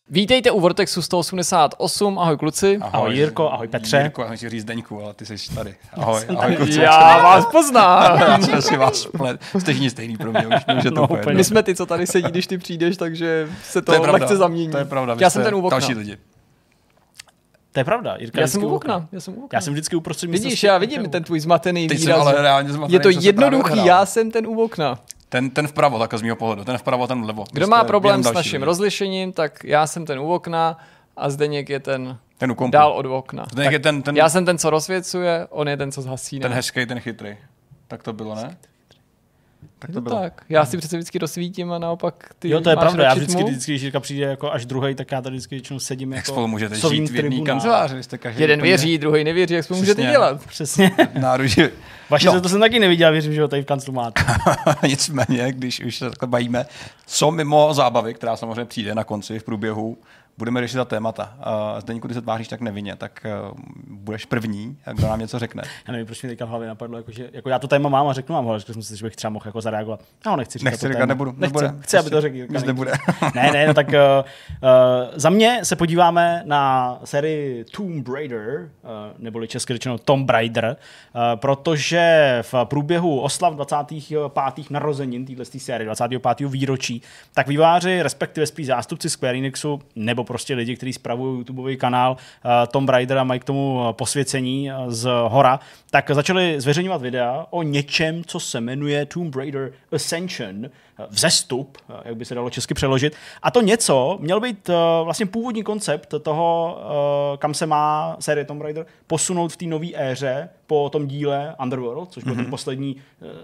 Vítejte u Vortexu 188, ahoj kluci. Ahoj Jirko, ahoj Petře. Jirko, já chci říct Zdeňku, ale ty jsi tady. Ahoj kluci. Já vás poznám. Já jsem si vás stejně stejný pro mě, už je to úplně. My jsme ty, co tady sedí, když ty přijdeš, takže se to lehce zamění. To je pravda, já jsem ten u okna. Další lidi. To je pravda, Jirka. Já jsem u okna. Já jsem vždycky uprostřed místa. Vidíš, já vidím ten tvůj zmatený výraz. Ty jsi ale reálně zmatený. Je to jednoduchý, já jsem ten u okna. Ten vpravo, tak z mého pohledu. Ten vpravo, ten vlevo. Kdo má problém s naším rozlišením, tak já jsem ten u okna a Zdeněk je ten dál od okna. Je ten... Já jsem ten, co rozsvěcuje, on je ten, co zhasí. Ten hezký, ten chytrý. Tak to bylo, ne? Tak to bylo. Tak. Já si přece vždycky rozsvítím a naopak ty. Jo, to je pravda. Já vždycky, když Jirka přijde jako až druhý, tak já tady vždycky většinou sedím jak jako. Spolu můžete žít v jedné kanceláři. Jeden věří, druhý nevěří, jak spolu můžete dělat. Přesně. Náruži. Vaše to jsem taky neviděl, věřím, že ho tady v kanclu máte. Nicméně, když už se takhle bavíme, co mimo zábavy, která samozřejmě přijde na konci v průběhu, budeme řešit ta témata. Zdeňku, když se tváříš tak nevinně, tak budeš první, kdo nám něco řekne. Já nevím, proč mi teďka v hlavě napadlo, že jako já to téma mám a řeknu vám, ale řekl jsem si, že bych třeba mohl jako zareagovat. No, nechci říkat to téma. Nebudu. Chci, aby to řekl Jirka. Nebude. Ne, no tak za mě se podíváme na sérii Tomb Raider, neboli česky řečeno Tomb Raider, protože v průběhu oslav 25. narozenin této série, 25. výročí, tak vývojáři, respektive spíš zástupci Square Enixu, nebo prostě lidi, kteří spravují YouTubeový kanál Tomb Raider a mají k tomu posvěcení z hora, tak začali zveřejňovat videa o něčem, co se jmenuje Tomb Raider Ascension, vzestup, jak by se dalo česky přeložit. A to něco měl být vlastně původní koncept toho, kam se má série Tomb Raider posunout v té nové éře po tom díle Underworld, což byl ten poslední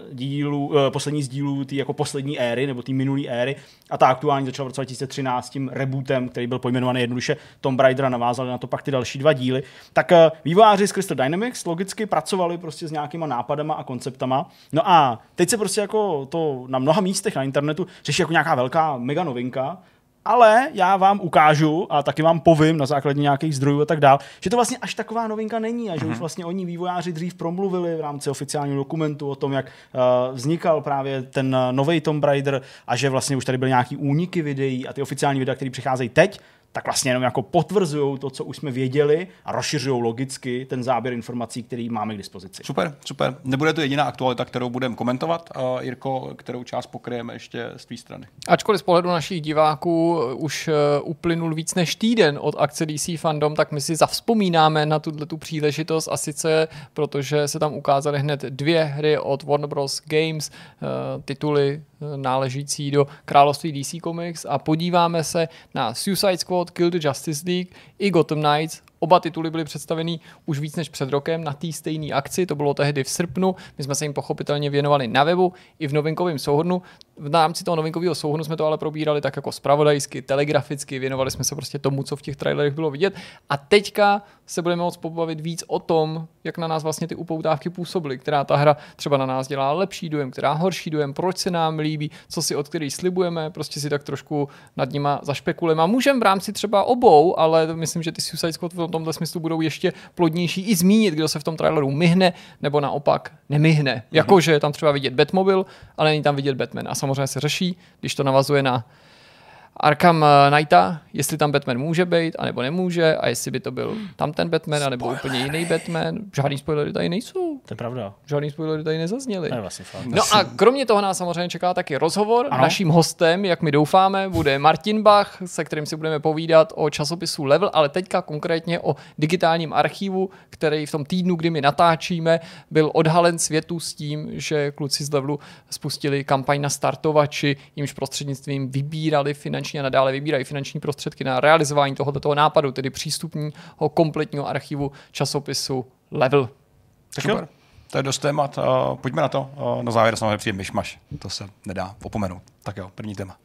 z dílů té jako poslední éry, nebo té minulé éry. A ta aktuální začala v roce 2013 tím rebootem, který byl pojmenovaný jednoduše Tomb Raider a navázali na to pak ty další dva díly. Tak vývojáři z Crystal Dynamics logicky pracovali prostě s nějakýma nápadama a konceptama. No a teď se prostě jako to na mnoha místech na internetu řeší jako nějaká velká mega novinka, ale já vám ukážu a taky vám povím na základě nějakých zdrojů a tak dál, že to vlastně až taková novinka není a že už vlastně oni vývojáři dřív promluvili v rámci oficiálního dokumentu o tom, jak vznikal právě ten nový Tomb Raider a že vlastně už tady byly nějaký úniky videí a ty oficiální videa, které přicházejí teď, tak vlastně jenom jako potvrzují to, co už jsme věděli a rozšiřují logicky ten záběr informací, který máme k dispozici. Super. Nebude to jediná aktualita, kterou budeme komentovat. Jirko, kterou část pokryjeme ještě z tvý strany? Ačkoliv z pohledu našich diváků už uplynul víc než týden od akce DC Fandom, tak my si zavzpomínáme na tu příležitost a sice, protože se tam ukázaly hned 2 hry od Warner Bros. Games, tituly náležící do království DC Comics a podíváme se na Suicide Squad, Kill the Justice League i Gotham Knights. Oba tituly byly představeny už víc než před rokem na té stejné akci, to bylo tehdy v srpnu, my jsme se jim pochopitelně věnovali na webu i v novinkovém souhrnu. V rámci toho novinkového souhrnu jsme to ale probírali tak jako zpravodajsky, telegraficky, věnovali jsme se prostě tomu, co v těch trailerech bylo vidět a teďka se budeme moct pobavit víc o tom, jak na nás vlastně ty upoutávky působily, která ta hra třeba na nás dělá lepší dojem, která horší dojem, proč se nám líbí, co si od kterých slibujeme, prostě si tak trošku nad nima zašpekulujeme a můžeme v rámci třeba obou, ale myslím, že ty Suicide Squad v tomhle smyslu budou ještě plodnější i zmínit, kdo se v tom traileru myhne nebo naopak nemyhne. Jakože je tam třeba vidět Batmobile, ale není tam vidět Batman. A samozřejmě se řeší, když to navazuje na Arkham Knighta, jestli tam Batman může být, anebo nemůže, a jestli by to byl tam ten Batman, anebo úplně jiný Batman. Žádný spoilery tady nejsou. To je pravda. Žádný spoilery tady nezazněly. To je vlastně fakt. No a kromě toho nás samozřejmě čeká taky rozhovor. Ano. Naším hostem, jak my doufáme, bude Martin Bach, se kterým si budeme povídat o časopisu Level, ale teďka konkrétně o digitálním archivu, který v tom týdnu, kdy my natáčíme, byl odhalen světu s tím, že kluci z Levelu spustili kampaň na startovači, jimž prostřednictvím vybírali finanční a nadále vybírají finanční prostředky na realizování tohoto nápadu, tedy přístupního kompletního archivu časopisu Level. Super. To je dost témat. Pojďme na to. Na závěr samozřejmě přijde myšmaš. To se nedá opomenout. Tak jo, první téma.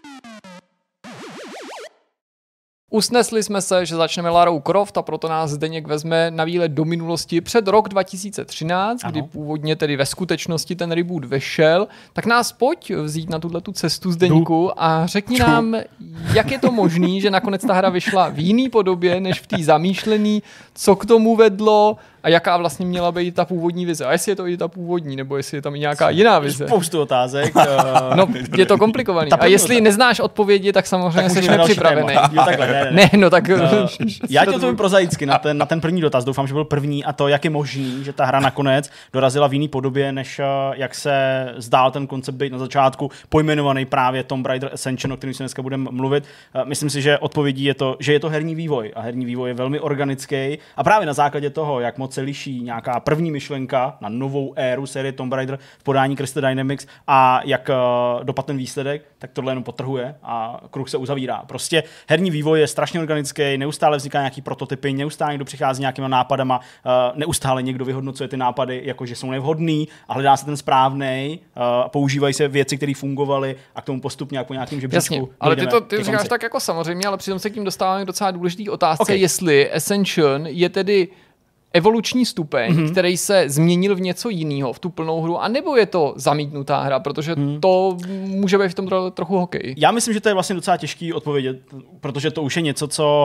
Usnesli jsme se, že začneme Larou Croft a proto nás Zdeněk vezme na výlet do minulosti před rok 2013, kdy původně tedy ve skutečnosti ten reboot vešel. Tak nás pojď vzít na tu cestu Zdeňku a řekni nám, jak je to možný, že nakonec ta hra vyšla v jiný podobě než v té zamýšlený, co k tomu vedlo A jaká vlastně měla být ta původní vize? A jestli je to i ta původní, nebo jestli je tam i nějaká jiná vize? Spoustu otázek. No, je to komplikovaný. A jestli neznáš odpovědi, tak samozřejmě jsi nepřipravený. Ne, no tak... Já ti to vím prozaicky na ten první dotaz. Doufám, že byl první. A to, jak je možný, že ta hra nakonec dorazila v jiný podobě, než jak se zdál ten koncept být na začátku, pojmenovaný právě Tomb Raider Ascension, o kterém si dneska budeme mluvit. Myslím si, že odpovědí je to, že je to herní vývoj. A herní vývoj je velmi organický. A právě na základě toho, jak moc se liší nějaká první myšlenka na novou éru série Tomb Raider v podání Crystal Dynamics a jak dopadl ten výsledek, tak tohle jenom podtrhuje a kruh se uzavírá. Prostě herní vývoj je strašně organický, neustále vzniká nějaký prototypy, neustále někdo přichází nějakýma nápadama, neustále někdo vyhodnocuje ty nápady, jakože jsou nevhodný a hledá se ten správnej, používají se věci, které fungovaly a k tomu postupně jako nějakým žebříčku. Jasně, ale ty říkáš tak jako samozřejmě, ale přitom se k tím dostáváme k docela důležitý otázce, jestli Ascension je tedy evoluční stupeň, který se změnil v něco jiného, v tu plnou hru, anebo je to zamítnutá hra, protože to může být v tom trochu hokej. Já myslím, že to je vlastně docela těžký odpovědět, protože to už je něco, co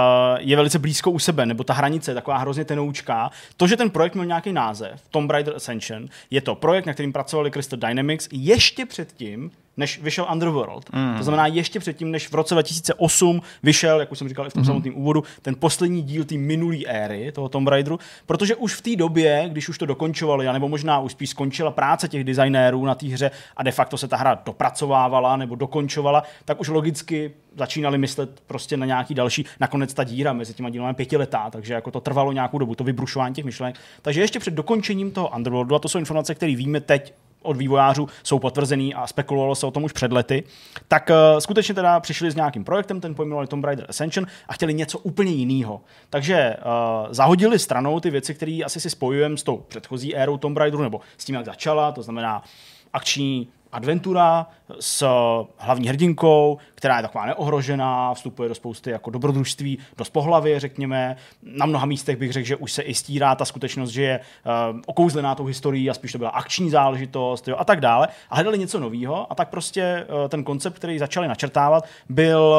je velice blízko u sebe, nebo ta hranice je taková hrozně tenoučká. To, že ten projekt měl nějaký název, Tomb Raider Ascension, je to projekt, na kterým pracovali Crystal Dynamics ještě předtím, než vyšel Underworld. To znamená ještě předtím, než v roce 2008 vyšel, jak už jsem říkal i v tom samotném úvodu, ten poslední díl té minulé éry toho Tomb Raideru, protože už v té době, když už to dokončovali, nebo možná už spíš skončila práce těch designérů na té hře a de facto se ta hra dopracovávala nebo dokončovala, tak už logicky začínali myslet prostě na nějaký další, nakonec ta díra mezi těma dílami 5letá, takže jako to trvalo nějakou dobu, to vybrušování těch myšlenek. Takže ještě před dokončením toho Underworldu, a to jsou informace, které víme teď od vývojářů, jsou potvrzený a spekulovalo se o tom už před lety, tak skutečně teda přišli s nějakým projektem, ten pojmenovali Tomb Raider Ascension a chtěli něco úplně jiného. Takže zahodili stranou ty věci, které asi si spojujeme s tou předchozí érou Tomb Raideru, nebo s tím, jak začala, to znamená akční adventura s hlavní hrdinkou, která je taková neohrožená, vstupuje do spousty jako dobrodružství, dost pohlavy, řekněme. Na mnoha místech bych řekl, že už se i stírá ta skutečnost, že je okouzlená tou historií a spíš to byla akční záležitost, jo, a tak dále. A hledali něco nového a tak prostě ten koncept, který začali načrtávat, byl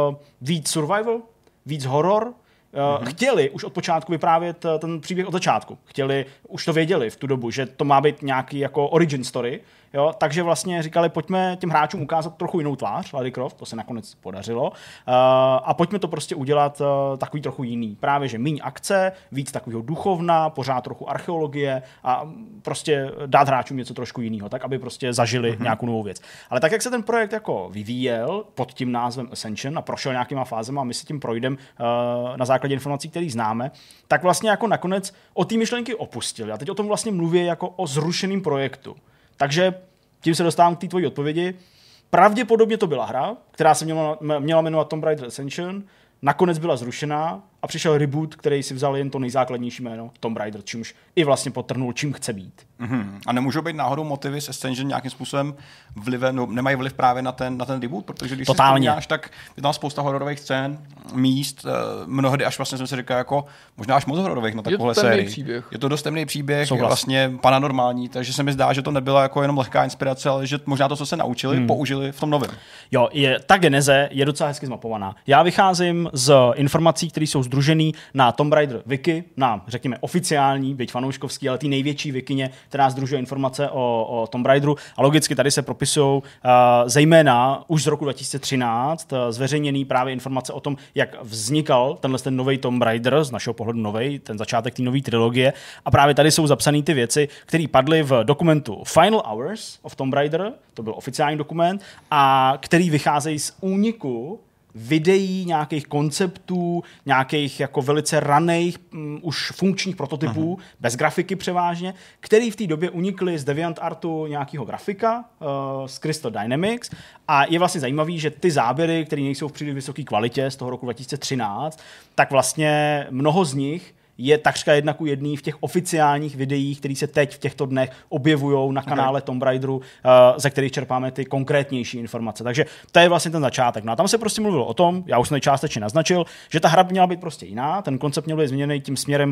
víc survival, víc horor. Chtěli už od počátku vyprávět ten příběh od začátku. Už to věděli v tu dobu, že to má být nějaký jako origin story, jo? Takže vlastně říkali, pojďme těm hráčům ukázat trochu jinou tvář, Lara Croft, to se nakonec podařilo, a pojďme to prostě udělat takový trochu jiný. Právě, že míň akce, víc takového duchovna, pořád trochu archeologie a prostě dát hráčům něco trošku jiného, tak aby prostě zažili nějakou novou věc. Ale tak, jak se ten projekt jako vyvíjel pod tím názvem Ascension a prošel nějakýma fázema a my si tím projdeme na základě informací, které známe, tak vlastně jako nakonec o té myšlenky opustili. A teď o tom vlastně mluví jako o zrušeném projektu. Takže tím se dostávám k té tvojí odpovědi. Pravděpodobně to byla hra, která se měla jmenovat Tomb Raider Ascension, nakonec byla zrušená a přišel reboot, který si vzal jen to nejzákladnější jméno Tomb Raider, čímž i vlastně podtrhnul, čím chce být. A nemůžou být náhodou motivy s Ascension nějakým způsobem nemají vliv právě na ten reboot, protože když totálně. Si vzpomínáš, tak je tam spousta hororových scén, míst, mnohdy až vlastně jsem si říkal jako možná až moc hororových na takovouhle sérii. Je to dost temný příběh, je vlastně paranormální, takže se mi zdá, že to nebyla jako jenom lehká inspirace, ale že možná to, co se naučili, použili v tom novém. Jo, ta geneze je docela hezky zmapovaná. Já vycházím z informací, které jsou sdružený na Tomb Raider wiki, na řekněme oficiální, byť fanouškovský, ale ty největší wikině, která sdružuje informace o Tomb Raideru. A logicky tady se propisují zejména už z roku 2013 zveřejněný právě informace o tom, jak vznikal ten nový Tomb Raider, z našeho pohledu novej, ten začátek té nové trilogie. A právě tady jsou zapsané ty věci, které padly v dokumentu Final Hours of Tomb Raider, to byl oficiální dokument, a který vycházejí z úniku videí, nějakých konceptů, nějakých jako velice raných už funkčních prototypů, bez grafiky převážně, který v té době unikly z DeviantArtu nějakého grafika z Crystal Dynamics a je vlastně zajímavý, že ty záběry, které nejsou v příliš vysoké kvalitě z toho roku 2013, tak vlastně mnoho z nich je takřka 1:1 v těch oficiálních videích, které se teď v těchto dnech objevují na kanále Tomb Raideru, ze kterých čerpáme ty konkrétnější informace. Takže to je vlastně ten začátek. No a tam se prostě mluvilo o tom, já už jsem částečně naznačil, že ta hra měla být prostě jiná, ten koncept měl být změněný tím směrem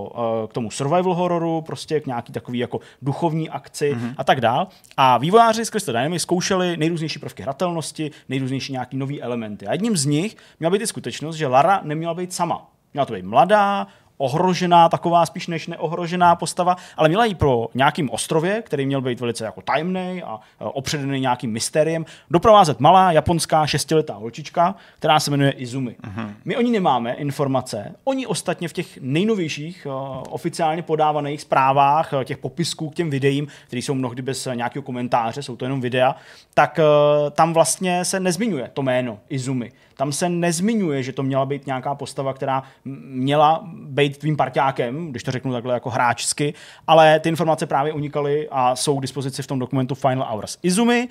k tomu survival hororu, prostě k nějaký takový jako duchovní akci a tak dál. A vývojáři z Crystal Dynamics zkoušeli nejrůznější prvky hratelnosti, nejrůznější nějaký nový elementy. A jedním z nich měla být i skutečnost, že Lara neměla být sama. Měla to být mladá, ohrožená, taková spíš než neohrožená postava, ale měla ji pro nějakým ostrově, který měl být velice jako tajemný a opředený nějakým mystériem, doprovázet malá japonská 6letá holčička, která se jmenuje Izumi. My o ní nemáme informace, oni ostatně v těch nejnovějších oficiálně podávaných zprávách, těch popisků k těm videím, které jsou mnohdy bez nějakého komentáře, jsou to jenom videa, tak tam vlastně se nezmiňuje to jméno Izumi. Tam se nezmiňuje, že to měla být nějaká postava, která měla být tvým parťákem, když to řeknu takhle jako hráčsky, ale ty informace právě unikaly a jsou k dispozici v tom dokumentu Final Hours. Izumi,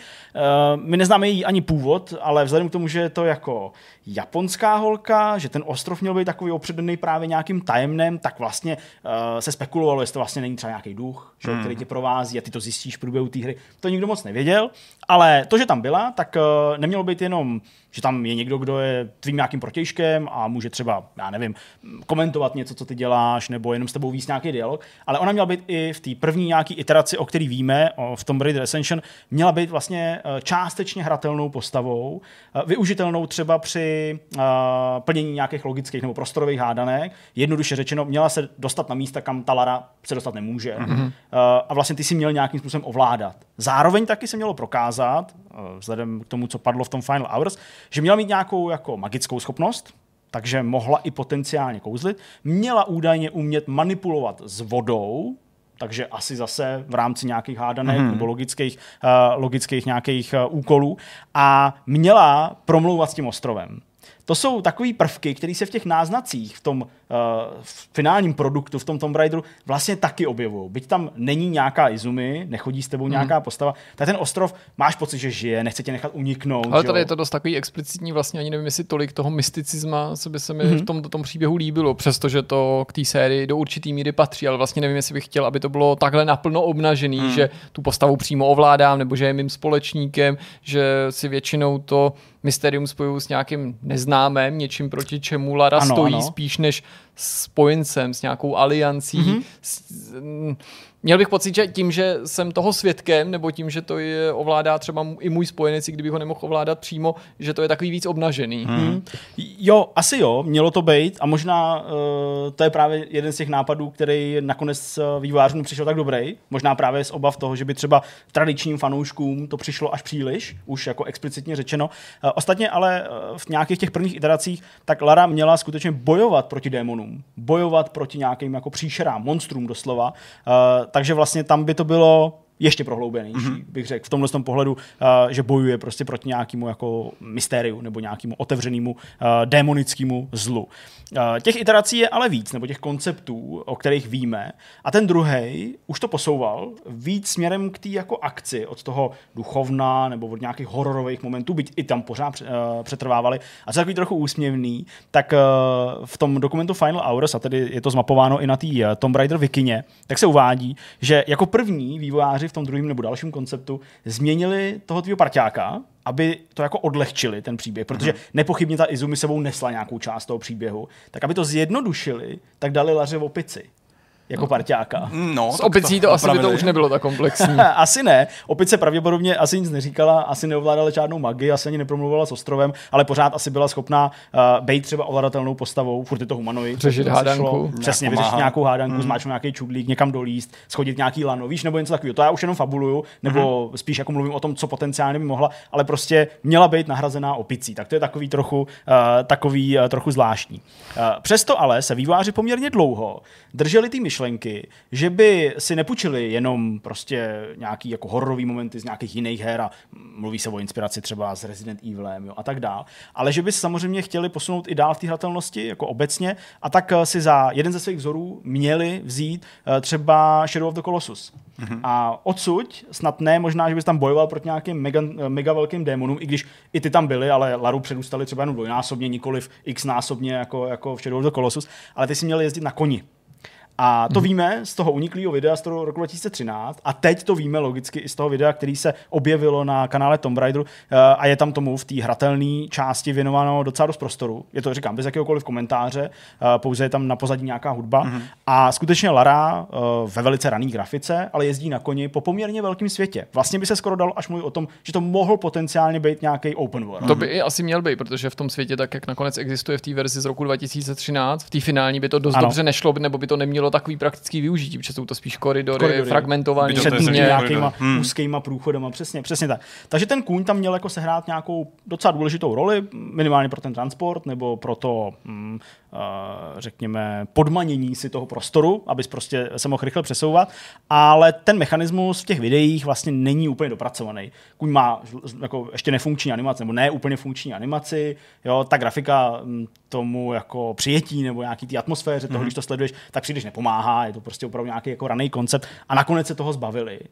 my neznáme její ani původ, ale vzhledem k tomu, že je to jako japonská holka, že ten ostrov měl být takový opředený právě nějakým tajemnem, tak vlastně se spekulovalo, jestli to vlastně není třeba nějaký duch, že, který tě provází a ty to zjistíš v průběhu té hry. To nikdo moc nevěděl, ale to, že tam byla, tak nemělo být jenom, že tam je někdo, kdo je tvým nějakým protějškem a může třeba, já nevím, komentovat něco, co ty děláš, nebo jenom s tebou víc nějaký dialog, ale ona měla být i v té první nějaký iteraci, o který víme, v tom Raider Ascension, měla být vlastně částečně hratelnou postavou, využitelnou třeba při plnění nějakých logických nebo prostorových hádanek. Jednoduše řečeno, měla se dostat na místa, kam ta Lara se dostat nemůže. A vlastně ty si měl nějakým způsobem ovládat. Zároveň taky se mělo prokázat, vzhledem k tomu, co padlo v tom Final Hours, že měla mít nějakou jako magickou schopnost, takže mohla i potenciálně kouzlit. Měla údajně umět manipulovat s vodou, takže asi zase v rámci nějakých hádanek nebo logických nějakých úkolů. A měla promlouvat s tím ostrovem. To jsou takové prvky, které se v těch náznacích, v tom finálním produktu, v tom Tomb Raideru vlastně taky objevují. Byť tam není nějaká Izumi, nechodí s tebou nějaká postava, tak ten ostrov máš pocit, že žije, nechce tě nechat uniknout. Ale tady je to dost takový explicitní, vlastně ani nevím, jestli tolik toho mysticisma, co by se mi v tom příběhu líbilo, přestože to k té sérii do určitý míry patří, ale vlastně nevím, jestli bych chtěl, aby to bylo takhle naplno obnažený, že tu postavu přímo ovládám, nebo že je mým společníkem, že si většinou to mysterium spojuju s nějakým neznámým, něčím proti čemu Lara stojí, spíš než spojencem, s nějakou aliancí. Měl bych pocit, že tím, že jsem toho svědkem, nebo tím, že to je ovládá třeba i můj spojenec, kdybych ho nemohl ovládat přímo, že to je takový víc obnažený. Jo, asi jo, mělo to být a možná to je právě jeden z těch nápadů, který nakonec vývojářům přišel tak dobrý. Možná právě z obav toho, že by třeba tradičním fanouškům to přišlo až příliš, už jako explicitně řečeno. Ostatně ale v nějakých těch prvních iteracích tak Lara měla skutečně bojovat proti démonům, bojovat proti nějakým jako příšerám, monstrům doslova. Takže vlastně tam by to bylo ještě prohloubenější, bych řekl, v tomhle tom pohledu, že bojuje prostě proti nějakému jako mystériu nebo nějakému otevřenému démonickému zlu. Těch iterací je ale víc, nebo těch konceptů, o kterých víme. A ten druhej už to posouval víc směrem k té jako akci od toho duchovna nebo od nějakých hororových momentů, byť i tam pořád přetrvávali. A co takový trochu úsměvný, tak v tom dokumentu Final Hours, a tedy je to zmapováno i na té Tomb Raider Wikině, tak se uvádí, že jako první vývojáři v tom druhém nebo dalším konceptu změnili toho tvýho parťáka, aby to jako odlehčili ten příběh, protože nepochybně ta Izumi sebou nesla nějakou část toho příběhu, tak aby to zjednodušili, tak dali Laře opici jako parťáka. No, s opicí to asi by to už nebylo tak komplexní. Asi ne. Opice pravděpodobně asi nic neříkala, asi neovládala žádnou magii, asi ani nepromluvala s ostrovem, ale pořád asi byla schopná být třeba ovladatelnou postavou, furt je to humanoid. Řešit hádanku. Přesně, vyřešit nějakou hádanku, zmáčknout nějaký čudlík, někam dolíst, schodit nějaký lano, víš, nebo něco takového. To já už jenom fabuluju, nebo spíš jako mluvím o tom, co potenciálně by mohla, ale prostě měla být nahrazená opicí. Tak to je takový trochu zvláštní. Přesto ale se vývojáři poměrně dlouho drželi ty myšlenky, že by si nepůjčili jenom prostě nějaký jako hororový momenty z nějakých jiných her a mluví se o inspiraci třeba s Resident Evilem, jo, a tak dál, ale že by samozřejmě chtěli posunout i dál v té hratelnosti jako obecně a tak si za jeden ze svých vzorů měli vzít třeba Shadow of the Colossus. A odsud snad ne, možná, že bys tam bojoval proti nějakým mega velkým démonům, i když i ty tam byly, ale Laru předůstali třeba jenom dvojnásobně, nikoliv x-násobně jako v Shadow of the Colossus, ale ty si měli jezdit na koni. A to víme z toho uniklého videa z toho roku 2013 a teď to víme logicky i z toho videa, který se objevilo na kanále Tomb Raideru a je tam tomu v té hratelné části věnováno docela dost prostoru. Je to, říkám, bez jakéhokoliv komentáře, pouze je tam na pozadí nějaká hudba a skutečně Lara ve velice rané grafice, ale jezdí na koni po poměrně velkém světě. Vlastně by se skoro dalo až mluvit o tom, že to mohl potenciálně být nějaký open world. To by i asi měl být, protože v tom světě, tak jak nakonec existuje v té verzi z roku 2013, v té finální by to dost dobře nešlo, nebo by to nemělo takový praktický využití, protože jsou to spíš koridory. Fragmentovaný. Před nějakýma úzkýma průchodama, přesně tak. Takže ten kůň tam měl jako sehrát nějakou docela důležitou roli, minimálně pro ten transport, nebo pro to, řekněme, podmanění si toho prostoru, abys prostě se mohl rychle přesouvat, ale ten mechanismus v těch videích vlastně není úplně dopracovaný. Kůň má jako ještě nefunkční animaci, nebo ne úplně funkční animaci, jo, ta grafika tomu jako přijetí nebo nějaký té atmosféře toho, když to sleduješ, tak příliš nepomáhá, je to prostě opravdu nějaký jako raný koncept a nakonec se toho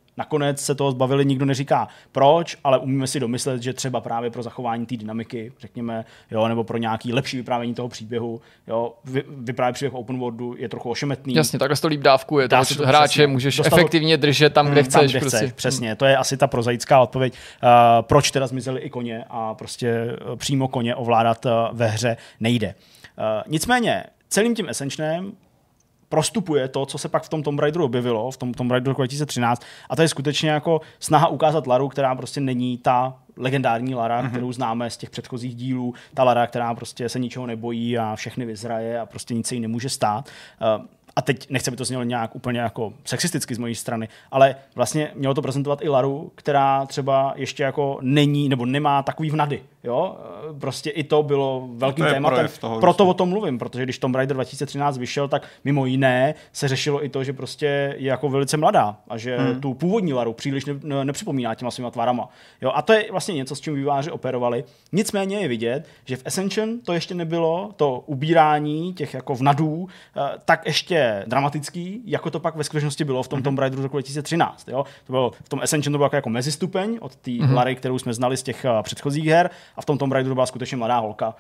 zbavili. Nikdo neříká proč, ale umíme si domyslet, že třeba právě pro zachování té dynamiky, řekněme, jo, nebo pro nějaký lepší vyprávění toho příběhu, jo, vyprávět příběh open worldu je trochu ošemetný. Jasně, takhle to líp dávkuje, to hráče můžeš efektivně držet tam, kde chceš. Prostě. Přesně, to je asi ta prozaická odpověď, proč teda zmizely i koně a prostě přímo koně ovládat ve hře nejde. Nicméně celým tím Ascensionem prostupuje to, co se pak v tom Tomb Raideru objevilo, v tom Tomb Raideru 2013, a to je skutečně jako snaha ukázat Laru, která prostě není ta legendární Lara, kterou známe z těch předchozích dílů, ta Lara, která prostě se ničeho nebojí a všechny vyzraje a prostě nic se jí nemůže stát. A teď nechci, by to znělo nějak úplně jako sexisticky z mojí strany, ale vlastně mělo to prezentovat i Laru, která třeba ještě jako není nebo nemá takový vnady. Jo? Prostě i to bylo velkým tématem. Proto o tom mluvím, protože když Tomb Raider 2013 vyšel, tak mimo jiné se řešilo i to, že prostě je jako velice mladá a že tu původní Laru příliš nepřipomíná těma svýma tvarama. Jo? A to je vlastně něco, s čím vývojáři operovali. Nicméně je vidět, že v Ascension to ještě nebylo, to ubírání těch jako vnadů, tak ještě dramatický, jako to pak ve skutečnosti bylo v tom Tomb Raideru roku 2013. Jo? To bylo, v tom Ascension to bylo jako mezistupeň od té Lary, kterou jsme znali z těch předchozích her, a v tom Tomb Raideru byla skutečně mladá holka,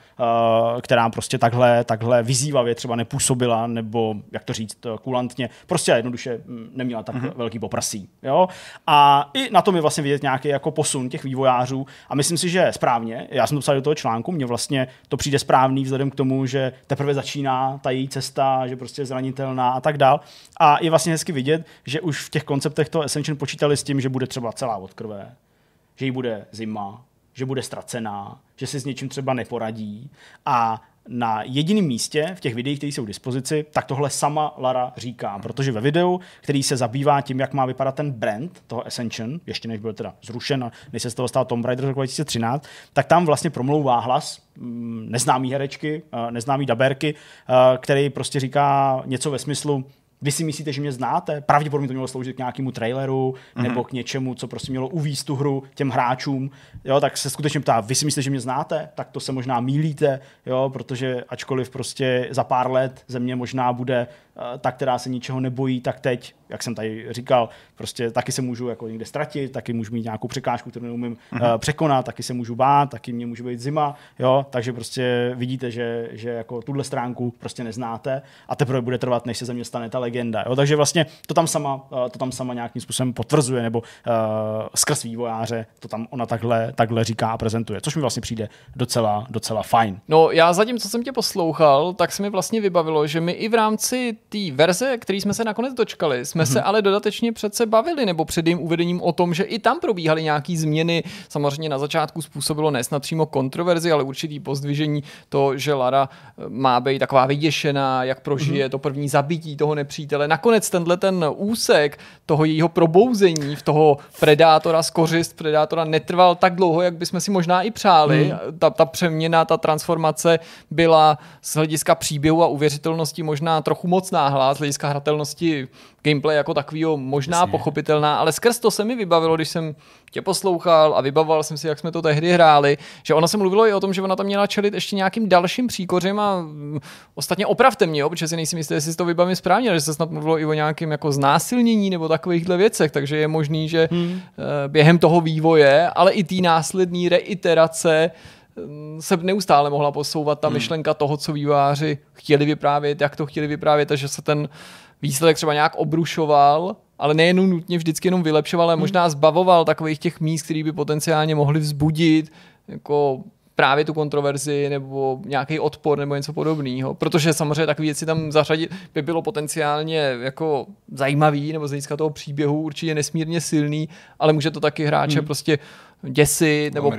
která prostě takhle vyzývavě třeba nepůsobila, nebo jak to říct, kulantně, prostě jednoduše neměla tak velký poprasí. Jo? A i na tom je vlastně vidět nějaký jako posun těch vývojářů a myslím si, že správně, já jsem to psal do toho článku, mně vlastně to přijde správný vzhledem k tomu, že teprve začíná ta její cesta, že prostě je zranitelná a tak dál. A je vlastně hezky vidět, že už v těch konceptech toho Ascension počítali s tím, že bude třeba celá od krve, že jí bude zima, že bude ztracená, že si s něčím třeba neporadí a na jediném místě v těch videích, které jsou k dispozici, tak tohle sama Lara říká, protože ve videu, který se zabývá tím, jak má vypadat ten brand toho Ascension, ještě než byl teda zrušen a než se z toho stal Tomb Raider 2013, tak tam vlastně promlouvá hlas neznámý herečky, neznámý dabérky, který prostě říká něco ve smyslu: vy si myslíte, že mě znáte? Pravděpodobně to mělo sloužit k nějakému traileru nebo k něčemu, co prostě mělo uvízt tu hru těm hráčům. Jo, tak se skutečně ptá, vy si myslíte, že mě znáte? Tak to se možná mýlíte, jo, protože ačkoliv prostě za pár let země možná bude ta, která se ničeho nebojí, tak teď, jak jsem tady říkal, prostě taky se můžu jako někde ztratit, taky můžu mít nějakou překážku, kterou neumím překonat, taky se můžu bát, taky mě může být zima, jo, takže prostě vidíte, že jako tuhle stránku prostě neznáte a teprve bude trvat, než se ze mě stane ta legenda, jo, takže vlastně to tam sama nějakým způsobem potvrzuje, nebo skrz vývojáře to tam ona takhle říká a prezentuje, což mi vlastně přijde docela fajn. No, já zatím, co jsem tě poslouchal, tak se mi vlastně vybavilo, že my i v rámci té verze, který jsme se nakonec dočkali, jsme se ale dodatečně přece bavili, nebo před jejím uvedením o tom, že i tam probíhaly nějaký změny. Samozřejmě na začátku způsobilo nesnad přímo kontroverzi, ale určitý pozdvižení to, že Lara má být taková vyděšená, jak prožije to první zabití toho nepřítele. Nakonec ten úsek toho jejího probouzení v toho predátora, skořist predátora netrval tak dlouho, jak bychom si možná i přáli. Ta přeměna, ta transformace byla z hlediska příběhu a uvěřitelnosti možná trochu moc náhlá, z hlediska hratelnosti gameplay jako takovýho možná pochopitelná, ale skrz to se mi vybavilo, když jsem tě poslouchal a vybavoval jsem si, jak jsme to tehdy hráli, že ono se mluvilo i o tom, že ona tam měla čelit ještě nějakým dalším příkořem a ostatně opravte mě, protože si nejsem jistý, jestli to vybavím správně, že se snad mluvilo i o nějakém jako znásilnění nebo takovýchhle věcech, takže je možný, že během toho vývoje, ale i té následné reiterace se neustále mohla posouvat ta myšlenka toho, co vývojáři chtěli vyprávět, jak to chtěli vyprávět, takže se ten výsledek třeba nějak obrušoval, ale nejenom nutně vždycky jenom vylepšoval, ale možná zbavoval takových těch míst, které by potenciálně mohly vzbudit jako právě tu kontroverzi nebo nějaký odpor nebo něco podobného. Protože samozřejmě takové věci tam zařadit by bylo potenciálně jako zajímavý nebo z hlediska toho příběhu určitě nesmírně silný, ale může to taky hráče prostě děsit nebo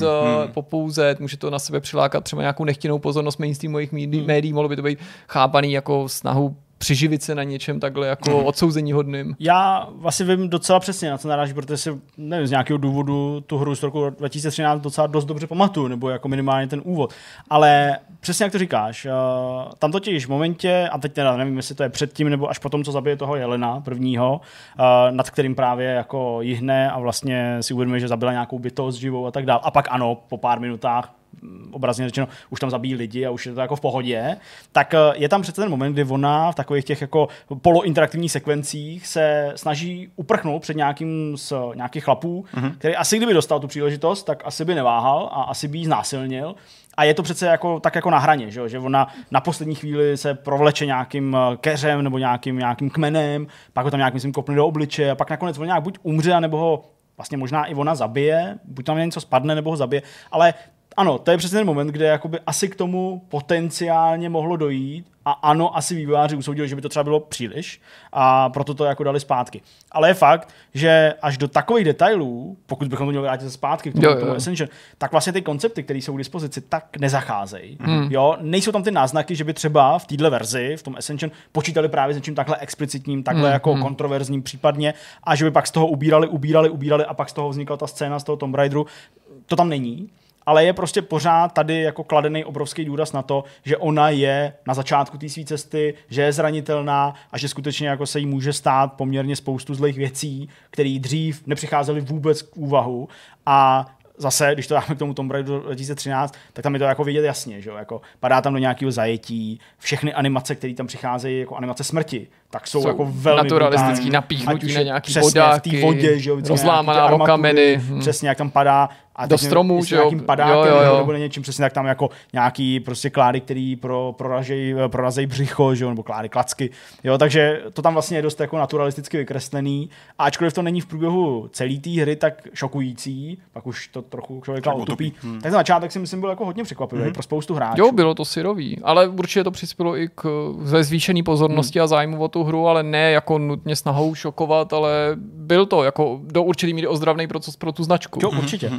popouzet, může to na sebe přilákat třeba nějakou nechtěnou pozornost mainstreamových médií, mohlo by to být chápaný jako snahu přiživit se na něčem takhle jako odsouzení hodným. Já vlastně vím docela přesně, na co naráží, protože si nevím, z nějakého důvodu tu hru z roku 2013 docela dost dobře pamatuju, nebo jako minimálně ten úvod. Ale přesně jak to říkáš, tam totiž v momentě, a teď teda nevím, jestli to je předtím, nebo až potom, co zabije toho jelena prvního, nad kterým právě jako jihne a vlastně si uvědomuje, že zabila nějakou bytost živou a tak dále. A pak ano, po pár minutách obrazně řečeno, už tam zabíjí lidi a už je to jako v pohodě, tak je tam přece ten moment, kdy ona v takových těch jako polointeraktivních sekvencích se snaží uprchnout před nějakým z nějakých chlapů, který asi kdyby dostal tu příležitost, tak asi by neváhal a asi by jí znásilnil. A je to přece jako, tak jako na hraně, že ona na poslední chvíli se provleče nějakým keřem nebo nějakým kmenem, pak ho tam nějak myslím kopne do obličeje a pak nakonec on nějak buď umře, nebo ho vlastně možná i ona zabije, buď tam něco spadne, nebo ho zabije, ale ano, to je přesně ten moment, kde jakoby asi k tomu potenciálně mohlo dojít a ano, asi vývojáři usoudili, že by to třeba bylo příliš a proto to jako dali zpátky. Ale je fakt, že až do takových detailů, pokud bychom to měli vrátit zpátky k tomu Ascension, tak vlastně ty koncepty, které jsou k dispozici, tak nezacházejí. Jo, nejsou tam ty náznaky, že by třeba v této verzi, v tom Ascension, počítali právě s něčím takhle explicitním, takhle jako kontroverzním případně a že by pak z toho ubírali a pak z toho vznikla ta scéna z toho Tomb Raideru. To tam není. Ale je prostě pořád tady jako kladený obrovský důraz na to, že ona je na začátku té své cesty, že je zranitelná a že skutečně jako se jí může stát poměrně spoustu zlých věcí, které dřív nepřicházely vůbec k úvahu. A zase, když to dáme k tomu Tomb Raideru 2013, tak tam je to jako vidět jasně, že jo, jako padá tam do nějakého zajetí, všechny animace, které tam přicházejí, jako animace smrti, tak jsou jako velmi naturalistický, napíchnutí na nějaký bodáky, v té vodě, že jo, rozlámaná o kameny, přesně jak tam padá a do stromů, že jo, nějakým padákem nebo něčím, přesně tak tam jako nějaký prostě klády, který prorazejí břicho, že jo, nebo klády, klacky, jo, takže to tam vlastně je dost jako naturalisticky vykreslený, a ačkoliv to není v průběhu celé té hry tak šokující, pak už to trochu člověka otupí. Tak ten začátek si myslím byl jako hodně překvapivý pro spoustu hráčů. Jo, bylo to syrový, ale určitě to přispělo i k zvýšené pozornosti a zájmu o tu hru, ale ne jako nutně snahou šokovat, ale byl to jako do určitý míry ozdravný proces pro tu značku. Jo, určitě.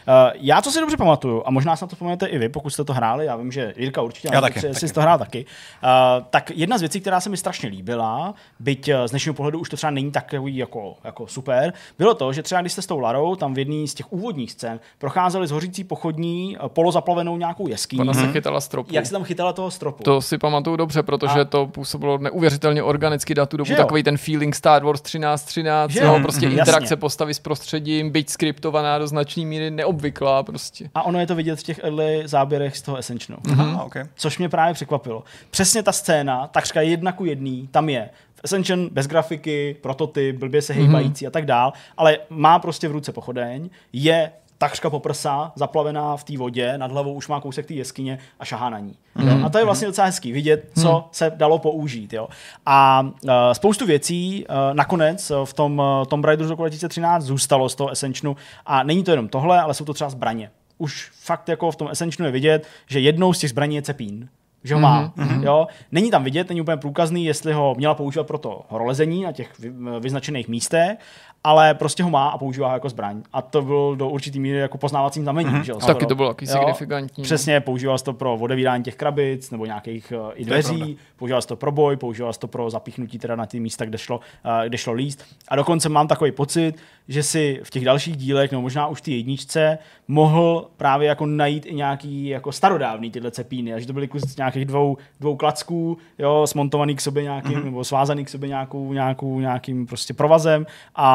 Já co si dobře pamatuju, a možná se na to vzpomenete i vy, pokud jste to hráli, já vím, že Jirka určitě, jsi to hrál taky. Tak jedna z věcí, která se mi strašně líbila, byť z dnešního pohledu už to třeba není takový jako super, bylo to, že třeba když jste s tou Larou tam v jedné z těch úvodních scén procházeli z hořící pochodní polozaplavenou nějakou jeskyní. Ona se chytala stropu. Jak se tam chytala toho stropu? To si pamatuju dobře, protože to působilo neuvěřitelně organicky datu dobu, takový ten feeling Star Wars 1313, prostě interakce postavy s prostředím, byť skriptovaná do značné míry, neobvyklá prostě. A ono je to vidět v těch early záběrech z toho Ascensionu. Což mě právě překvapilo. Přesně ta scéna, takřka 1:1, tam je. V Ascension bez grafiky, prototyp, blbě se hejbající a tak dál, ale má prostě v ruce pochodeň, je takřka po prsa, zaplavená v té vodě, nad hlavou už má kousek té jeskyně a šahá na ní. A to je vlastně docela hezký vidět, co se dalo použít. Jo. A spoustu věcí nakonec v tom Tomb Raideru z roku 2013 zůstalo z toho Ascensionu a není to jenom tohle, ale jsou to třeba zbraně. Už fakt jako v tom Ascensionu je vidět, že jednou z těch zbraní je cepín. Že ho má. Jo? Není tam vidět, není úplně průkazný, jestli ho měla používat pro to horolezení na těch vyznačených místech, ale prostě ho má a používá ho jako zbraň. A to byl do určitý míry jako poznávacím znamením. Že? Taky to bylo taky signifikantní. Přesně, používal jsi to pro odevírání těch krabic nebo nějakých i dveří, používal jsi to pro boj, používal jsi to pro zapíchnutí teda na ty místa, kde šlo líst. A dokonce mám takový pocit, že si v těch dalších dílech, nebo možná už ty jedničce, mohl právě jako najít i nějaký jako starodávný tyhle cepíny, a že to byly kus nějakých dvou klacků, jo, smontovaný k sobě nějakým, nebo svázaný k sobě nějakým prostě provazem,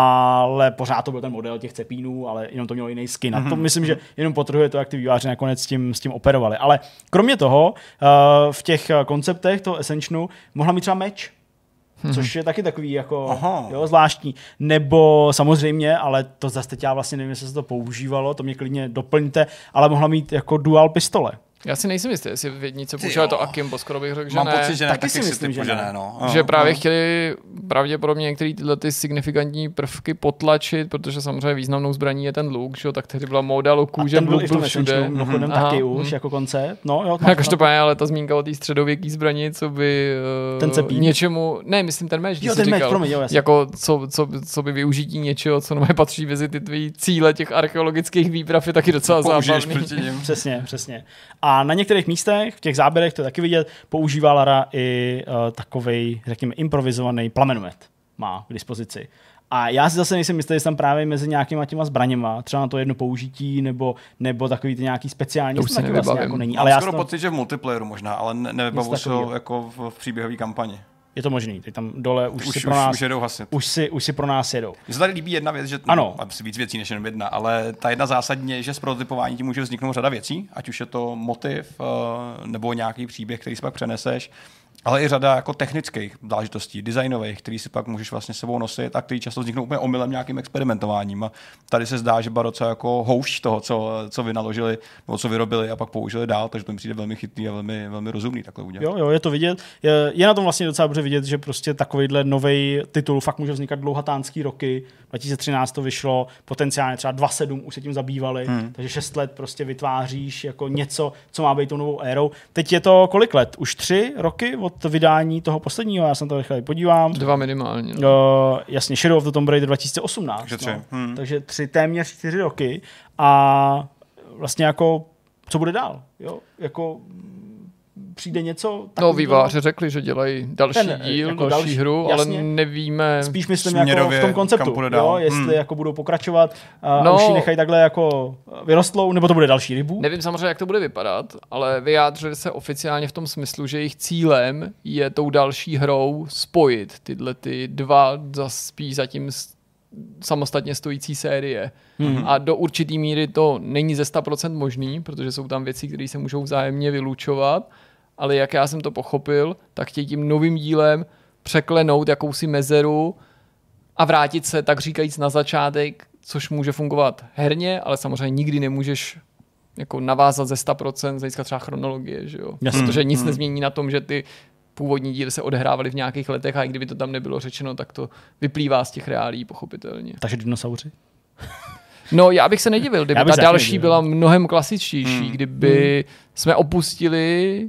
ale pořád to byl ten model těch cepínů, ale jenom to mělo jiný skin. A to myslím, že jenom potrhuje to, jak ty vývojáři nakonec s tím operovali. Ale kromě toho, v těch konceptech toho Ascensionu mohla mít třeba meč, což je taky takový jako zvláštní. Nebo samozřejmě, ale to zase teď já vlastně nevím, jestli se to používalo, to mě klidně doplňte, ale mohla mít jako dual pistole. Já si nejsem jistý, jestli v jednice používali to Akimbo, skoro bych řekl, že Mám ne. pocit, že ne, Taky si myslím, typu, že ne. No. Že právě chtěli pravděpodobně některé tyhle ty signifikantní prvky potlačit, protože samozřejmě významnou zbraní je ten luk, že jo, tak tehdy byla móda luků, že luk byl všude. Mimochodem taky už jako koncept. No, jo, každopádně, ale ta zmínka o té středověké zbraní, co by ten něčemu, ne, myslím ten meč, jo, ten meč, promiň, jo, jako co by využití něčeho, co normálně patří mezi ty tvý cíle těch archeologických výprav, je taky docela zábavný. Přesně. A na některých místech, v těch záběrech, to je taky vidět, používá Lara i takovej, řekněme, improvizovaný plamenomet má k dispozici. A já si zase nejsem jistý, jestli tam právě mezi nějakýma těma zbraněma, třeba na to jedno použití, nebo takový ty nějaký speciální, to už si nevybavím. Vlastně jako není. Ale já skoro pocit, že v multiplayeru možná, ale nevybavu se jako v příběhové kampani. Je to možný, teď tam dole už jedou hasit. Už si pro nás jedou. Mně se tady líbí jedna věc, že ano. Víc věcí než jenom jedna, ale ta jedna zásadně je, že z prototypování ti může vzniknout řada věcí, ať už je to motiv nebo nějaký příběh, který si pak přeneseš, ale i řada jako technických záležitostí, designových, který si pak můžeš vlastně sebou nosit a který často vzniknou úplně omylem nějakým experimentováním. A tady se zdá, že byla docela jako houšť toho, co vynaložili, nebo co vyrobili a pak použili dál, takže to mi přijde velmi chytrý a velmi, velmi rozumný takhle udělat. Jo, je to vidět. Je na tom vlastně docela dobře vidět, že prostě takovýhle nový titul fakt může vznikat dlouhatánský roky. 2013 to vyšlo, potenciálně třeba 2007 už se tím zabývali, takže 6 let prostě vytváříš jako něco, co má být tou novou érou. Teď je to kolik let? Už 3 roky od vydání toho posledního, já jsem to rychle podívám. 2 minimálně. Jasně, Shadow of the Tomb Raider 2018. Takže téměř 4 roky a vlastně jako, co bude dál? Jo? Jako přijde něco takového. No, vývojáři řekli, že dělají další díl, jako další hru, jasně, ale nevíme. Spíš myslím jako v tom konceptu, jo? Jestli jako budou pokračovat a už ji nechají takhle jako vyrostlou, nebo to bude další reboot. Nevím samozřejmě, jak to bude vypadat, ale vyjádřili se oficiálně v tom smyslu, že jejich cílem je tou další hrou spojit tyhle ty dva spíš zatím samostatně stojící série. A do určitý míry to není ze 100% možný, protože jsou tam věci, které se můžou vzájemně vylučovat, ale jak já jsem to pochopil, tak chtějí tím novým dílem překlenout jakousi mezeru a vrátit se, tak říkajíc, na začátek, což může fungovat herně, ale samozřejmě nikdy nemůžeš jako navázat ze 100% z hlediska třeba chronologie, že jo? Protože nic nezmění na tom, že ty původní díly se odehrávaly v nějakých letech a i kdyby to tam nebylo řečeno, tak to vyplývá z těch reálí pochopitelně. Takže dinosauři? No, já bych se nedivil, kdyby ta další byla mnohem klasičtější, kdyby jsme opustili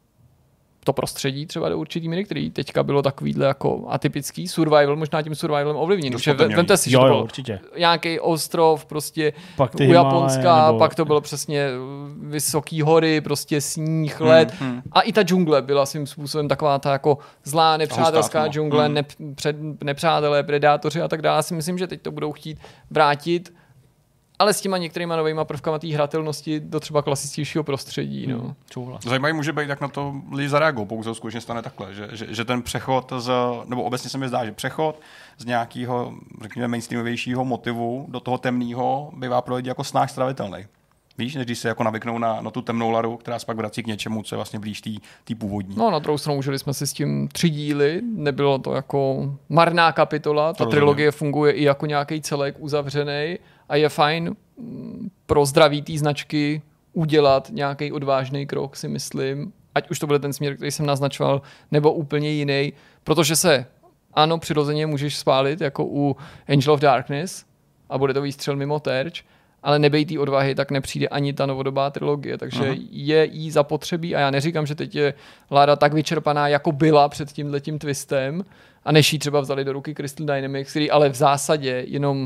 to prostředí třeba do určitý míry, který teďka bylo takovýhle jako atypický survival, možná tím survivalem ovlivněný. Vemte si, že to byl nějaký ostrov prostě u Japonska, pak to bylo přesně vysoký hory, prostě sníh, led a i ta džungle byla svým způsobem taková ta jako zlá nepřátelská džungle, nepřátelé, predátoři a tak dále. Já si myslím, že teď to budou chtít vrátit, ale s těma některýma novýma prvkama té hratelnosti do třeba klasičtějšího prostředí. No. Zajímavý může být, jak na to lidi zareagují, pokud se skutečně stane takhle, že ten přechod nebo obecně se mi zdá, že přechod z nějakého, řekněme, mainstreamovějšího motivu do toho temného bývá pro lidi jako snáš stravitelný. Víš, než když se jako navyknou na tu temnou Laru, která se pak vrací k něčemu, co je vlastně blíž té původní. No, na druhou stranu užili jsme si s tím 3 díly, nebylo to jako marná kapitola, ta trilogie funguje i jako nějaký celek uzavřený a je fajn pro zdraví té značky udělat nějaký odvážný krok, si myslím, ať už to bude ten směr, který jsem naznačoval, nebo úplně jiný, protože se, ano, přirozeně můžeš spálit jako u Angel of Darkness a bude to výstřel mimo terč, ale nebej té odvahy, tak nepřijde ani ta novodobá trilogie, takže je jí zapotřebí a já neříkám, že teď je Lara tak vyčerpaná, jako byla před tímhletím twistem a než jí třeba vzali do ruky Crystal Dynamics, který ale v zásadě jenom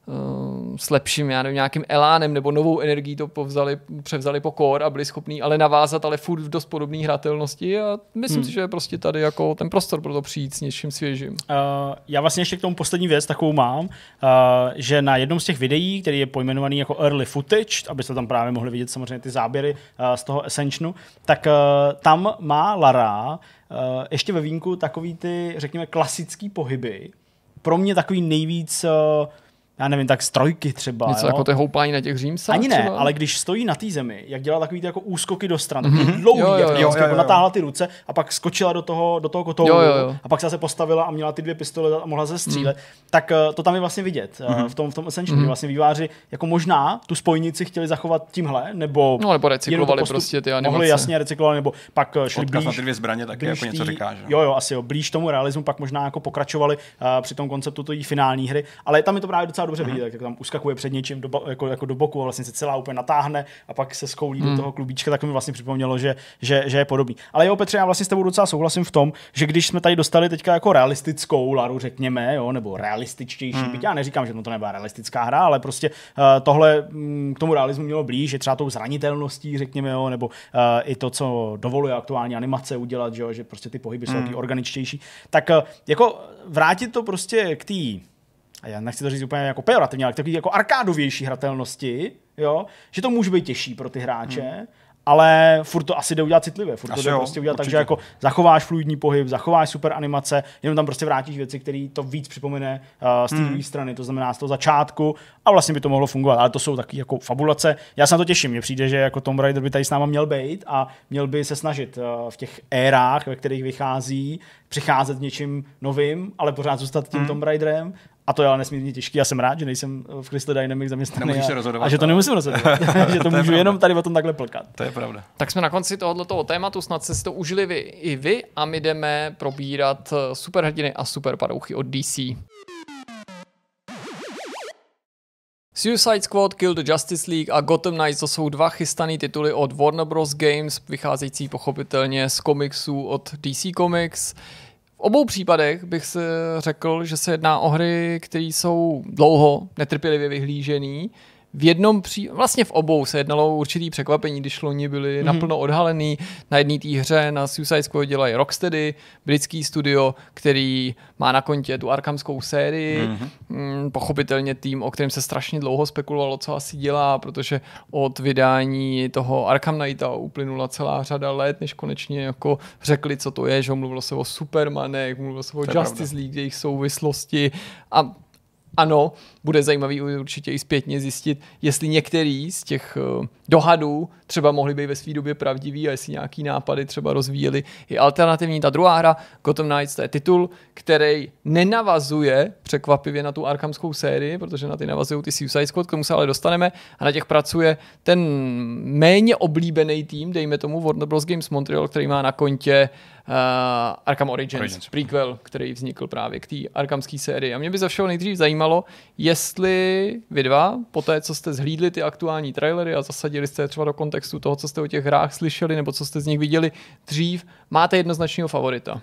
s lepším, já nevím, nějakým elánem nebo novou energií to převzali po core a byli schopní ale navázat, ale furt v dost podobné hratelnosti a myslím si, že je prostě tady jako ten prostor pro to přijít s něčím svěžím. Já vlastně ještě k tomu poslední věc takovou mám, že na jednom z těch videí, který je pojmenovaný jako early footage, abyste tam právě mohli vidět samozřejmě ty záběry z toho Ascensionu, tak tam má Lara ještě ve vínku takový ty, řekněme, klasický pohyby. Pro mě takový nejvíc já nevím, tak z trojky třeba. Něco jako ty houpání na těch římsách? Ani ne, třeba? ale když stojí na té zemi, jak dělala takový ty jako úskoky do stran, takový dlouhý, jako natáhla ty ruce a pak skočila do toho kotoulu a pak se zase postavila a měla ty 2 pistole a mohla se střílet, tak to tam je vlastně vidět v tom Ascension. Vlastně výváři jako možná tu spojnici chtěli zachovat tímhle, nebo recyklovali prostě ty animace. Mohli jasně recyklovali, nebo pak šli blíž. Na ty 2 zbraně taky jako něco říkáš. Jo, asi jo, blíž tomu realismu, pak možná jako pokračovali při tom konceptu té finální hry, ale tam je to právě docela dobře vidět, jak tam uskakuje před něčím jako do boku a vlastně se celá úplně natáhne a pak se skoulí do toho klubíčka, tak mi vlastně připomnělo, že je podobný. Ale jo, Petře, já vlastně s tebou docela souhlasím v tom, že když jsme tady dostali teďka jako realistickou Laru, řekněme, jo, nebo realističtější, byť já neříkám, že to nebyla realistická hra, ale prostě tohle k tomu realismu mělo blíž, že třeba tou zranitelností, řekněme, jo, nebo i to, co dovoluje aktuální animace udělat, že prostě ty pohyby jsou taky organičtější, tak jako vrátit to prostě k té, já nechci to říct úplně jako pejorativně, ale k takový jako arkádovější hratelnosti, jo, že to může být těžší pro ty hráče, ale furt to asi jde udělat citlivě, furt to jde prostě udělat tak, že jako zachováš fluidní pohyb, zachováš super animace, jenom tam prostě vrátíš věci, které to víc připomene z té druhé strany, to znamená z toho začátku a vlastně by to mohlo fungovat, ale to jsou taky jako fabulace. Já se na to těším, mně přijde, že jako Tomb Raider by tady s náma měl být a měl by se snažit v těch érách, ve kterých vychází, přicházet něčím novým, ale pořád zůstat tím Tomb Raiderem. A to je ale nesmírně těžký. Já jsem rád, že nejsem v Crystal Dynamics zaměstnaný a že to nemusím rozhodovat. Že to můžu jenom tady o tom takhle plkat. To je pravda. Tak jsme na konci tohoto tématu, snad se si to užili i vy a my jdeme probírat superhrdiny a superpadouchy od DC. Suicide Squad, Kill the Justice League a Gotham Knights, to jsou 2 chystané tituly od Warner Bros. Games, vycházející pochopitelně z komiksů od DC Comics. V obou případech bych se řekl, že se jedná o hry, které jsou dlouho netrpělivě vyhlížený. Vlastně v obou se jednalo o určitý překvapení, když loni byli naplno odhalený. Na jedné té hře na Suicide Squad dělají Rocksteady, britský studio, který má na kontě tu arkhamskou sérii. Pochopitelně tým, o kterém se strašně dlouho spekulovalo, co asi dělá, protože od vydání toho Arkham Knighta uplynula celá řada let, než konečně jako řekli, co to je, že mluvilo se o Supermanech, mluvilo se o Justice League, jejich souvislosti a ano, bude zajímavý určitě i zpětně zjistit, jestli některý z těch dohadů třeba mohly být ve své době pravdivý a jestli nějaký nápady třeba rozvíjeli i alternativní. Ta druhá hra, Gotham Knights, to je titul, který nenavazuje překvapivě na tu arkhamskou sérii, protože na ty navazují ty Suicide Squad, k tomu se ale dostaneme, a na těch pracuje ten méně oblíbený tým, dejme tomu Warner Bros. Games Montreal, který má na kontě Arkham Origins, prequel, který vznikl právě k té arkhamské sérii. A mě by za všeho nejdřív zajímalo, jestli vy dva, po té, co jste zhlídli ty aktuální trailery a zasadili jste třeba do kontextu toho, co jste o těch hrách slyšeli, nebo co jste z nich viděli dřív, máte jednoznačného favorita?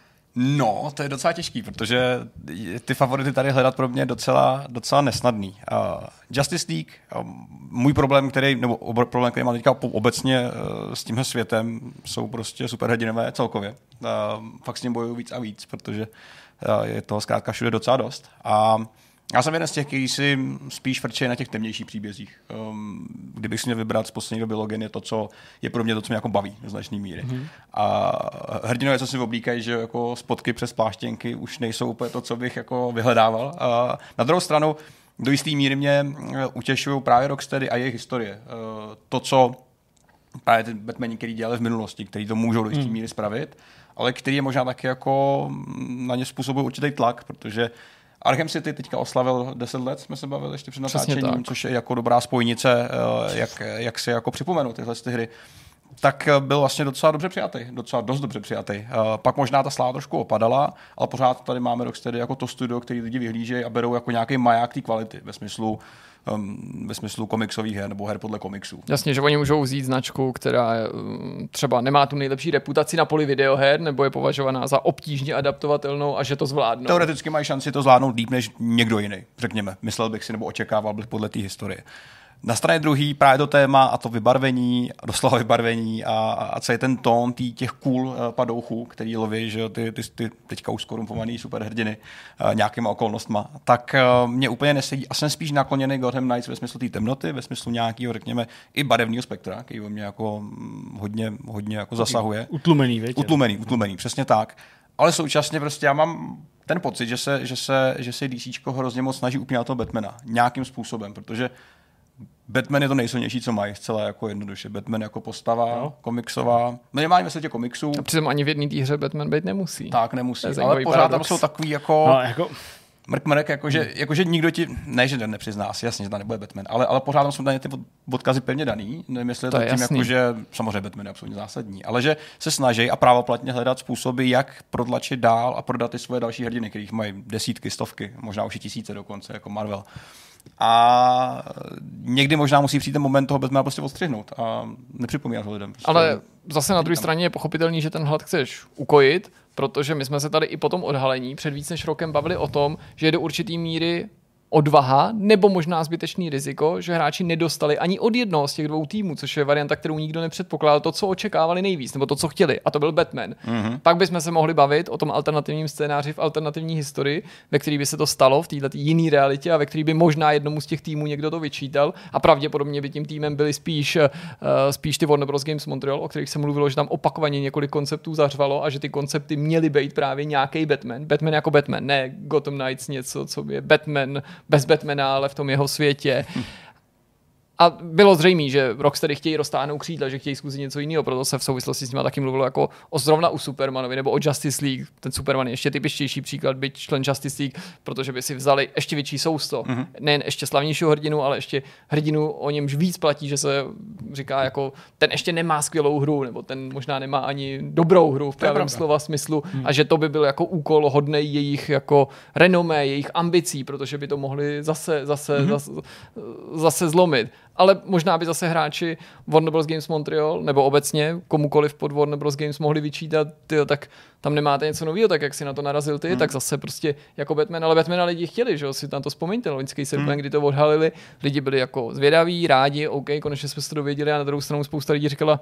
No, to je docela těžký, protože ty favority tady hledat pro mě docela nesnadný. Justice League, můj problém, který mám teďka obecně s tímhle světem, jsou prostě superhrdinové celkově. Fakt s ním bojuju víc a víc, protože je toho zkrátka všude docela dost. A já jsem jeden z těch, kteří si spíš frčí na těch temnějších příbězích. Kdybych si měl vybrat z poslední doby Logan, je to, co je pro mě to, co mě jako baví do značné míry. A hrdinové, co si oblíkají, že jako spotky přes pláštěnky už nejsou úplně to, co bych jako vyhledával. A na druhou stranu, do jisté míry mě utěšují právě Rocksteady a jejich historie. To, co právě ty Batmani, který dělali v minulosti, který to můžou do jisté míry spravit, ale který je možná taky jako na ně způsobuje určitý tlak, protože Arkham City teďka oslavil 10 let, jsme se bavili ještě před natáčením, což je jako dobrá spojnice, jak si jako připomenu tyhle hry. Tak byl vlastně docela dobře přijatý, docela dost dobře přijatý. Pak možná ta sláva trošku opadala, ale pořád tady máme Rocksteady jako to studio, který lidi vyhlížejí a berou jako nějaký maják té kvality ve smyslu komiksových her nebo her podle komiksů. Jasně, že oni můžou vzít značku, která třeba nemá tu nejlepší reputaci na poli videoher, nebo je považovaná za obtížně adaptovatelnou a že to zvládnou. Teoreticky mají šanci to zvládnout líp než někdo jiný, řekněme. Myslel bych si nebo očekával bych podle té historie. Na straně druhý právě to téma a to vybarvení, doslova vybarvení a celý ten tón těch cool padouchů, který loví, že ty teďka už skorumpovaný superhrdiny nějakýma okolnostma, tak mě úplně nesedí a jsem spíš nakloněný Gotham Knights ve smyslu té temnoty, ve smyslu nějakého, řekněme, i barevného spektra, který o mě jako hodně jako zasahuje. Utlumený, Utlumený, přesně tak. ale současně prostě já mám ten pocit, že se DCčko hrozně moc snaží upínat toho Batmana nějakým způsobem, protože Batman je to nejsilnější, co mají, zcela jako jednoduše. Batman jako postava, komiksová, minimálně ve světě komiksů. A přitom ani v jedné té hře Batman být nemusí. Tak nemusí, ale pořád paradox. Tam jsou takový jako mrk, jakože nikdo ti, ne, že nepřizná, asi jasně, že tam nebude Batman, ale pořád tam jsou tady ty odkazy pevně daný, nevím, jestli je to tím, jako, že samozřejmě Batman je absolutně zásadní, ale že se snaží a právoplatně hledat způsoby, jak protlačit dál a prodat ty svoje další hrdiny, kterých mají desítky, stovky, možná už i tisíce dokonce, jako Marvel. A někdy možná musí přijít ten moment toho Batmana prostě odstřihnout a nepřipomínat ho lidem. Prostě ale zase na druhé straně je pochopitelný, že ten hlad chceš ukojit, protože my jsme se tady i po tom odhalení před víc než rokem bavili o tom, že je do určitý míry odvaha nebo možná zbytečný riziko, že hráči nedostali ani od jednoho z těch dvou týmů, což je varianta, kterou nikdo nepředpokládal, to, co očekávali nejvíc, nebo to, co chtěli, a to byl Batman. Mm-hmm. Pak bychom se mohli bavit o tom alternativním scénáři v alternativní historii, ve který by se to stalo v této jiné realitě a ve který by možná jednomu z těch týmů někdo to vyčítal a pravděpodobně by tím týmem byli spíš ty Warner Bros. Games Montreal, o kterých se mluvilo, že tam opakovaně několik konceptů zařvalo a že ty koncepty měly být právě nějaký Batman. Batman jako Batman, ne Gotham Knights něco, co je Batman bez Batmana, ale v tom jeho světě. A bylo zřejmé, že Rocksteady chtějí roztáhnout křídla, že chtějí zkusit něco jiného, proto se v souvislosti s nimi taky mluvilo jako o zrovna u Supermanovi nebo o Justice League. Ten Superman je ještě typičtější příklad, byť člen Justice League, protože by si vzali ještě větší sousto. Nejen ještě slavnějšího hrdinu, ale ještě hrdinu, o němž víc platí, že se říká jako ten ještě nemá skvělou hru, nebo ten možná nemá ani dobrou hru v pravém slova smyslu a že to by byl jako úkol hodnej jejich jako renomé, jejich ambicí, protože by to mohli zase zlomit. Ale možná by zase hráči Warner Bros. Games Montreal nebo obecně komukoliv pod Warner Bros. Games mohli vyčítat, tyjo, tak tam nemáte něco nového, tak jak si na to narazil ty, tak zase prostě jako Batman, ale Batmana lidi chtěli, že jo, si tam to vzpomeňte, loňský srpen, kdy to odhalili, lidi byli jako zvědaví, rádi, OK, konečně jsme se to dověděli a na druhou stranu spousta lidí říkala,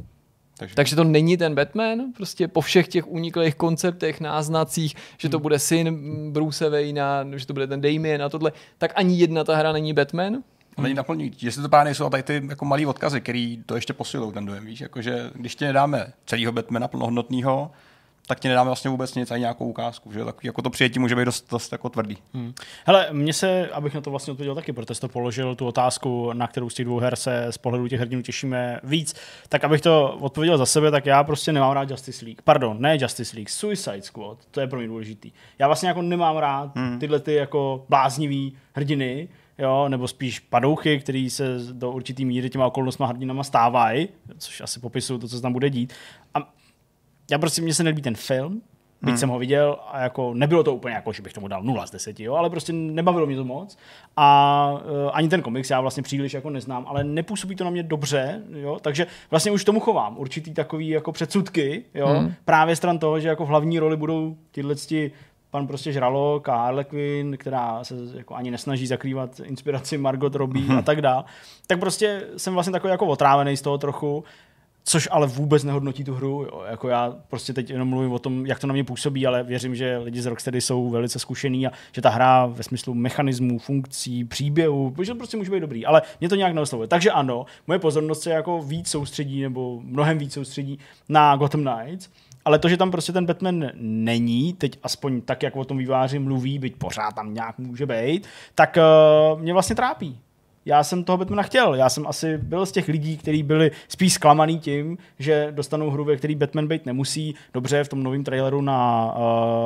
takže to není ten Batman, prostě po všech těch uniklých konceptech, náznacích, že to bude syn Bruce Wayna, že to bude ten Damien a tohle, tak ani jedna ta hra není Batman. Není naplňující. Jestli to právě nejsou tady ty jako malý odkazy, který to ještě posilují ten dojem, víš, jakože když ti nedáme celého Batmana plnohodnotného, tak ti nedáme vlastně vůbec nic, ani nějakou ukázku, že tak jako to přijetí může být dost jako tvrdý. Hele, mně se, abych na to vlastně odpověděl taky, protože to položil tu otázku, na kterou z těch dvou her se z pohledu těch hrdinů těšíme víc, tak abych to odpověděl za sebe, tak já prostě nemám rád Justice League. Pardon, ne Justice League, Suicide Squad, to je pro mě důležitý. Já vlastně jako nemám rád tyhle ty jako bláznivý hrdiny, jo, nebo spíš padouchy, který se do určitý míry těma okolnostma hrdinama stávají, což asi popisují to, co se tam bude dít. A já prostě, mně se nelíbí ten film, byť jsem ho viděl a jako nebylo to úplně jako, že bych tomu dal 0 z 10, jo, ale prostě nebavilo mě to moc. A ani ten komiks já vlastně příliš jako neznám, ale nepůsobí to na mě dobře, jo, takže vlastně už tomu chovám určitý takový jako předsudky, jo, právě stran toho, že jako v hlavní roli budou tyhleti pan prostě Žralok a Harley Quinn, která se jako ani nesnaží zakrývat inspiraci Margot Robbie a tak dále. Tak prostě jsem vlastně takový jako otrávený z toho trochu, což ale vůbec nehodnotí tu hru. Jo. Jako já prostě teď jenom mluvím o tom, jak to na mě působí, ale věřím, že lidi z Rocksteady jsou velice zkušení a že ta hra ve smyslu mechanismů, funkcí, příběhu, protože to prostě může být dobrý, ale mě to nějak neoslovuje. Takže ano, moje pozornost se jako víc soustředí, nebo mnohem víc soustředí na Gotham Knights, ale to, že tam prostě ten Batman není, teď aspoň tak, jak o tom vývojáři mluví, byť pořád tam nějak může být, tak mě vlastně trápí. Já jsem toho Batmana chtěl. Já jsem asi byl z těch lidí, kteří byli spíš zklamaný tím, že dostanou hru, ve který Batman být nemusí. Dobře, v tom novém traileru na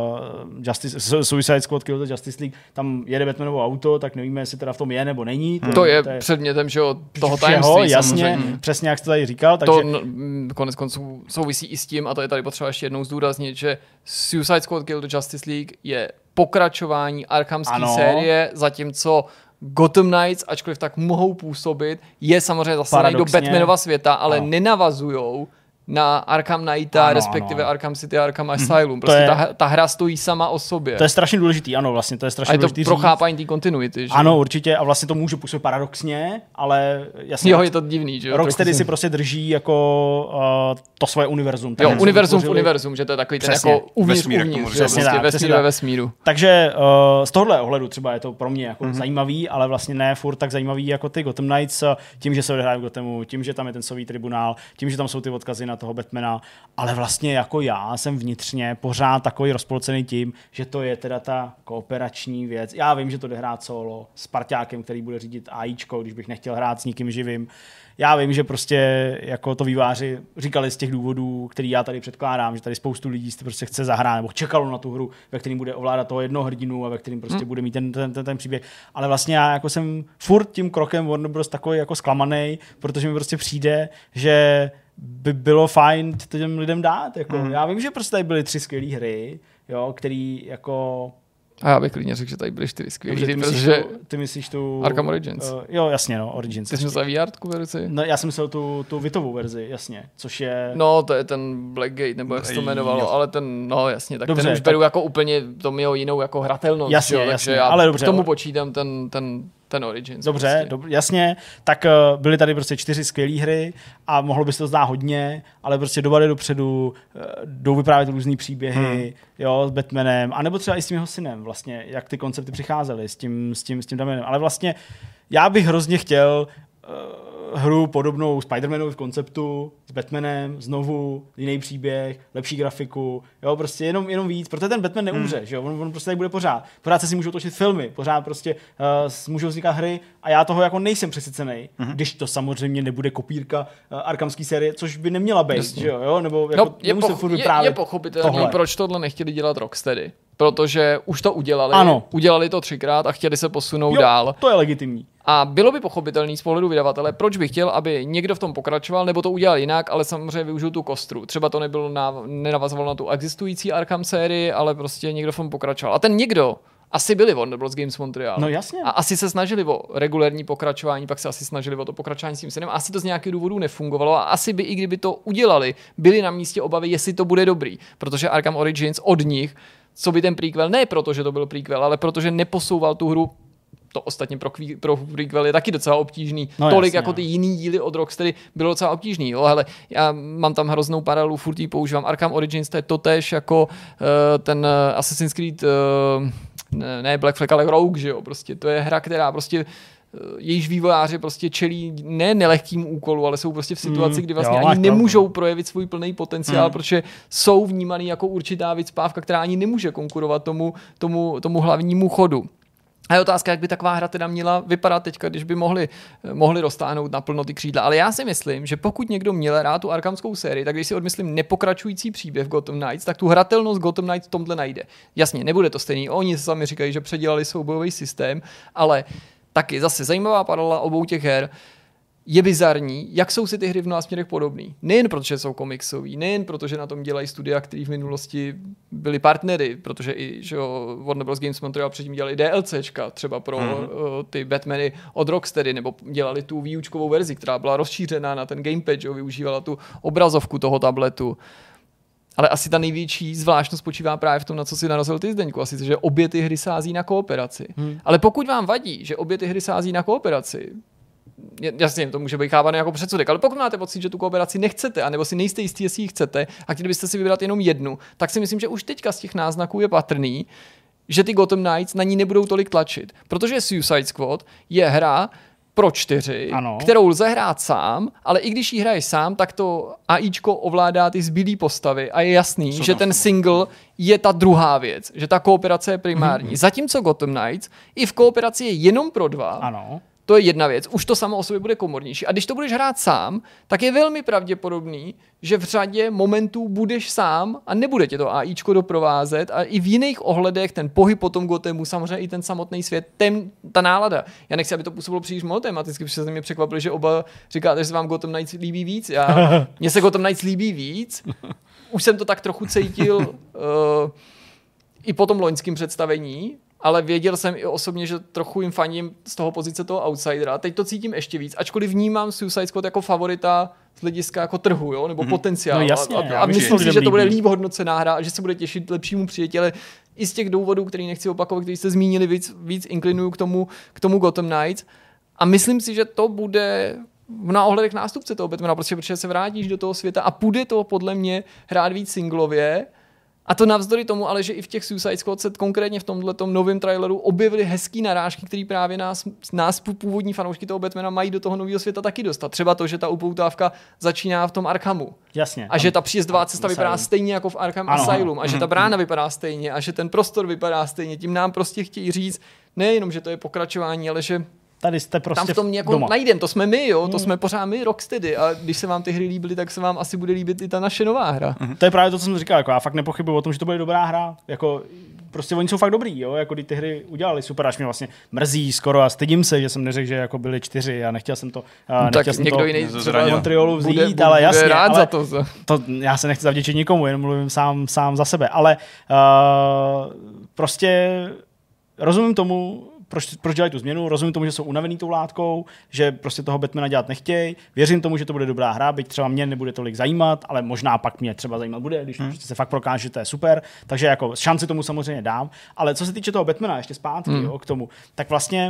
Suicide Squad Kill the Justice League tam jede Batmanovo auto, tak nevíme, jestli teda v tom je nebo není. To je předmětem, že toho tajemství. Jasně, přesně jak jsi to tady říkal. Takže... To konec konců souvisí i s tím, a to je tady potřeba ještě jednou zdůraznit, že Suicide Squad Kill the Justice League je pokračování Arkhamské série, zatímco Gotham Knights, ačkoliv tak mohou působit, je samozřejmě zasazený do Batmanova světa, ale nenavazujou na Arkham Knighta, respektive Arkham City a Arkham Asylum. Prostě ta hra stojí sama o sobě. To je strašně důležitý, ano, vlastně to je strašně důležitý. A je to pro chápání té kontinuity, že? Ano, určitě, a vlastně to může působit paradoxně, ale jasně. Jo, je to divný, že jo. Rocksteady si prostě drží jako to svoje univerzum. Jo, univerzum v univerzum, že to je takový ten jako uvnitř, vesmír ve vesmíru. Takže z tohohle ohledu třeba je to pro mě jako zajímavý, ale vlastně ne furt tak zajímavý jako ty Gotham Knights, tím, že se odehrávají v Gothamu, tím, že tam je ten sovětský tribunál, tím, že tam jsou ty odkazy na toho Batmana, ale vlastně jako já jsem vnitřně pořád takový rozpolcený tím, že to je teda ta kooperační věc. Já vím, že to jde hrát solo s parťákem, který bude řídit AIčko, když bych nechtěl hrát s nikým živým. Já vím, že prostě jako to vývojáři říkali z těch důvodů, který já tady předkládám, že tady spoustu lidí si prostě chce zahrát nebo čekalo na tu hru, ve kterým bude ovládat toho jednoho hrdinu a ve kterým prostě bude mít ten příběh. Ale vlastně já jako jsem furt tím krokem Warner Bros. Takový jako zklamanej, protože mi prostě přijde, že by bylo fajn těm lidem dát. Jako. Já vím, že prostě tady byly 3 skvělé hry, jo, který jako... A já bych klidně řekl, že tady byly 4 skvělé hry, protože... Ty myslíš tu... Arkham Origins. Jo, jasně, no, Origins. Ty jsi myslel VR verzi? No, já jsem myslel tu Vitovou verzi, jasně, což je... No, to je ten Blackgate, nebo jak se to jmenovalo, ale ten, no jasně, tak dobře, ten už beru jako úplně to mělo jinou jako hratelnost. Jasně, jo, jasně, takže já ale dobře. k tomu počítám ten Origins. Dobře, prostě. Jasně, tak byly tady prostě 4 skvělé hry a mohlo by se to zdát hodně, ale prostě doba jde dopředu, jdou vyprávět různý příběhy, jo, s Batmanem, anebo třeba i s tím jeho synem, vlastně, jak ty koncepty přicházely s tím Damienem. Ale vlastně já bych hrozně chtěl hru podobnou Spider-Manovi v konceptu, s Batmanem, znovu, jiný příběh, lepší grafiku, jo, prostě jenom víc, protože ten Batman neumře, že jo, on prostě tady bude pořád se si můžou točit filmy, pořád prostě můžou vznikat hry a já toho jako nejsem přesycenej, když to samozřejmě nebude kopírka Arkhamské série, což by neměla být, že jo, nebo jako nemusím furt vyprávět. Je pochopitelný, proč tohle nechtěli dělat Rocksteady. Protože už to udělali, udělali to 3krát a chtěli se posunout dál. To je legitimní. A bylo by pochopitelný z pohledu vydavatele, proč by chtěl, aby někdo v tom pokračoval, nebo to udělal jinak, ale samozřejmě využil tu kostru. Třeba to nenavazovalo na tu existující Arkham sérii, ale prostě někdo v tom pokračoval. A ten někdo asi byli Warner Bros. Games Montreal. No jasně. A asi se snažili o regulérní pokračování, pak se asi snažili o to pokračování s tím synem. Asi to z nějakých důvodů nefungovalo a asi by, i kdyby to udělali, byli na místě obavy, jestli to bude dobrý. Protože Arkham Origins od nich, co by ten prequel, ne proto, že to byl prequel, ale protože neposouval tu hru. To ostatně pro prequel je taky docela obtížný. Tolik jasně, jako ty jiný díly od Rocksteady bylo docela obtížný. Jo? Hele, já mám tam hroznou paralelu, furt ji používám. Arkham Origins to je totéž jako ten Assassin's Creed, ne Black Flag, ale Rogue, že jo? Prostě to je hra, která prostě jejíž vývojáři prostě čelí ne nelehkým úkolu, ale jsou prostě v situaci, kdy vlastně ani nemůžou projevit svůj plný potenciál, protože jsou vnímaný jako určitá vycpávka, která ani nemůže konkurovat tomu hlavnímu chodu. A je otázka, jak by taková hra teda měla vypadat teďka, když by mohli roztáhnout naplno ty křídla. Ale já si myslím, že pokud někdo měl rád tu arkhamskou sérii, tak když si odmyslím nepokračující příběh Gotham Knights, tak tu hratelnost Gotham Knights v tomhle najde. Jasně, nebude to stejný. Oni sami říkají, že předělali soubojový systém, ale taky zase zajímavá paralela obou těch her. Je bizarní, jak jsou si ty hry v mnoha směrech podobný. Nejen protože jsou komiksový, nejen protože na tom dělají studia, který v minulosti byli partnery, protože i že Warner Bros. Games Montreal předtím dělali DLCčka, třeba pro ty Batmany od Rocksteady, nebo dělali tu výučkovou verzi, která byla rozšířená na ten gamepad, že využívala tu obrazovku toho tabletu. Ale asi ta největší zvláštnost spočívá právě v tom, na co si narazil ty, Zdeňku, asi, že obě ty hry sází na kooperaci. Ale pokud vám vadí, že obě ty hry sází na kooperaci, jasně, to může být chápané jako předsudek, ale pokud máte pocit, že tu kooperaci nechcete, anebo si nejste jistí, jestli ji chcete a chtěli byste si vybrat jenom jednu, tak si myslím, že už teďka z těch náznaků je patrný, že ty Gotham Knights na ní nebudou tolik tlačit. Protože Suicide Squad je hra pro 4, kterou lze hrát sám, ale i když ji hraješ sám, tak to AIčko ovládá ty zbylý postavy a je jasný, že ten single je ta druhá věc, že ta kooperace je primární. Zatímco Gotham Knights i v kooperaci je jenom pro 2. To je jedna věc. Už to samo o sobě bude komornější. A když to budeš hrát sám, tak je velmi pravděpodobný, že v řadě momentů budeš sám a nebude tě to AIčko doprovázet a i v jiných ohledech ten pohyb po tom Gothamu, samozřejmě i ten samotný svět, ta nálada. Já nechci, aby to působilo příliš monotematicky, protože se mě překvapili, že oba říkáte, že se vám Gotham Knights líbí víc. Mně se Gotham Knights líbí víc. Už jsem to tak trochu cítil i po tom loňském představení, ale věděl jsem i osobně, že trochu jim faním z toho pozice toho outsidera. Teď to cítím ještě víc, ačkoliv vnímám Suicide Squad jako favorita z hlediska jako trhu, jo? Nebo potenciál. No jasně, a myslím si, že to bude líp hodnocená hra a že se bude těšit lepšímu přijetí, ale i z těch důvodů, který nechci opakovat, který jste zmínili, víc inklinuju k tomu Gotham Knights. A myslím si, že to bude na ohledech nástupce toho Batmana, protože se vrátíš do toho světa a půjde to podle mě hrát víc singlově. A to navzdory tomu, ale že i v těch Suicide Squad se konkrétně v tomhletom novém traileru objevily hezký narážky, které právě nás původní fanoušky toho Batmana mají do toho nového světa taky dostat. Třeba to, že ta upoutávka začíná v tom Arkhamu. Jasně. A že ta příjezdová cesta vypadá stejně jako v Arkham Asylum. A že ta brána vypadá stejně. A že ten prostor vypadá stejně. Tím nám prostě chtějí říct, nejenom, že to je pokračování, ale že tady jste prostě tam v tom jako najdem, to jsme my, jo, to jsme pořád my Rocksteady a když se vám ty hry líbily, tak se vám asi bude líbit i ta naše nová hra. To je právě to, co jsem říkal, jako já fakt nepochybuju o tom, že to bude dobrá hra, jako prostě oni jsou fakt dobrý, jo, jako ty hry udělali super, až mě vlastně mrzí skoro a stydím se, že jsem neřekl, že jako byli 4 a nechtěl jsem to tak jsem někdo jiný z Montrealu vzít, ale jasně, rád ale za to. Já se nechci zavděčit nikomu, jenom mluvím sám za sebe, ale prostě rozumím tomu, proč dělají tu změnu, rozumím tomu, že jsou unavený tou látkou, že prostě toho Batmana dělat nechtějí, věřím tomu, že to bude dobrá hra, byť třeba mě nebude tolik zajímat, ale možná pak mě třeba zajímat bude, když prostě se fakt prokáže, že to je super, takže jako šanci tomu samozřejmě dám, ale co se týče toho Batmana, ještě zpátky jo, k tomu, tak vlastně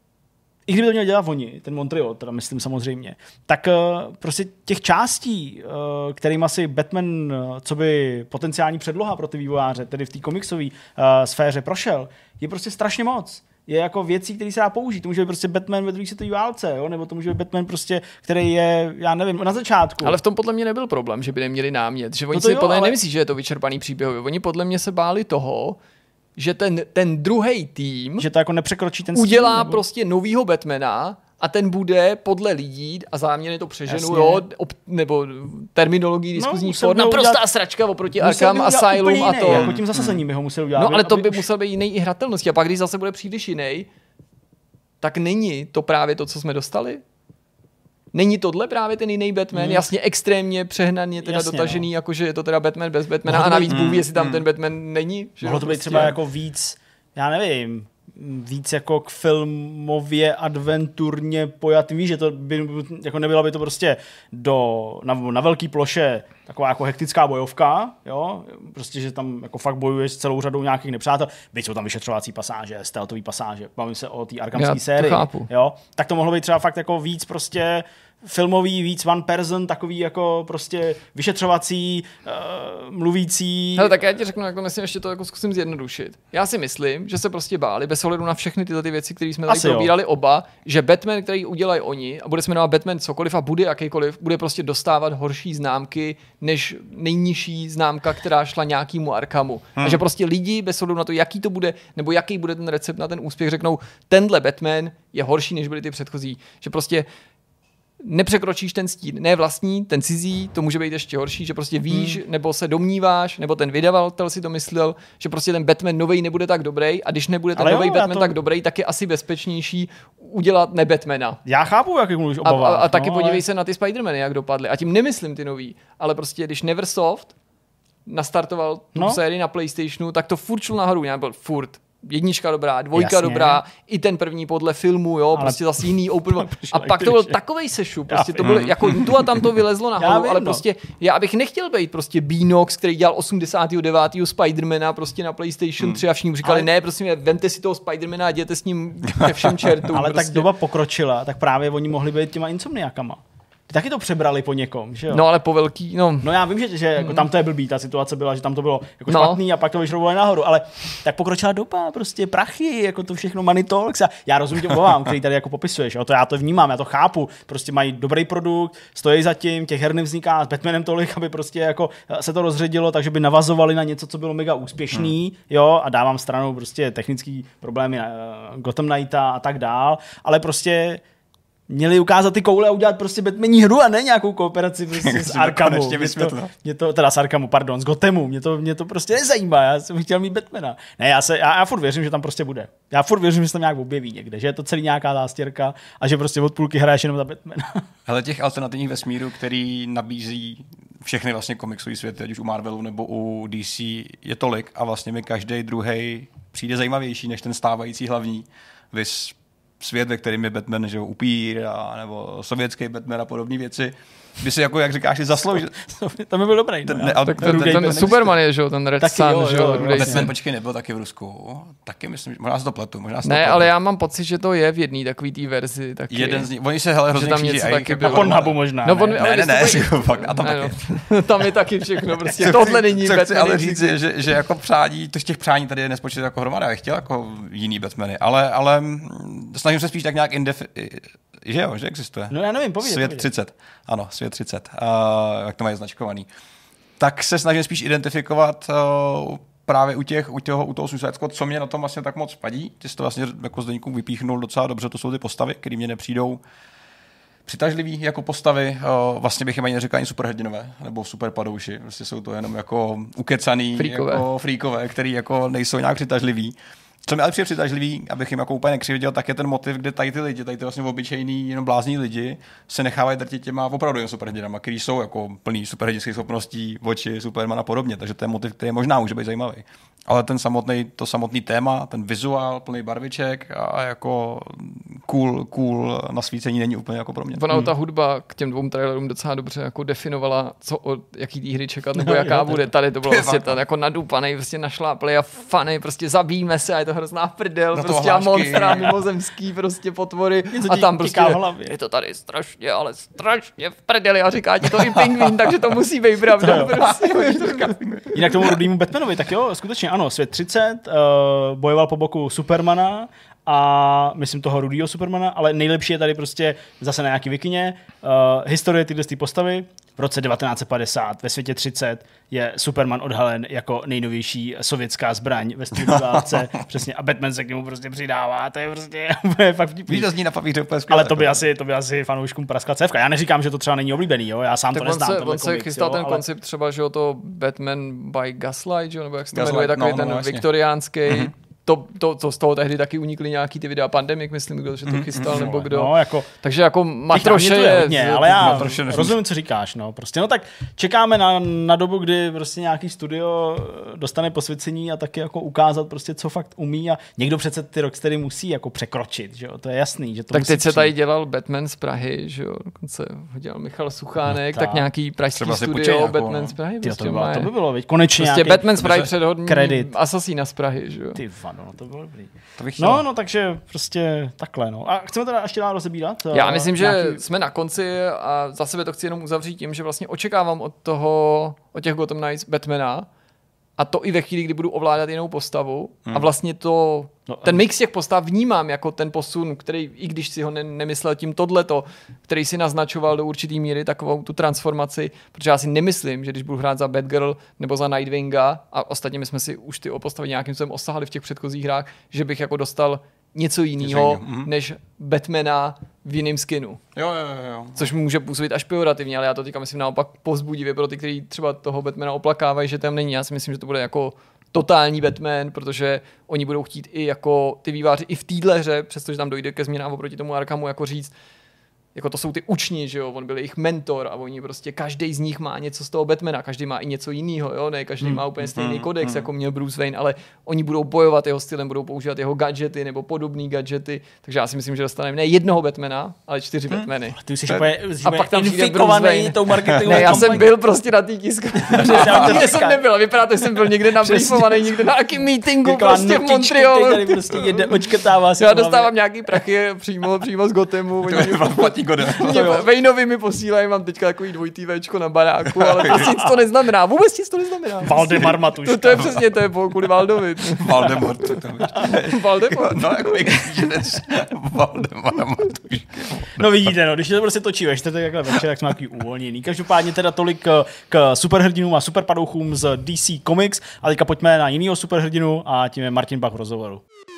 i kdyby to měl dělat oni, ten Montreal, teda myslím samozřejmě, tak prostě těch částí, kterým asi Batman, co by potenciální předloha pro ty vývojáře, tedy v té komiksové sféře prošel, je prostě strašně moc. Je jako věcí, které se dá použít. To může být prostě Batman ve druhé světové válce, jo? Nebo to může být Batman prostě, který je, já nevím, na začátku. Ale v tom podle mě nebyl problém, že by neměli námět. Že oni si podle mě nemyslí, že je to vyčerpaný příběhově. Oni podle mě se báli toho, že ten druhý tým že to jako nepřekročí ten udělá nebo prostě novýho Batmana a ten bude podle lidí, a záměrně to přeženu, jo, nebo terminologii diskuzních for, naprostá sračka oproti Arkham Asylum a to. Jako tím zasazením ho musel udělat. No ale to by musel být jiný i hratelnosti. A pak, když zase bude příliš jiný, tak není to právě to, co jsme dostali? Není tohle právě ten jiný Batman? Jasně extrémně přehnaně teda dotažený, jakože je to teda Batman bez Batmana a navíc Bůh, jestli tam ten Batman není. Mohlo to být třeba jako víc, já nevím, víc jako k filmově adventurně pojatý, víš, že to by, jako nebylo by to prostě na velký ploše taková jako hektická bojovka, jo, prostě, že tam jako fakt bojuješ s celou řadou nějakých nepřátel, byť jsou tam vyšetřovací pasáže, stealthový pasáže, bavím se o té arkhamské sérii, jo, tak to mohlo být třeba fakt jako víc prostě filmový, víc one person, takový jako prostě vyšetřovací, mluvící. Hele, tak já ti řeknu, jak to myslím, ještě to jako zkusím zjednodušit. Já si myslím, že se prostě báli, bez ohledu na všechny tyhle ty věci, které jsme tady probírali oba, že Batman, který udělají oni, a bude se jmenovat Batman cokoliv a bude jakýkoliv, bude prostě dostávat horší známky, než nejnižší známka, která šla nějakému Arkhamu. A že prostě lidi, bez ohledu na to, jaký to bude, nebo jaký bude ten recept na ten úspěch, řeknou, tenhle Batman je horší, než byly ty předchozí. Že prostě nepřekročíš ten stín, ne vlastní, ten cizí, to může být ještě horší, že prostě víš, nebo se domníváš, nebo ten vydavatel si to myslel, že prostě ten Batman novej nebude tak dobrý a když nebude ten nový Batman tak dobrý, tak je asi bezpečnější udělat ne-Batmana. Já chápu, jak mluvíš o obavách. A taky podívej se na ty Spider-Many, jak dopadly. A tím nemyslím ty nový, ale prostě když Neversoft nastartoval tu sérii na PlayStationu, tak to furt šlo nahoru, nějak byl furt. 1 dobrá, 2 dobrá, i ten první podle filmu, jo, ale prostě zase jiný open world. A pak to byl takovej sešup, prostě to bylo jako tu a tam to vylezlo nahoru, ale prostě já bych nechtěl být prostě Beanox, který dělal 89. Spidermana prostě na PlayStation 3 a všichni říkali, ne, prosím, vemte si toho Spidermana a jděte s ním ke všem čertům. Ale prostě. Tak doba pokročila, tak právě oni mohli být těma Insomniakama. Taky to přebrali po někom, že jo? No ale po velký, No já vím, že jako tam to je blbý, ta situace byla, že tam to bylo jako špatný a pak to vyšroubovali nahoru, ale tak pokročila doba, prostě prachy, jako to všechno money talks a já rozumím těm obavám, který tady jako popisuješ, jo? To já to vnímám, já to chápu, prostě mají dobrý produkt, stojí za tím, těch her nevzniká s Batmanem tolik, aby prostě jako se to rozředilo, takže by navazovali na něco, co bylo mega úspěšný, jo, a dávám stranou prostě technický problémy Gotham Knighta a tak dál, ale prostě měli ukázat ty koule a udělat prostě Batmaní hru a ne nějakou kooperaci prostě s Arkhamu. S Arkhamu, pardon, s Gothamu. Mě to prostě nezajímá, já jsem chtěl mít Batmana. Ne, já furt věřím, že tam prostě bude. Já furt věřím, že se tam nějak objeví někde, že je to celý nějaká zástěrka a že prostě od půlky hraješ jenom za Batmana. Ale těch alternativních vesmírů, který nabízí všechny vlastně komiksové světy, ať už u Marvelu nebo u DC, je tolik a vlastně mi každý druhej přijde zajímavější než ten stávající hlavní. svět, ve kterým je Batman, že jo, upír, nebo sovětský Batman a podobné věci, by si jako, jak říkáš, si zasloužil. To by byl dobrý. Ten Superman je, že jo, ten Red Sun, že jo. Batman, počkej, nebyl taky v Rusku. Taky myslím, možná se to pletu. Ne, ale já mám pocit, že to je v jedné takový té verzi. Taky. Jeden z nich, oni se hele hrozně kříží. Na Pornhubu možná. No, ne, fakt, a tam taky. Tam je taky všechno, prostě tohle není Batman. Co chci ale říct, že jako přání, to z těch přání tady je nespočet jako hromada, já chtěl jako jiný Batmany, ale snažím se spíš tak nějak že existuje. No já nevím, povídej. Svět 30. Ano, Svět 30. Jak to mají značkovaný. Tak se snažím spíš identifikovat právě u toho Suicide Squad, co mě na tom vlastně tak moc padí. Ty jsi to vlastně jako Zdeňku vypíchnul docela dobře, to jsou ty postavy, které mě nepřijdou přitažlivý jako postavy. Vlastně bych jim ani neřekl ani superhrdinové, nebo superpadouši. Vlastně jsou to jenom jako ukecaný fríkové, který jako nejsou nějak přitažliví. Co mi ale přijde přitažlivý, abych jim jako úplně nekřivděl, tak je ten motiv, kde tady ty lidi, tady ty vlastně obyčejný, jenom blázní lidi, se nechávají drtit těma opravdu jen superhrdinama, který jsou jako plný superhrdinských schopností, oči, Superman a podobně. Takže to je motiv, který možná může být zajímavý. Ale to samotný téma, ten vizuál, plný barviček a jako cool nasvícení není úplně jako pro mě. Ona ta hudba k těm dvou trailerům docela dobře jako definovala, co od jaký té hry čekat, nebo jaká bude. Tady to bylo vlastně ten jako nadupanej, prostě našláplej a fany, prostě zabijíme se a je to hrozná prdel, prostě a monstra mimozemský, prostě potvory a tam prostě je to tady strašně, ale strašně v prdeli a říká ti to i Pingvín, takže to musí být pravda. Jinak tomu rudýmu Batmanovi, tak jo, skutečně ano, Svět 30, bojoval po boku Supermana a myslím toho rudýho Supermana, ale nejlepší je tady prostě zase na nějaký vikině historie tyhle postavy. V roce 1950 ve Světě 30 je Superman odhalen jako nejnovější sovětská zbraň ve studiové válce. Přesně, a Batman se k němu prostě přidává. To je prostě fakt vtipný. Víš, to zní na papíře úplně skvěle. Ale to by asi fanouškům praskla cévka. Já neříkám, že to třeba není oblíbený, jo? Já sám tak to neznám. On se chystal ten koncept třeba, že to Batman by Gaslight, že? Nebo jak se to jmenuje, takový ten viktoriánský. To z toho tehdy taky unikly nějaký ty videa Pandemic, myslím, kdo že to chystal, nebo kdo. No, jako, takže jako Matroše je hodně, ale já rozumím, co říkáš. No. Prostě, no tak čekáme na dobu, kdy prostě nějaký studio dostane posvěcení a taky jako ukázat prostě, co fakt umí a někdo přece ty Rocksteady musí jako překročit, že jo? To je jasný. Že to tak teď se tady dělal Batman z Prahy, že jo? Dokonce ho dělal Michal Suchánek, tak nějaký pražský studio Batman z Prahy. To by bylo, veď konečně prostě Batman z Prahy předhodní Assassina z Prahy, že jo? No, to bylo dobrý. No, takže prostě takhle, no. A chceme teda ještě dál rozebírat? Já myslím, že jsme na konci a za sebe to chci jenom uzavřít tím, že vlastně očekávám od těch Gotham Knights Batmana a to i ve chvíli, kdy budu ovládat jinou postavu a vlastně ten mix těch postav vnímám jako ten posun, který, i když si ho nemyslel tím tohleto, který si naznačoval do určitý míry takovou tu transformaci, protože já si nemyslím, že když budu hrát za Batgirl nebo za Nightwinga a ostatně my jsme si už ty postavy nějakým způsobem osahali v těch předchozích hrách, že bych jako dostal něco jiného než Batmana v jiném skinu. Jo. Což může působit až pejorativně, ale já to teďka myslím naopak povzbudivě pro ty, kteří třeba toho Batmana oplakávají, že tam není. Já si myslím, že to bude jako totální Batman, protože oni budou chtít i jako ty výváři i v téhle hře, přestože tam dojde ke změnám oproti tomu Arkhamu, jako říct, jako to jsou ty učni, že jo, on byl jejich mentor a oni prostě, každý z nich má něco z toho Batmana, každý má i něco jiného, jo, ne, každý má úplně stejný kodex, jako měl Bruce Wayne, ale oni budou bojovat jeho stylem, budou používat jeho gadgety nebo podobné gadgety, takže já si myslím, že dostaneme ne jednoho Batmana, ale 4 Batmany. Ty jsi a pak tam infikovaný tou marketingovou ne, já jsem byl prostě na té tiskovce. Já jsem nebyl, vypadá to, že jsem byl někde nabrýfovaný, někde na nějakým meetingu prostě v Montrealu. Tady prostě jede, očkrtává se. Já dostávám nějaký prachy přímo z Gothamu. Vejnovi mi posílají, mám teďka takový 2Včko na baráku, ale prostě nic to neznamená. Vůbec nic to neznamená. Valdemar Matuška. To je přesně, to je kvůli Valdovi. Valdemar. Valdemar. No, jako kníženec Valdemar Matuška. No vidíte, no, když to prostě točí ve čtvrtek takhle večer, tak jsme takový uvolněný. Každopádně teda tolik k superhrdinům a superpadouchům z DC Comics. A teďka pojďme na jinýho superhrdinu a tím je Martin Bach v rozhovoru.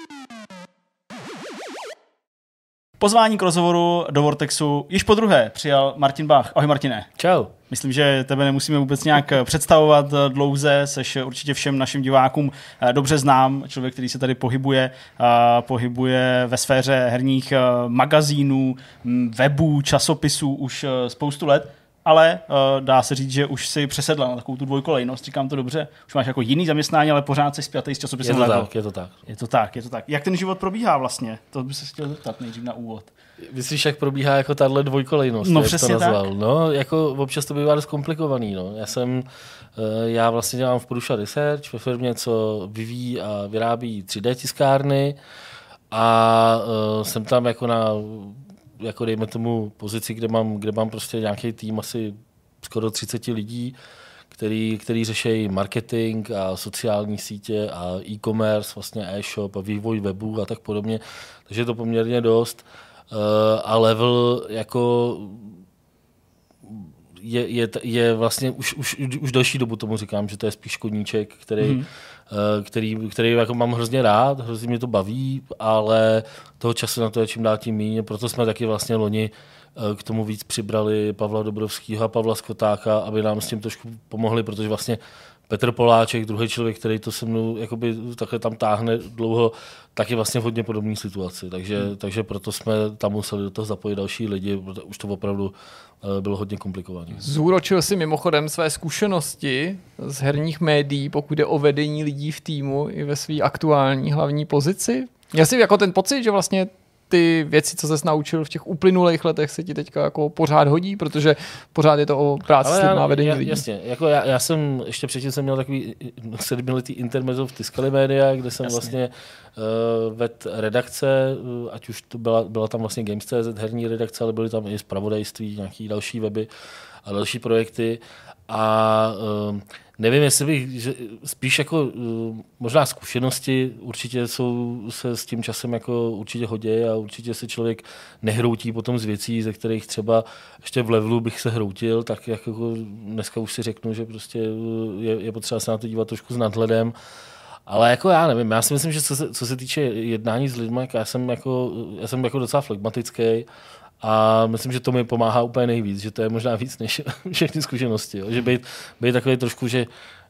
Pozvání k rozhovoru do Vortexu již po druhé přijal Martin Bach. Ahoj Martine. Čau. Myslím, že tebe nemusíme vůbec nějak představovat dlouze, seš určitě všem našim divákům dobře znám, člověk, který se tady pohybuje ve sféře herních magazínů, webů, časopisů už spoustu let. ale dá se říct, že už si přesedla na takovou tu dvojkolejnost, říkám to dobře, už máš jako jiný zaměstnání, ale pořád jsi spjatý s časopisem Level. Je to tak. Je to tak. Jak ten život probíhá vlastně? To bych se chtěl zeptat nejdřív na úvod. Myslíš, jak probíhá jako tahle dvojkolejnost? No jak přesně to nazval? tak. No, jako občas to bývá dost komplikovaný. No. Já vlastně dělám v Prusa Research ve firmě, co vyvíjí a vyrábí 3D tiskárny a jsem tam jako jako dejme tomu pozici, kde mám prostě nějaký tým asi skoro 30 lidí, který řeší marketing a sociální sítě a e-commerce, vlastně e-shop a vývoj webu a tak podobně. Takže je to poměrně dost. A Level jako je vlastně už delší dobu tomu říkám, že to je spíš koníček, který jako mám hrozně rád, hrozně mě to baví, ale toho času na to je čím dál tím míň, proto jsme taky vlastně loni k tomu víc přibrali Pavla Dobrovského a Pavla Skotáka, aby nám s tím trošku pomohli, protože vlastně Petr Poláček, druhý člověk, který to se mnou jakoby takhle tam táhne dlouho, tak je vlastně v hodně podobné situaci. Takže proto jsme tam museli do toho zapojit další lidi, protože už to opravdu bylo hodně komplikované. Zúročil si mimochodem své zkušenosti z herních médií, pokud jde o vedení lidí v týmu i ve své aktuální hlavní pozici? Já si jako ten pocit, že vlastně ty věci, co ses naučil v těch uplynulých letech, se ti teďka jako pořád hodí, protože pořád je to o práci s lidmi a vedení lidí. Jasně, jako já jsem, ještě předtím jsem měl takový 7letý intermezzo v Tiskali Media, kde jsem vlastně vedl redakce, ať už to byla tam vlastně Games.cz herní redakce, ale byly tam i zpravodajství, nějaký další weby a další projekty. A nevím, jestli bych, spíš jako možná zkušenosti určitě se s tím časem jako určitě hodí a určitě se člověk nehroutí potom z věcí, ze kterých třeba ještě v Levelu bych se hroutil, tak jako dneska už si řeknu, že prostě je potřeba se na to dívat trošku s nadhledem. Ale jako já nevím, já si myslím, že co se týče jednání s lidmi, já jsem jako docela flegmatický. A myslím, že to mi pomáhá úplně nejvíc, že to je možná víc než všechny zkušenosti. Jo? Že být takový trošku, že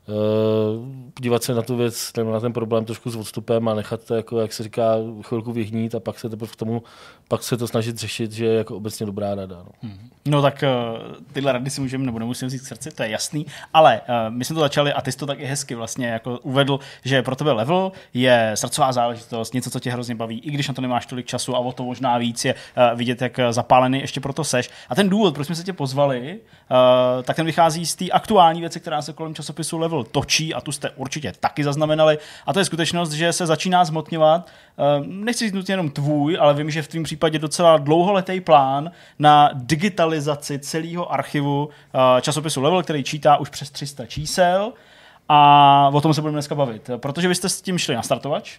podívat se na tu věc, nebo na ten problém trošku s odstupem a nechat to, jako, jak se říká, chvilku vyhnít a pak se teprve k tomu, pak se to snažit řešit, že je jako obecně dobrá rada. No, no tak tyhle rady si můžeme nebo nemusíme vzít k srdci, to je jasný, ale my jsme to začali a ty jsi to tak i hezky vlastně jako uvedl, že pro tebe Level je srdcová záležitost, něco, co tě hrozně baví, i když na to nemáš tolik času a o to možná víc je vidět, jak zapálený ještě proto seš. A ten důvod, proč jsme se tě pozvali, tak ten vychází z té aktuální věci, která se kolem časopisu Level točí a tu jste určitě taky zaznamenali. A to je skutečnost, že se začíná zmotňovat, nechci říct nutně jenom tvůj, ale vím, že v tvém případě docela dlouholetý plán na digitalizaci celého archivu časopisu Level, který čítá už přes 300 čísel. A o tom se budeme dneska bavit, protože vy jste s tím šli na startovač,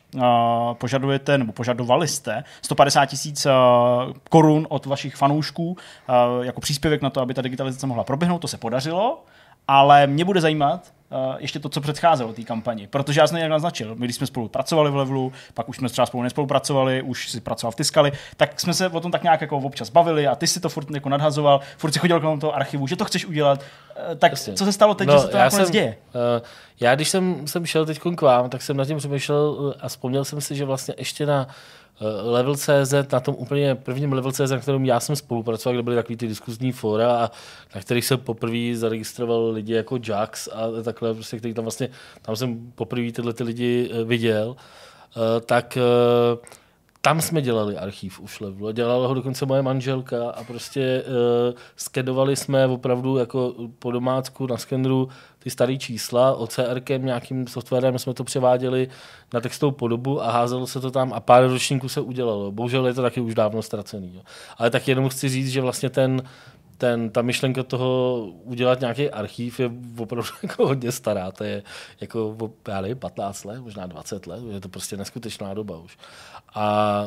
požadovali jste 150 000 korun od vašich fanoušků jako příspěvek na to, aby ta digitalizace mohla proběhnout, to se podařilo, ale mě bude zajímat ještě to, co předcházelo té kampani, protože já jsem nějak naznačil, my když jsme spolu pracovali v Levelu, pak už jsme třeba spolu nespolupracovali, už si pracoval v Tiskali, tak jsme se o tom tak nějak jako občas bavili a ty si to furt jako nadhazoval, furt si chodil kolem toho archivu, že to chceš udělat, tak jasně. Co se stalo teď, že se to nakonec děje? Já když jsem šel teď k vám, tak jsem nad tím přemýšlel a vzpomněl jsem si, že vlastně ještě na Level.cz, na tom úplně prvním Level.cz, na kterém já jsem spolupracoval, kde byly takový ty diskuzní fóra a na kterých se poprvé zaregistroval lidi jako Jax a takhle, prostě, který tam jsem poprvé tyhle ty lidi viděl, tak tam jsme dělali archív už Levelu. Dělala ho dokonce moje manželka a prostě skedovali jsme opravdu jako po domácku na skeneru ty staré čísla, OCR-kem, nějakým softwarem jsme to převáděli na textovou podobu a házelo se to tam a pár ročníků se udělalo. Bohužel je to taky už dávno ztracený. Jo. Ale tak jenom chci říct, že vlastně ta myšlenka toho udělat nějaký archív je opravdu jako hodně stará. To je jako, já nevím, 15 let, možná 20 let. Je to prostě neskutečná doba už. A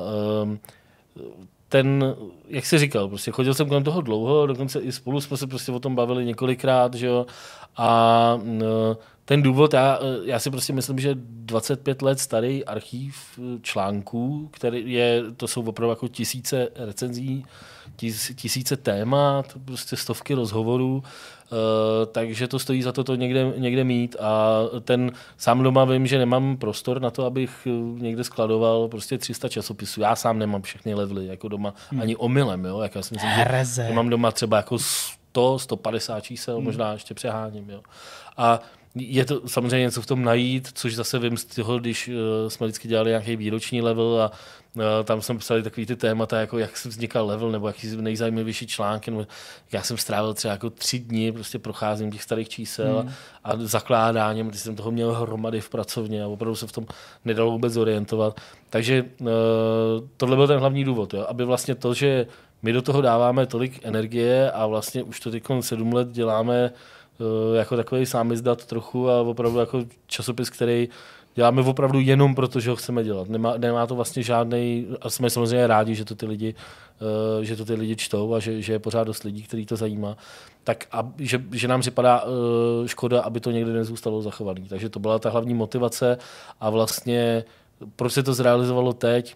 jak jsi říkal, prostě chodil jsem kolem toho dlouho, dokonce i spolu jsme se prostě o tom bavili několikrát, že jo. A ten důvod, já si prostě myslím, že 25 let starý archív článků, to jsou opravdu jako tisíce recenzí, tisíce témat, prostě stovky rozhovorů, takže to stojí za to někde mít a sám doma vím, že nemám prostor na to, abych někde skladoval prostě 300 časopisů. Já sám nemám všechny levely jako doma, ani omylem, jo, jak já si myslím, že mám doma třeba jako 100-150 čísel, možná ještě přeháním. Jo. A je to samozřejmě něco v tom najít, což zase vím z toho, když jsme vždycky dělali nějaký výroční level a tam jsme psali takový ty témata, jako jak se vznikal level, nebo jaký nejzajímavější články. Nebo já jsem strávil třeba jako 3 dny, prostě procházím těch starých čísel a zakládáním, když jsem toho měl hromady v pracovně a opravdu se v tom nedalo vůbec orientovat. Takže tohle byl ten hlavní důvod, jo? Aby vlastně to, že my do toho dáváme tolik energie a vlastně už to teď 7 let děláme jako takový sámizdat trochu a opravdu jako časopis, který děláme opravdu jenom proto, že ho chceme dělat. Nemá to vlastně žádnej, a jsme samozřejmě rádi, že to ty lidi čtou a že je pořád dost lidí, který to zajímá, tak a že nám připadá škoda, aby to někde nezůstalo zachovaný. Takže to byla ta hlavní motivace a vlastně proč se to zrealizovalo teď.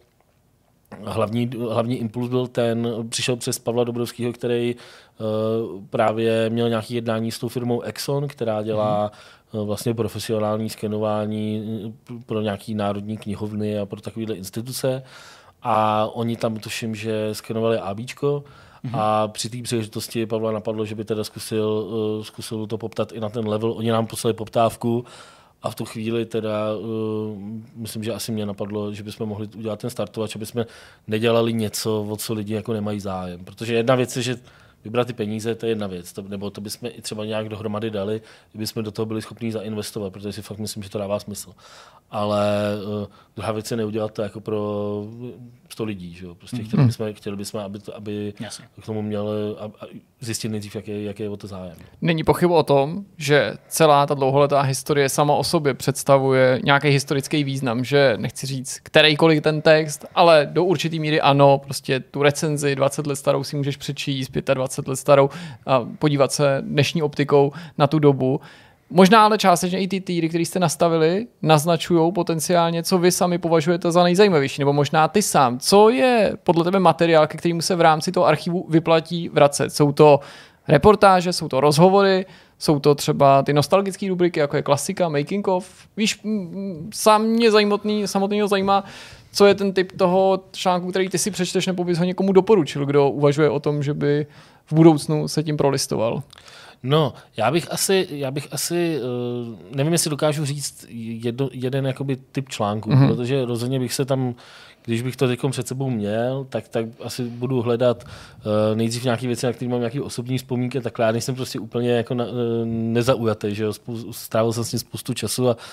Hlavní impuls byl přišel přes Pavla Dobrovského, který právě měl nějaké jednání s tou firmou Exxon, která dělá vlastně profesionální skenování pro nějaký národní knihovny a pro takovéhle instituce. A oni tam tuším, že skenovali ABčko a při té příležitosti Pavla napadlo, že by teda zkusil to poptat i na ten level. Oni nám poslali poptávku a v tu chvíli teda, myslím, že asi mě napadlo, že bychom mohli udělat ten startovač, aby jsme nedělali něco, o co lidi jako nemají zájem. Protože jedna věc je, že vybrat ty peníze, to je jedna věc, nebo to bychom i třeba nějak dohromady dali, kdybychom do toho byli schopni zainvestovat, protože si fakt myslím, že to dává smysl. Ale druhá věc je neudělat to jako pro 100 lidí. Že jo? Prostě chtěli bychom, aby k tomu měli zjistit nejdřív, jaký je o to zájem. Není pochyb o tom, že celá ta dlouholetá historie sama o sobě představuje nějaký historický význam, že nechci říct kterýkoliv ten text, ale do určitý míry ano, prostě tu recenzi 20 let starou si můžeš přečíst, 25 let starou a podívat se dnešní optikou na tu dobu. Možná ale částečně i ty týry, které jste nastavili, naznačují potenciálně, co vy sami považujete za nejzajímavější, nebo možná ty sám. Co je podle tebe materiál, ke kterému se v rámci toho archivu vyplatí vracet? Jsou to reportáže, jsou to rozhovory, jsou to třeba ty nostalgické rubriky, jako je klasika, making of. Víš, sám mě samotného zajímá, co je ten typ toho článku, který ty si přečteš, nebo bys ho někomu doporučil, kdo uvažuje o tom, že by v budoucnu se tím prolistoval. No, já bych asi nevím, jestli dokážu říct jeden jakoby typ článku, protože rozhodně bych se tam, když bych to teď před sebou měl, tak asi budu hledat nejdřív nějaké věci, na které mám nějaké osobní vzpomínky, tak já nejsem prostě úplně jako nezaujatý, že jo, strávil jsem s tím spoustu času a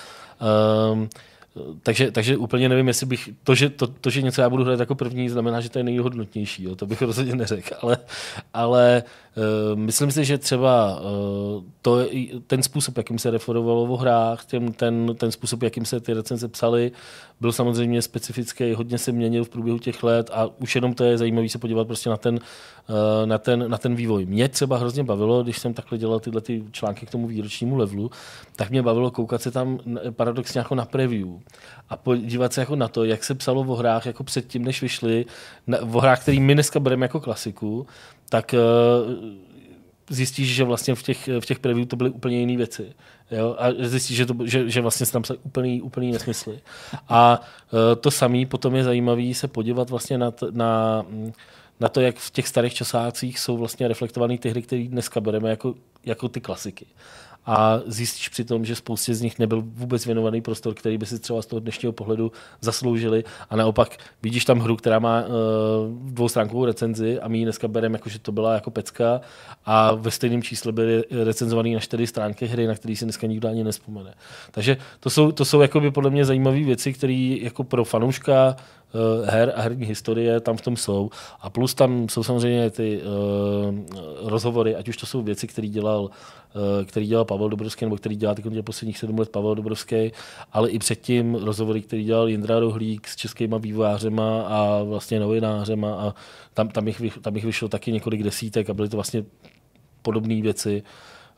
takže úplně nevím, jestli bych to, že něco já budu hledat jako první, znamená, že to je nejhodnotnější. Jo? To bych rozhodně neřekl. Ale myslím si, že třeba ten způsob, jakým se referovalo o hrách, ten způsob, jakým se ty recenze psaly, byl samozřejmě specifický, hodně se měnil v průběhu těch let a už jenom to je zajímavé se podívat prostě na ten vývoj. Mě třeba hrozně bavilo, když jsem takhle dělal tyhle ty články k tomu výročnímu levelu, tak mě bavilo koukat se tam paradoxně jako na preview a podívat se jako na to, jak se psalo o hrách jako předtím, než vyšly, o hrách, který my dneska bereme jako klasiku, tak zjistíš, že vlastně v těch preview to byly úplně jiné věci. Jo? A zjistíš, že vlastně se tam psali úplný nesmysly. A to samé potom je zajímavé se podívat vlastně na to, jak v těch starých časácích jsou vlastně reflektované ty hry, které dneska bereme jako ty klasiky. A zjistíš přitom, že spoustě z nich nebyl vůbec věnovaný prostor, který by si třeba z toho dnešního pohledu zasloužili. A naopak vidíš tam hru, která má dvoustránkovou recenzi a my ji dneska bereme jako, že to byla jako pecka a ve stejném čísle byly recenzovaný na 4 stránky hry, na který si dneska nikdo ani nespomene. Takže to jsou jakoby podle mě zajímavé věci, které jako pro fanouška her a herní historie tam v tom jsou. A plus tam jsou samozřejmě ty rozhovory, ať už to jsou věci, který dělal Pavel Dobrovský, nebo který dělá těch posledních 7 let Pavel Dobrovský, ale i předtím rozhovory, který dělal Jindra Rohlík s českýma vývojářema a vlastně novinářema a tam jich vyšlo taky několik desítek a byly to vlastně podobné věci.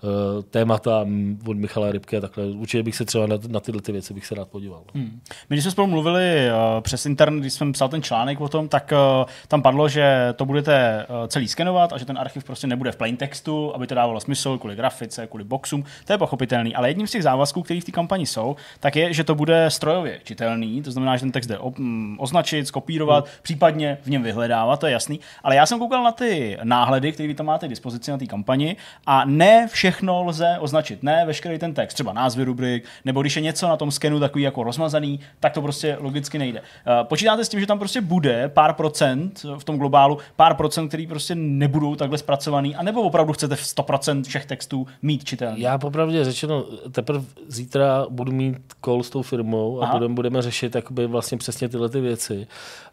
témata od Michala Rybky a takhle. Určitě bych se třeba na tyhle ty věci bych se rád podíval. My když jsme spolu mluvili přes internet, když jsem psal ten článek o tom, tak tam padlo, že to budete celý skenovat a že ten archiv prostě nebude v plain textu, aby to dávalo smysl kvůli grafice, kvůli boxům. To je pochopitelný, ale jedním z těch závazků, který v té kampani jsou, tak je, že to bude strojově čitelný, to znamená, že ten text jde označit, skopírovat, případně v něm vyhledávat, to je jasný. Ale já jsem koukal na ty náhledy, které vy tam máte k dispozici na té kampani a ne všechno lze označit, ne veškerý ten text, třeba názvy rubrik, nebo když je něco na tom skenu takový jako rozmazaný, tak to prostě logicky nejde. Počítáte s tím, že tam prostě bude pár procent v tom globálu, pár procent, který prostě nebudou takhle zpracovaný, anebo opravdu chcete 100% všech textů mít čitelný? Já popravdě řečeno, teprve zítra budu mít call s tou firmou a budeme řešit jakoby vlastně přesně tyhle ty věci.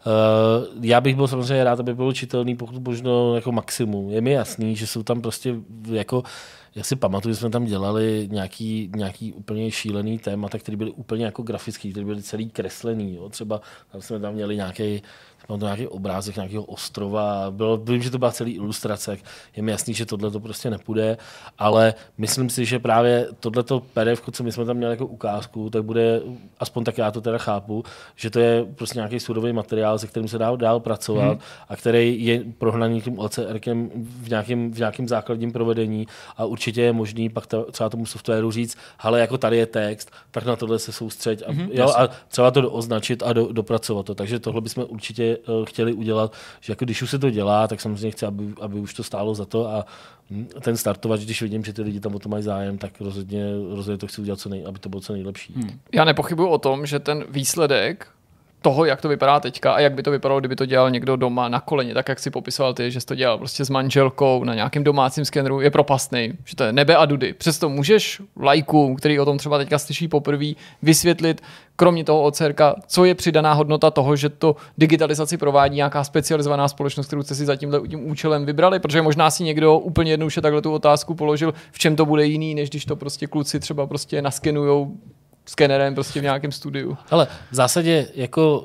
Já bych byl samozřejmě rád, aby bylo čitelný, pokud možno jako maximum. Je mi jasný, že jsou tam prostě jako já si pamatuju, že jsme tam dělali nějaký úplně šílený témata, které byly úplně jako grafický, které byly celý kreslený. Jo. Třeba jsme tam měli nějaký obrázek nějakého ostrova. Vím, že to byla celý ilustrace. Je mi jasný, že tohle to prostě nepůjde, ale myslím si, že právě tohleto PDF, co my jsme tam měli jako ukázku, tak bude, aspoň tak já to teda chápu, že to je prostě nějaký surový materiál, se kterým se dá dál pracovat a který je prohnaný tím OCRkem v nějakém základním provedení a určitě je možný pak třeba tomu softwaru říct, hele, jako tady je text, tak na tohle se soustřeď a třeba to označit a dopracovat to. Takže tohle bychom určitě chtěli udělat, že jako když už se to dělá, tak samozřejmě chci, aby už to stálo za to a ten startovač, když vidím, že ty lidi tam o to mají zájem, tak rozhodně to chci udělat, aby to bylo co nejlepší. Já nepochybuju o tom, že ten výsledek toho, jak to vypadá teďka a jak by to vypadalo, kdyby to dělal někdo doma na koleně, tak jak si popisoval ty, že jsi to dělal prostě s manželkou na nějakém domácím skeneru, je propastný, že to je nebe a dudy. Přesto můžeš lajku, který o tom třeba teďka slyší poprvé, vysvětlit, kromě toho OCRka, co je přidaná hodnota toho, že to digitalizaci provádí nějaká specializovaná společnost, kterou jste si za tím účelem vybrali, protože možná si někdo úplně jednoduše takhle tu otázku položil, v čem to bude jiný, než když to prostě kluci třeba prostě naskenujou skenerem prostě v nějakém studiu. Ale v zásadě jako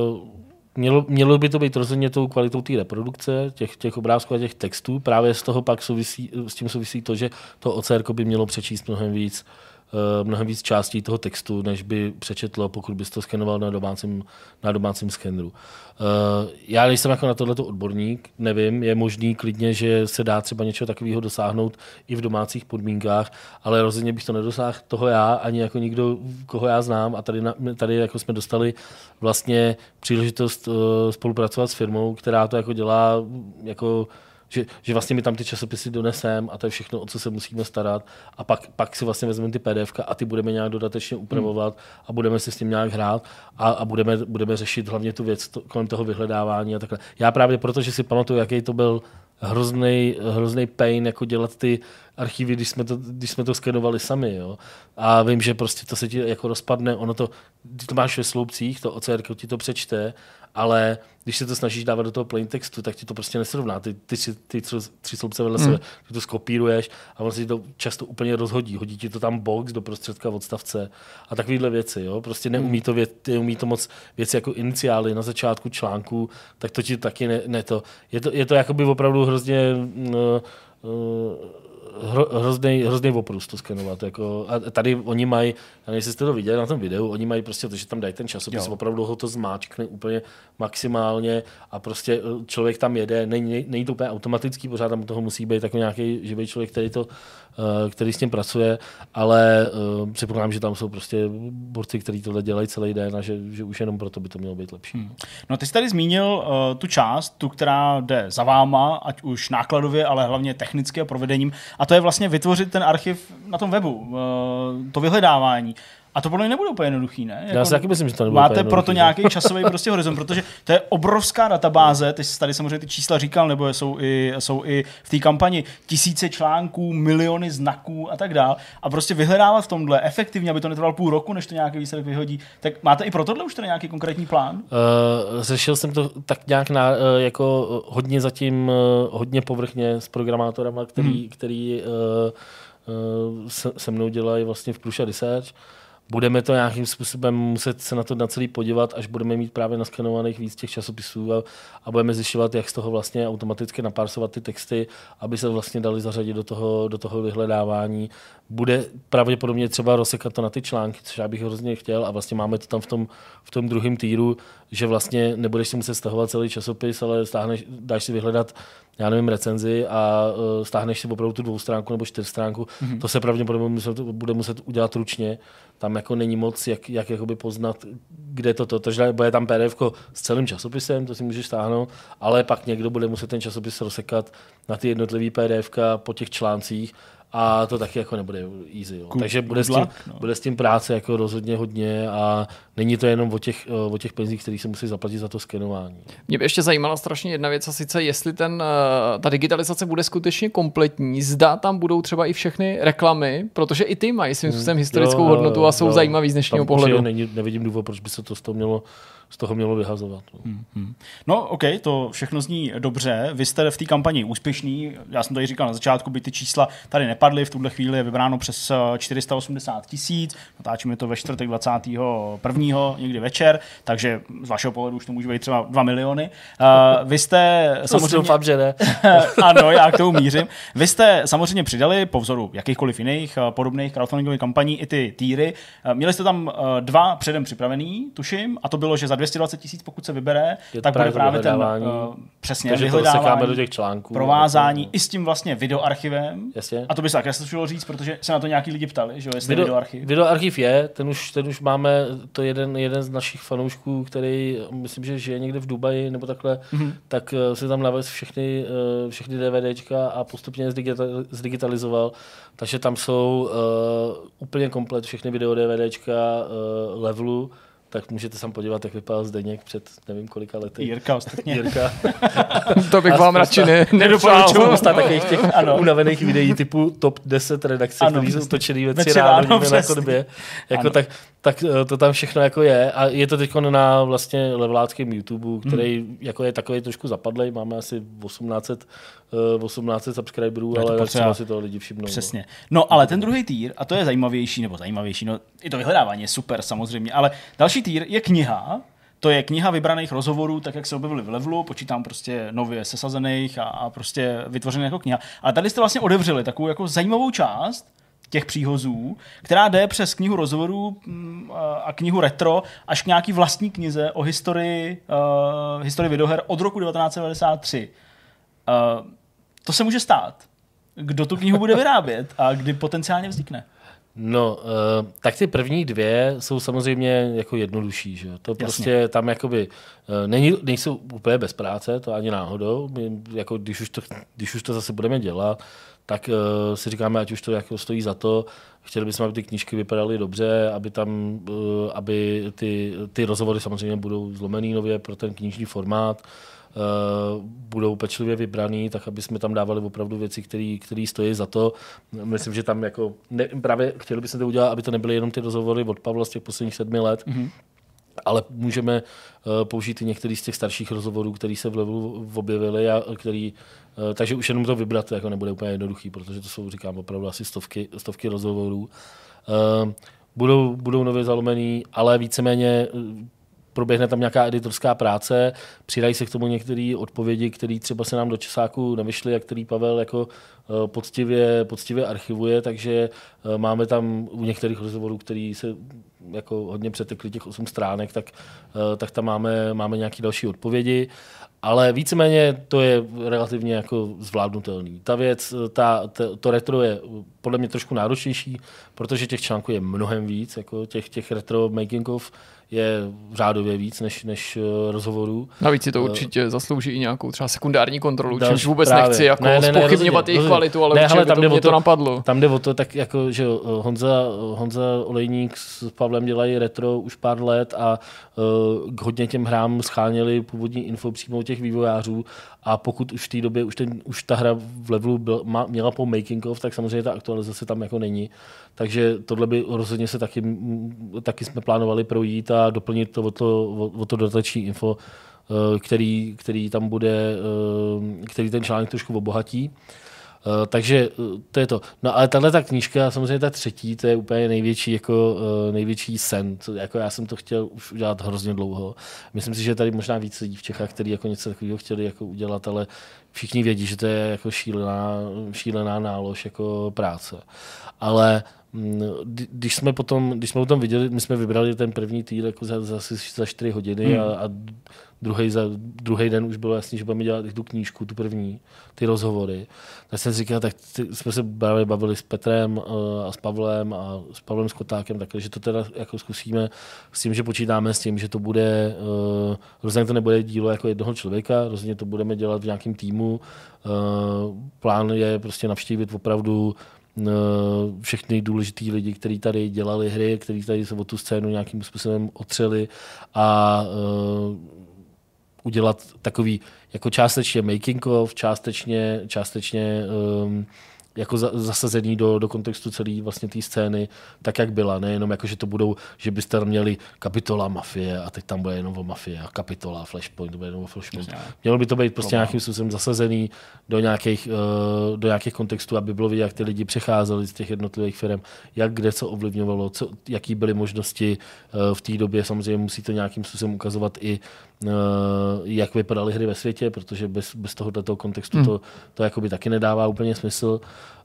mělo by to být rozhodně tou kvalitou té reprodukce, těch obrázků a těch textů. Právě z toho pak s tím souvisí to, že to OCR by mělo přečíst mnohem víc částí toho textu, než by přečetlo, pokud bys to skenoval na domácím skeneru. Já nejsem jako na tohleto odborník, nevím, je možný klidně, že se dá třeba něčeho takového dosáhnout i v domácích podmínkách, ale rozhodně bych to nedosáhl toho já, ani jako nikdo, koho já znám a tady jako jsme dostali vlastně příležitost spolupracovat s firmou, která to jako dělá jako že vlastně my tam ty časopisy donesem a to je všechno, o co se musíme starat a pak si vlastně vezmeme ty PDFka a ty budeme nějak dodatečně upravovat a budeme si s tím nějak hrát a budeme řešit hlavně tu věc kolem toho vyhledávání a takhle. Já právě proto, že si pamatuju, jaký to byl hrozný pain, jako dělat ty archivy, když jsme to skenovali sami. Jo. A vím, že prostě to se ti jako rozpadne, ty to máš ve sloupcích, to OCR ti to přečte, ale když se to snažíš dávat do toho plain textu, tak ti to prostě nesrovná. Ty tři sloupce vedle sebe, ty to skopíruješ a on si to často úplně rozhodí. Hodí ti to tam box do prostředka odstavce a takovýhle věci. Jo. Prostě neumí to moc věci jako iniciály na začátku článku, tak to ti taky ne to. Je to jakoby opravdu hrozný oprus to skenovat. Jako, a tady oni mají, já nevím, jestli jste to viděli na tom videu, oni mají prostě to, že tam dají ten časopis, opravdu ho to zmáčkne úplně maximálně a prostě člověk tam jede, není to úplně automatický, pořád tam u toho musí být takový nějaký živý člověk, který s tím pracuje, ale předpokládám, že tam jsou prostě borci, kteří tohle dělají celý den a že už jenom proto by to mělo být lepší. No ty jsi tady zmínil tu část, která jde za váma, ať už nákladově, ale hlavně technicky a provedením, a to je vlastně vytvořit ten archiv na tom webu, to vyhledávání. A to podle mě nebude úplně jednoduchý, ne? Já si taky myslím, že to nebude máte proto nějaký časový prostě horizont, protože to je obrovská databáze, ty jsi tady samozřejmě ty čísla říkal, nebo jsou i v té kampani tisíce článků, miliony znaků a tak dál. A prostě vyhledávat v tomhle efektivně, aby to netrvalo půl roku, než to nějaký výsledek vyhodí. Tak máte i pro tohle už tady nějaký konkrétní plán? Řešil jsem to tak nějak jako hodně zatím, hodně povrchně s programátorama, který se mnou dělají vlastně v Prusa Research. budeme to nějakým způsobem muset se na to na celý podívat, až budeme mít právě naskenovaných víc těch časopisů a budeme zjišťovat, jak z toho vlastně automaticky naparsovat ty texty, aby se vlastně dali zařadit do toho vyhledávání. Bude pravděpodobně třeba rozsekat to na ty články, což já bych hrozně chtěl, a vlastně máme to tam v tom druhém týru, že vlastně nebudeš si muset stahovat celý časopis, ale dáš si vyhledat, já nevím, recenzi a stáhneš si opravdu tu 2stránku nebo 4stránku. To se pravděpodobně bude muset udělat ručně. Tam jako není moc, jak jakoby poznat, kde to. Takže bude tam PDF s celým časopisem, to si můžeš stáhnout, ale pak někdo bude muset ten časopis rozsekat na ty jednotlivý PDF po těch článcích. A to taky jako nebude easy. Jo. Takže bude s tím práce jako rozhodně hodně a není to jenom o těch penzích, které se musí zaplatit za to skenování. Mě by ještě zajímala strašně jedna věc, a sice jestli ta digitalizace bude skutečně kompletní, zda tam budou třeba i všechny reklamy, protože i ty mají svým způsobem historickou hodnotu a jsou zajímavý z dnešního pohledu. Nevidím důvod, proč by se to z toho mělo vyhazovat. No, OK, to všechno zní dobře. Vy jste v té kampani úspěšný. Já jsem tady říkal na začátku, by ty čísla tady nepadly. V tuhle chvíli je vybráno přes 480 000. Natáčíme to ve čtvrtek 21. někdy večer, takže z vašeho pohledu už to může být třeba 2 miliony. Vy jste samozřejmě... Doufám, že ne. Ano, já k tomu mířím. Vy jste samozřejmě přidali po vzoru jakýchkoliv jiných podobných crowdfundingových kampaní i ty týry. Měli jste tam 2 předem připravený, tuším, a to bylo, že za 220 000, pokud se vybere, tak bude právě ten přesně vyhledávání, do těch článků, provázání i s tím vlastně videoarchivem. Jasně. A to by se také slušilo říct, protože se na to nějaký lidi ptali, že jo, jestli videoarchiv. Videoarchiv je, ten už máme, to jeden z našich fanoušků, který myslím, že žije někde v Dubaji nebo takhle, tak si tam navez všechny DVDčka a postupně zdigitalizoval. Takže tam jsou úplně komplet všechny video DVDčka levelu. Tak můžete se podívat, jak vypadal Zdeněk před nevím kolika lety. Jirka ostatně. To bych vám radši nedoporučil. Spousta takových těch unavených videí typu top 10 redakcí, které jsou točený ve 3 ráno na chodbě. Jako tak to tam všechno jako je. A je to teď na vlastně leveláckém YouTube, který jako je takový trošku zapadlej. Máme asi 1800 subscriberů, ale třeba si toho lidi všimnou. Přesně. No ale ten druhý týr, a to je zajímavější, no i to vyhledávání je super samozřejmě, ale další týr je kniha. To je kniha vybraných rozhovorů, tak jak se objevily v levelu, počítám prostě nově sesazených a prostě vytvořených jako kniha. Ale tady jste vlastně otevřeli takovou jako zajímavou část těch příhozů, která jde přes knihu rozhovorů a knihu retro až k nějaký vlastní knize o historii videoher od roku 1993. To se může stát. Kdo tu knihu bude vyrábět a kdy potenciálně vznikne? No, tak ty první 2 jsou samozřejmě jako jednodušší. Že? To prostě jasně. Tam jakoby nejsou úplně bez práce, to ani náhodou. My, jako když už to zase budeme dělat, tak si říkáme, ať už to jako stojí za to. Chtěli bychom, aby ty knížky vypadaly dobře, aby ty rozhovory samozřejmě budou zlomený nově pro ten knižní formát. Budou pečlivě vybraný, tak aby jsme tam dávali opravdu věci, které stojí za to. Myslím, že tam jako právě chtěli bychom to udělat, aby to nebyly jenom ty rozhovory od Pavla z těch posledních 7 let, ale můžeme použít i některý z těch starších rozhovorů, které se v levelu objevily a takže už jenom to vybrat to jako nebude úplně jednoduchý, protože to jsou, říkám, opravdu asi stovky rozhovorů. Budou nově zalomený, ale víceméně proběhne tam nějaká editorská práce, přidají se k tomu některé odpovědi, které třeba se nám do časáku nevyšly a který Pavel jako poctivě archivuje, takže máme tam u některých rozhovorů, který se jako hodně přetekli těch 8 stránek, tak tam máme nějaké další odpovědi, ale víceméně to je relativně jako zvládnutelný. Ta věc, to retro je podle mě trošku náročnější, protože těch článků je mnohem víc, jako těch retro making of je řádově víc než rozhovorů. Navíc si to určitě zaslouží i nějakou třeba sekundární kontrolu, čímž vůbec nechci jako zpochybňovat jejich kvalitu, ale určitě tam mě to napadlo. Tam jde o to, tak jako, že Honza Olejník s Pavlem dělají retro už pár let a hodně těm hrám scháněli původní info přímo těch vývojářů a pokud už v té době už ta hra v levelu měla po making of, tak samozřejmě ta aktualizace tam jako není. Takže tohle by rozhodně se taky jsme plánovali projít a doplnit to o to dotační info, který tam bude, který ten článek trošku obohatí. Takže to je to. No ale tahle ta knížka, samozřejmě ta třetí, to je úplně největší sen. Jako já jsem to chtěl už udělat hrozně dlouho. Myslím si, že tady možná víc lidí v Čechách, kteří jako něco takového chtěli jako udělat, ale všichni vědí, že to je jako šílená nálož jako práce. Ale když jsme potom viděli, my jsme vybrali ten první týden jako za 4 hodiny a druhý den už bylo jasný, že budeme dělat tu knížku, tu první, ty rozhovory. Tak jsem si říkal, tak jsme se bavili s Petrem a s Pavlem Skotákem, takže to teda jako zkusíme s tím, že počítáme s tím, že to bude, rozhodně to nebude dílo jako jednoho člověka, rozhodně to budeme dělat v nějakém týmu. Plán je prostě navštívit opravdu všechny důležitý lidi, kteří tady dělali hry, kteří tady se o tu scénu nějakým způsobem otřeli a udělat takový jako částečně making of, částečně jako zasazený do kontextu celé vlastně té scény, tak jak byla. Nejenom jako, že to budou, že byste tam měli kapitola mafie a teď tam bude jenom o mafie a kapitola Flashpoint, to bude jenom o Flashpoint. Mělo by to být prostě nějakým způsobem zasazený do nějakých kontextů, aby bylo vidět, jak ty lidi přecházeli z těch jednotlivých firm, jak kde co ovlivňovalo, jaký byly možnosti v té době. Samozřejmě musí to nějakým způsobem ukazovat i jak vypadaly hry ve světě, protože bez tohoto kontextu to jakoby taky nedává úplně smysl.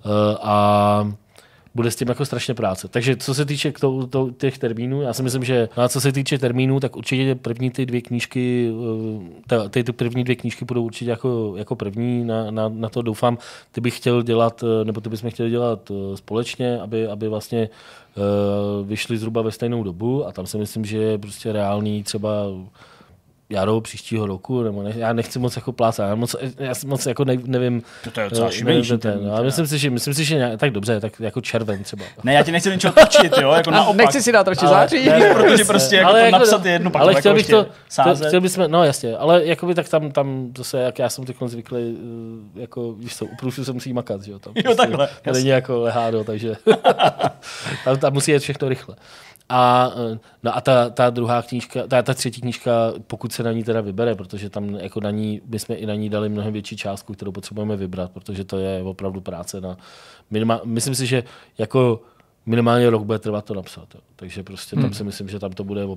A bude s tím jako strašně práce. Takže co se týče těch termínů, já si myslím, že co se týče termínů, tak určitě první ty dvě knížky, ty první dvě knížky budou určitě jako první, na to doufám. Ty bychom chtěli dělat společně, aby vlastně vyšly zhruba ve stejnou dobu a tam si myslím, že je prostě reálný třeba jaro příštího roku, nebo já nechci moc jako plácat, já moc jako nevím. To je docela šibejší. Myslím si, že tak dobře, tak jako červen třeba. Ne, já ti nechci něčeho točit, jo, jako naopak. Nechci si dát radši září. Ne, protože prostě jako to napsat je jedno, pak ale to jako chtěl bychom, no jasně, ale jakoby tak tam zase, jak já jsem teď zvyklý, jako víš co, uprůšu se musí makat, že jo. Tam jo, takhle. To není jako lehádo, takže tam musí jet všechno rychle. A ta druhá knížka, ta třetí knížka, pokud se na ní teda vybere, protože tam jako my jsme i na ní dali mnohem větší částku, kterou potřebujeme vybrat, protože to je opravdu práce na myslím si, že jako minimálně rok bude trvat to napsat. Jo. Takže prostě tam si myslím, že tam to bude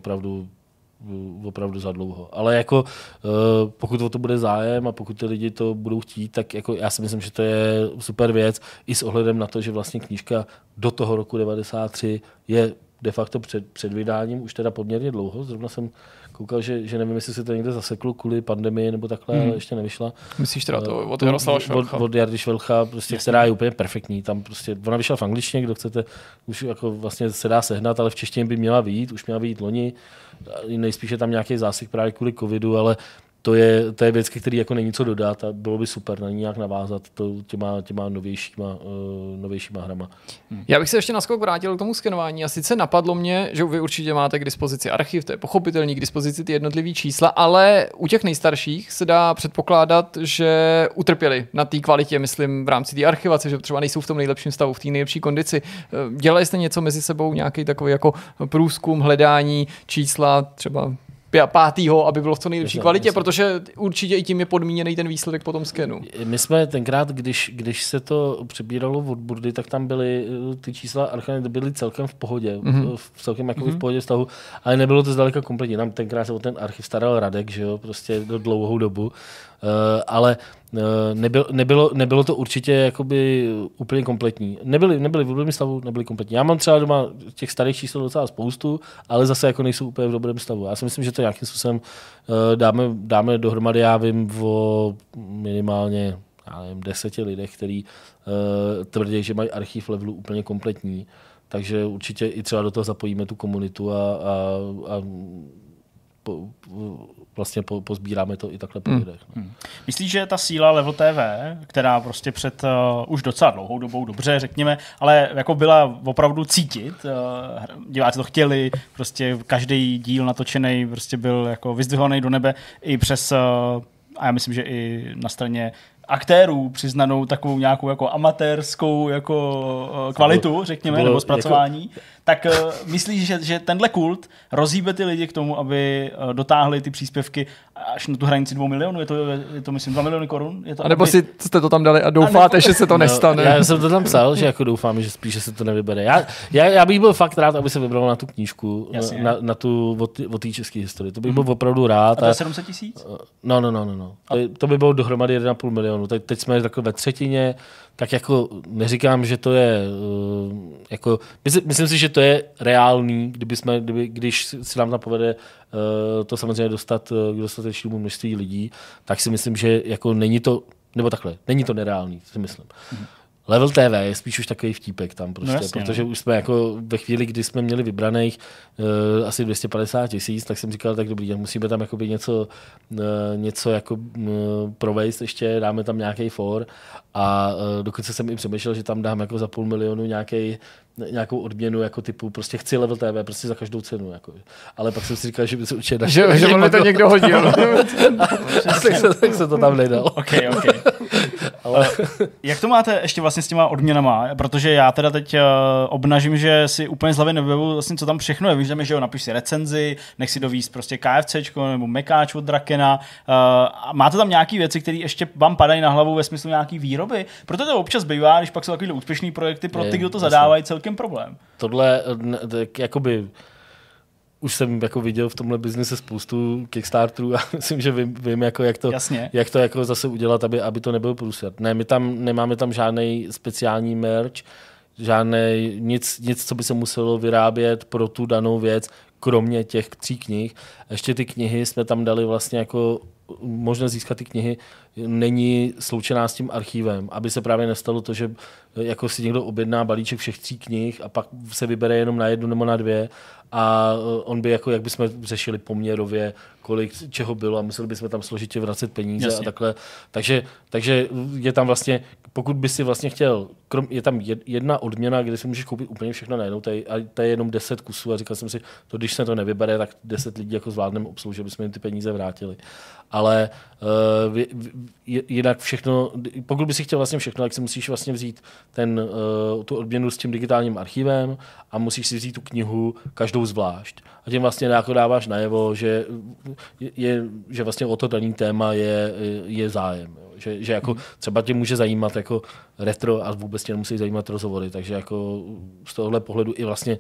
opravdu za dlouho. Ale jako pokud o to bude zájem a pokud ty lidi to budou chtít, tak jako já si myslím, že to je super věc i s ohledem na to, že vlastně knížka do toho roku 93 je de facto před vydáním už teda poměrně dlouho. Zrovna jsem koukal, že nevím, jestli se to někde zaseklo kvůli pandemii nebo takhle, ale ještě nevyšla. Myslíš teda to od Jaroslava Švelcha? Od Jardy Švelcha, prostě, která je úplně perfektní. Tam prostě, ona vyšla v angličtině, kdo chcete, už jako vlastně se dá sehnat, ale v češtině by měla vyjít, už měla vyjít loni. Nejspíš je tam nějaký zásek právě kvůli covidu, ale to je věc, který jako není co dodat a bylo by super na ní nějak navázat těma novějšíma hrama. Já bych se ještě naskok vrátil k tomu skenování a sice napadlo mě, že vy určitě máte k dispozici archiv, to je pochopitelný, k dispozici ty jednotlivý čísla, ale u těch nejstarších se dá předpokládat, že utrpěli na té kvalitě, myslím v rámci té archivace, že třeba nejsou v tom nejlepším stavu, v té nejlepší kondici. Dělali jste něco mezi sebou, nějaký takový jako průzkum, hledání čísla třeba 5., aby bylo v co nejlepší kvalitě, protože určitě i tím je podmíněný ten výsledek po tom skenu. My jsme tenkrát, když se to přebíralo od Burdy, tak tam byly ty čísla archiv byly celkem v pohodě, celkem jako v pohodě stavu, ale nebylo to zdaleka kompletní. Tam tenkrát se o ten archiv staral Radek, že jo, prostě do dlouhou dobu. Ale nebylo to určitě jakoby úplně kompletní. Nebyly v dobrém stavu, nebyly kompletní. Já mám třeba doma těch starých čísel docela spoustu, ale zase jako nejsou úplně v dobrém stavu. Já si myslím, že to nějakým způsobem dáme dohromady. Já vím o minimálně 10 lidech, kteří tvrdí, že mají archiv levelu úplně kompletní. Takže určitě i třeba do toho zapojíme tu komunitu a vlastně pozbíráme to i takhle po lidech. Myslíš, že ta síla Level TV, která prostě před už docela dlouhou dobou, dobře řekněme, ale jako byla opravdu cítit, diváci to chtěli, prostě každý díl natočený prostě byl jako vyzdvihovaný do nebe i přes, a já myslím, že i na straně aktérů přiznanou takovou nějakou jako amatérskou jako kvalitu, řekněme, nebo zpracování, jako... tak myslíš, že tenhle kult rozhýbe ty lidi k tomu, aby dotáhli ty příspěvky až na tu hranici 2 milionů? Je to myslím 2 miliony korun? Je to, a nebo si jste to tam dali a doufáte, že se to nestane? Já jsem to tam psal, že jako doufám, že spíš se to nevybere. Já bych byl fakt rád, aby se vybralo na tu knížku, na tu o té české historii. To bych byl opravdu rád. A to je 700 000? No. To by bylo dohromady 1,5 milionu. Teď jsme takhle ve třetině, tak jako neříkám, že to je jako, myslím si, že to je reálný, když si nám tam povede to samozřejmě dostat k dostatečnému množství lidí, tak si myslím, že jako není to, nebo takhle, není to nereálný, si myslím. Level TV je spíš už takový vtípek tam prostě, no jasně, protože už jsme jako ve chvíli, kdy jsme měli vybraných asi 250 000, tak jsem říkal, tak dobrý, musíme tam jakoby něco jako provést ještě, dáme tam nějaký for a dokonce jsem i přemýšlel, že tam dám jako za 500 000 nějakou odměnu jako typu, prostě chci Level TV, prostě za každou cenu. Jako. Ale pak jsem si říkal, že by se určitě našel. Že on to někdo hodil. tak se to tam nedal. Okay. Ale jak to máte ještě vlastně s těma odměnama? Protože já teda teď obnažím, že si úplně z hlavy nevybavu vlastně, co tam všechno je. Víš, že jo, napiš si recenzi, nech si dovíst prostě KFCčko nebo mekáč od Drakena. Máte tam nějaký věci, které ještě vám padají na hlavu ve smyslu nějaký výroby? Proto to občas bývá, když pak jsou takovýhle úspěšný projekty pro ty, kdo to zadávají, celkem problém. Tohle jakoby už jsem jako viděl v tomhle biznise spoustu Kickstarterů a myslím, že vím jako jak to jako zase udělat, aby to nebyl průser. Ne, nemáme tam žádný speciální merch, nic, co by se muselo vyrábět pro tu danou věc, kromě těch 3 knih. Ještě ty knihy jsme tam dali vlastně jako možnost získat ty knihy není sloučená s tím archívem, aby se právě nestalo to, že jako si někdo objedná balíček všech 3 knih a pak se vybere jenom na 1 nebo na 2 a on by jako, jak bychom řešili poměrově, kolik čeho bylo a museli bychom tam složitě vracet peníze. Jasně. A takhle. Takže je tam vlastně, pokud by si vlastně chtěl, je tam jedna odměna, kde si můžeš koupit úplně všechno najednou, to je jenom 10 kusů a říkal jsem si, to když se to nevybere, tak 10 lidí jako zvládneme obsloužit, aby jsme jim ty peníze vrátili. Ale jinak všechno, pokud by si chtěl vlastně všechno, tak si musíš vlastně vzít tu odměnu s tím digitálním archivem a musíš si vzít tu knihu každou zvlášť. A tím vlastně jako dáváš najevo, že vlastně o to daný téma je zájem. Že jako třeba tě může zajímat jako retro a vůbec tě nemusí zajímat rozhovory. Takže jako z tohohle pohledu i vlastně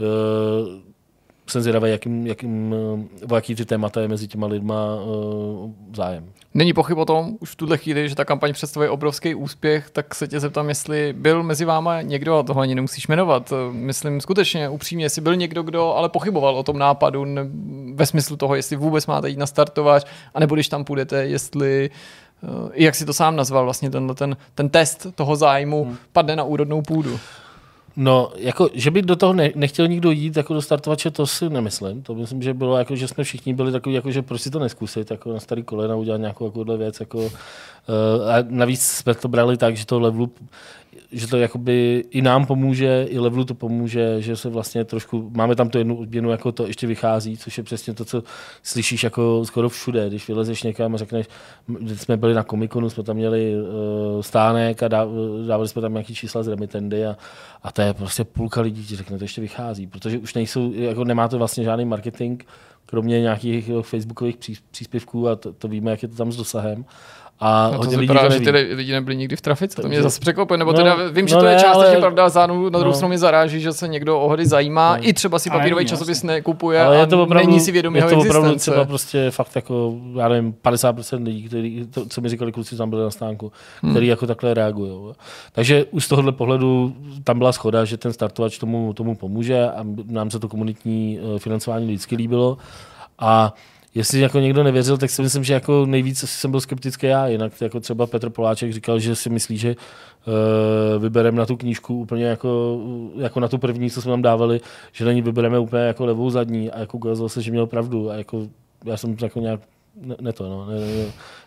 jsem zvědavý, o jaký ty témata je mezi těma lidma zájem. Není pochyb o tom, už v tuhle chvíli, že ta kampaň představuje obrovský úspěch, tak se tě zeptám, jestli byl mezi váma někdo, a tohle ani nemusíš jmenovat, myslím skutečně upřímně, jestli byl někdo, kdo ale pochyboval o tom nápadu ve smyslu toho, jestli vůbec máte jít na startovač, anebo když tam půjdete, jestli, jak si to sám nazval, vlastně ten test toho zájmu padne na úrodnou půdu. No, jako, že by do toho nechtěl nikdo jít jako do startovače, to si nemyslím. To myslím, že bylo, jako, že jsme všichni byli takový, jako, že proč si to neskusit, jako na starý kolena udělat nějakou takovouhle věc. Jako, a navíc jsme to brali tak, že to levelu, že to jakoby i nám pomůže, i levelu to pomůže, že se vlastně trošku, máme tam tu jednu odměnu, jako to ještě vychází, což je přesně to, co slyšíš jako skoro všude, když vylezeš někam a řekneš, jsme byli na Comic-Conu, jsme tam měli stánek a dávali jsme tam nějaký čísla z remitendy a to je prostě půlka lidí ti řekne, to ještě vychází, protože už nejsou, jako nemá to vlastně žádný marketing, kromě nějakých facebookových příspěvků a to víme, jak je to tam s dosahem. A to vypadá, že ty lidi nebyli nikdy v trafice, to mě zase překvapuje, nebo teda vím, že to je částečně pravda, na druhou stranu mě zaráží, že se někdo o hry zajímá, i třeba si papírový časopis nekupuje a není si vědomý jeho existence. Je to opravdu třeba prostě fakt jako, já nevím, 50% lidí, kteří, co mi říkali kluci, tam byli na stánku, který jako takhle reagují. Takže už z tohohle pohledu tam byla shoda, že ten startovač tomu pomůže a nám se to komunitní financování vždycky líbilo. A jestli jako někdo nevěřil, tak si myslím, že jako nejvíc jsem byl skeptický já. Jinak jako třeba Petr Poláček říkal, že si myslí, že vybereme na tu knížku úplně jako na tu první, co jsme tam dávali, že na ní vybereme úplně jako levou zadní a jako ukázalo se, že měl pravdu. A jako já jsem jako nějak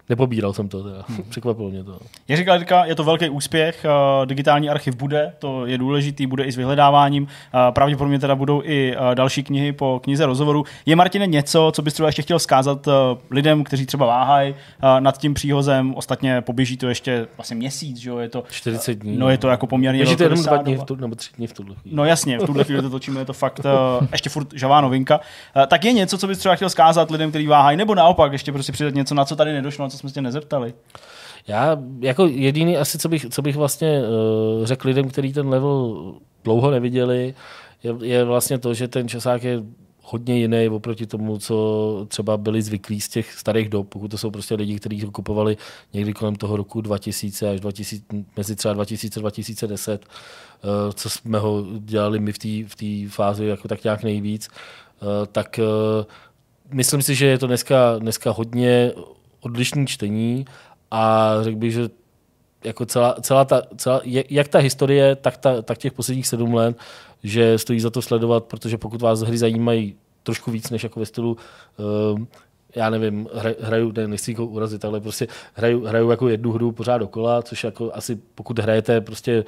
nepobíral jsem to teda. Překvapilo mě to. Jak říkal Jirka, je to velký úspěch, digitální archiv bude, to je důležitý, bude i s vyhledáváním, pravděpodobně teda budou i další knihy po knize rozhovoru. Je, Martine, něco, co bys třeba ještě chtěl vzkázat lidem, kteří třeba váhají nad tím příhozem, ostatně poběží to ještě vlastně měsíc, že jo, je to 40 dní. No je to jako poměrně Běží to jenom 2 dny nebo 3 dny v tuhle chvíli. No jasně, v tuhle chvíli to točíme, je to fakt ještě furt žavá novinka. Tak je něco, co bys třeba chtěl vzkázat lidem, kteří váhají, nebo naopak ještě prostě přidat něco, na co tady nedošlo, na co jsme se tě nezeptali? Já jako jediný asi, co bych vlastně řekl lidem, kteří ten level dlouho neviděli, je vlastně to, že ten časák je hodně jiný oproti tomu, co třeba byli zvyklí z těch starých dob, pokud to jsou prostě lidi, kteří ho kupovali někdy kolem toho roku 2000 až 2000, mezi třeba 2000 a 2010, co jsme ho dělali my v té fázi jako tak nějak nejvíc, tak myslím si, že je to dneska hodně odlišný čtení a řekl bych, že jako jak ta historie, tak těch posledních 7 let, že stojí za to sledovat, protože pokud vás hry zajímají trošku víc, než jako ve stylu, já nevím, nechci urazit, ale prostě hraju jako jednu hru pořád dokola, což jako asi pokud hrajete prostě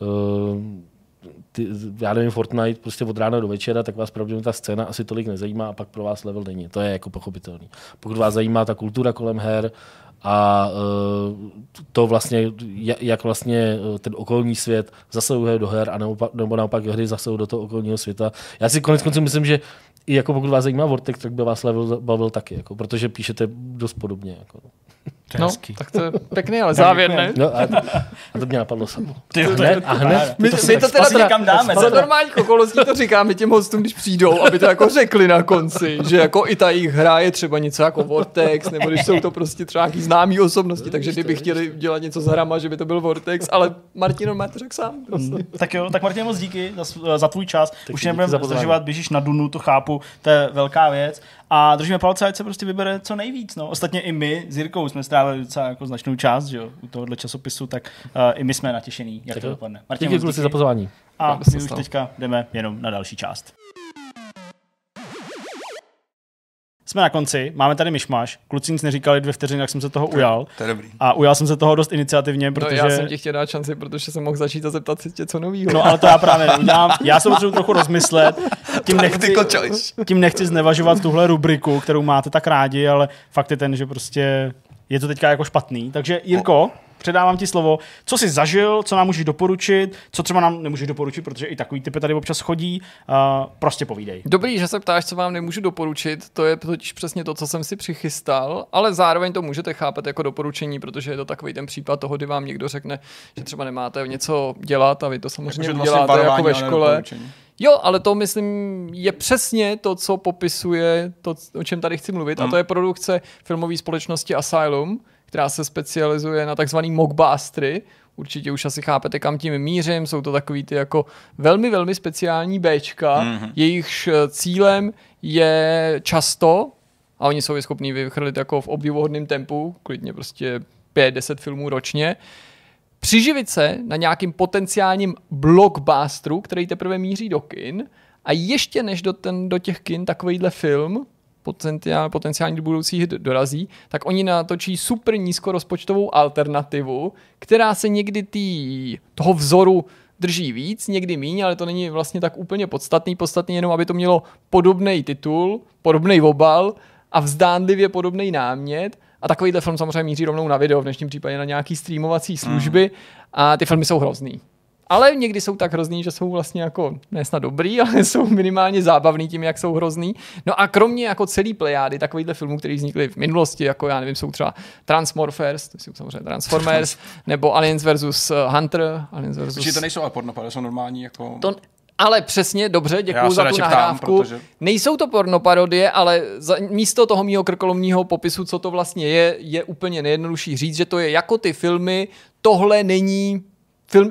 já nevím, Fortnite prostě od rána do večera, tak vás pravděpodobně ta scéna asi tolik nezajímá a pak pro vás level není. To je jako pochopitelný. Pokud vás zajímá ta kultura kolem her a to vlastně, jak vlastně ten okolní svět zasahuje do her a nebo naopak hry zasahují do toho okolního světa. Já si konec konců myslím, že i jako pokud vás zajímá Vortex, tak by vás level bavil taky, jako, protože píšete dost podobně. Jako. No, tak to je pěkný, ale závěr, ne? No, a to mě napadlo samo. Hned. My to teda někam dáme. za normálních okolností to říkáme těm hostům, když přijdou, aby to jako řekli na konci, že jako i ta jejich hra je třeba něco jako Vortex, nebo když jsou to prostě třeba nějaký známý osobnosti, takže kdyby chtěli dělat něco s hrama, že by to byl Vortex, ale Martin má to řekl sám. Prostě. Tak jo, tak Martin, moc díky za tvůj čas. Tak už nebudeme zdržovat, běžíš na Dunu, to chápu, to je velká věc. A držíme palce, ať se prostě vybere co nejvíc. No. Ostatně i my s Jirkou jsme strávili docela jako značnou část, že jo, u tohohle časopisu, tak i my jsme natěšení, jak to dopadne. Martin, díky kluci za pozvání. A my už teďka jdeme jenom na další část. Jsme na konci, máme tady myšmaš, kluci nic neříkali 2 vteřiny, jak jsem se toho ujal. To je dobrý. A ujal jsem se toho dost iniciativně, protože... No, já jsem ti chtěl dát šanci, protože jsem mohl začít a zeptat si tě co novýho. No ale to já právě neudělám. Já se potřebuji trochu rozmyslet. Tím nechci znevažovat tuhle rubriku, kterou máte tak rádi, ale fakt je ten, že prostě je to teďka jako špatný. Takže Jirko, předávám ti slovo. Co jsi zažil, co nám můžeš doporučit, co třeba nám nemůžeš doporučit, protože i takový typy tady občas chodí. Prostě povídej. Dobrý, že se ptáš, co vám nemůžu doporučit. To je totiž přesně to, co jsem si přichystal, ale zároveň to můžete chápat jako doporučení, protože je to takový ten případ toho, kdy vám někdo řekne, že třeba nemáte něco dělat a vy to samozřejmě uděláte jako ve škole. Jo, ale to, myslím, je přesně to, co popisuje to, o čem tady chci mluvit, a to je produkce filmové společnosti Asylum, která se specializuje na takzvaný mockbustery. Určitě už asi chápete, kam tím mířím. Jsou to takový ty jako velmi, velmi speciální Bčka. Jejichž cílem je často, a oni jsou schopní vychrlit jako v obdivuhodném tempu, klidně prostě 5-10 filmů ročně, přiživit se na nějakým potenciálním blockbusteru, který teprve míří do kin, a ještě než do těch kin takovýhle film potenciální budoucí hit dorazí, tak oni natočí super nízkorozpočtovou alternativu, která se někdy toho vzoru drží víc, někdy míň, ale to není vlastně tak úplně podstatný. Podstatný jenom, aby to mělo podobný titul, podobný obal a vzdánlivě podobný námět. A takovýhle film samozřejmě míří rovnou na video, v dnešním případě na nějaký streamovací služby, a ty filmy jsou hrozný. Ale někdy jsou tak hrozný, že jsou vlastně jako ne snad dobrý, ale jsou minimálně zábavný tím, jak jsou hrozný. No a kromě jako celý plejády takovýchhle filmů, které vznikly v minulosti, jako já nevím, jsou třeba Transmorphers, to jsou samozřejmě Transformers, nebo Aliens vs. Hunter, Aliens vs. Určitě to nejsou ale pornoparodie, jsou normální jako... Ale přesně, dobře, děkuju za tu nahrávku. Protože... Nejsou to pornoparodie, ale místo toho mýho krkolomního popisu, co to vlastně je úplně nejjednodušší říct, že to je jako ty filmy, tohle není film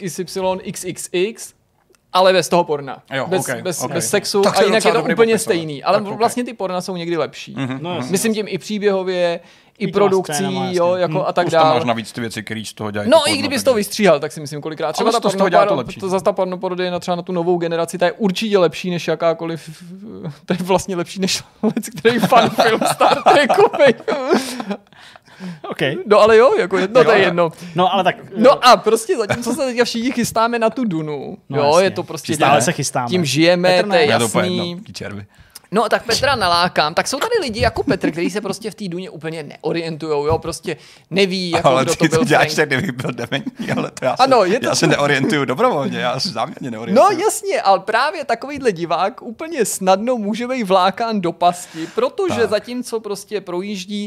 XXX, ale bez toho porna. Jo, bez sexu, a jinak je to úplně stejný. Ale vlastně ty porna jsou někdy lepší. No, myslím tím i příběhově, i produkcí, scénama, jo, jako a tak dále. dále. Máš navíc ty věci, které z toho dělají. No i kdybys to vystříhal, tak si myslím kolikrát. Třeba ta pornoparodie třeba na tu novou generaci, ta je určitě lepší než jakákoliv, to je vlastně lepší než který fan film Star Treku. Okay. No ale jo, jako jedno, to je jedno. No ale tak... No a prostě zatímco se teďka všichni chystáme na tu Dunu, No, jo, jasně. je to prostě... Stále se chystáme. Tím žijeme, to je Já to úplně jasný. jedno, červy. No tak Petra nalákám, tak jsou tady lidi jako Petr, kteří se prostě v té Duně úplně neorientujou, jo, prostě neví, jako Ale kdo ty to byl děláš Frank. tak, kdybych byl dementní, ale to já, Ano, já se neorientuju dobrovolně, já se záměrně neorientuju. No jasně, ale právě takovýhle divák úplně snadno může být vlákán do pasti, protože zatímco prostě projíždí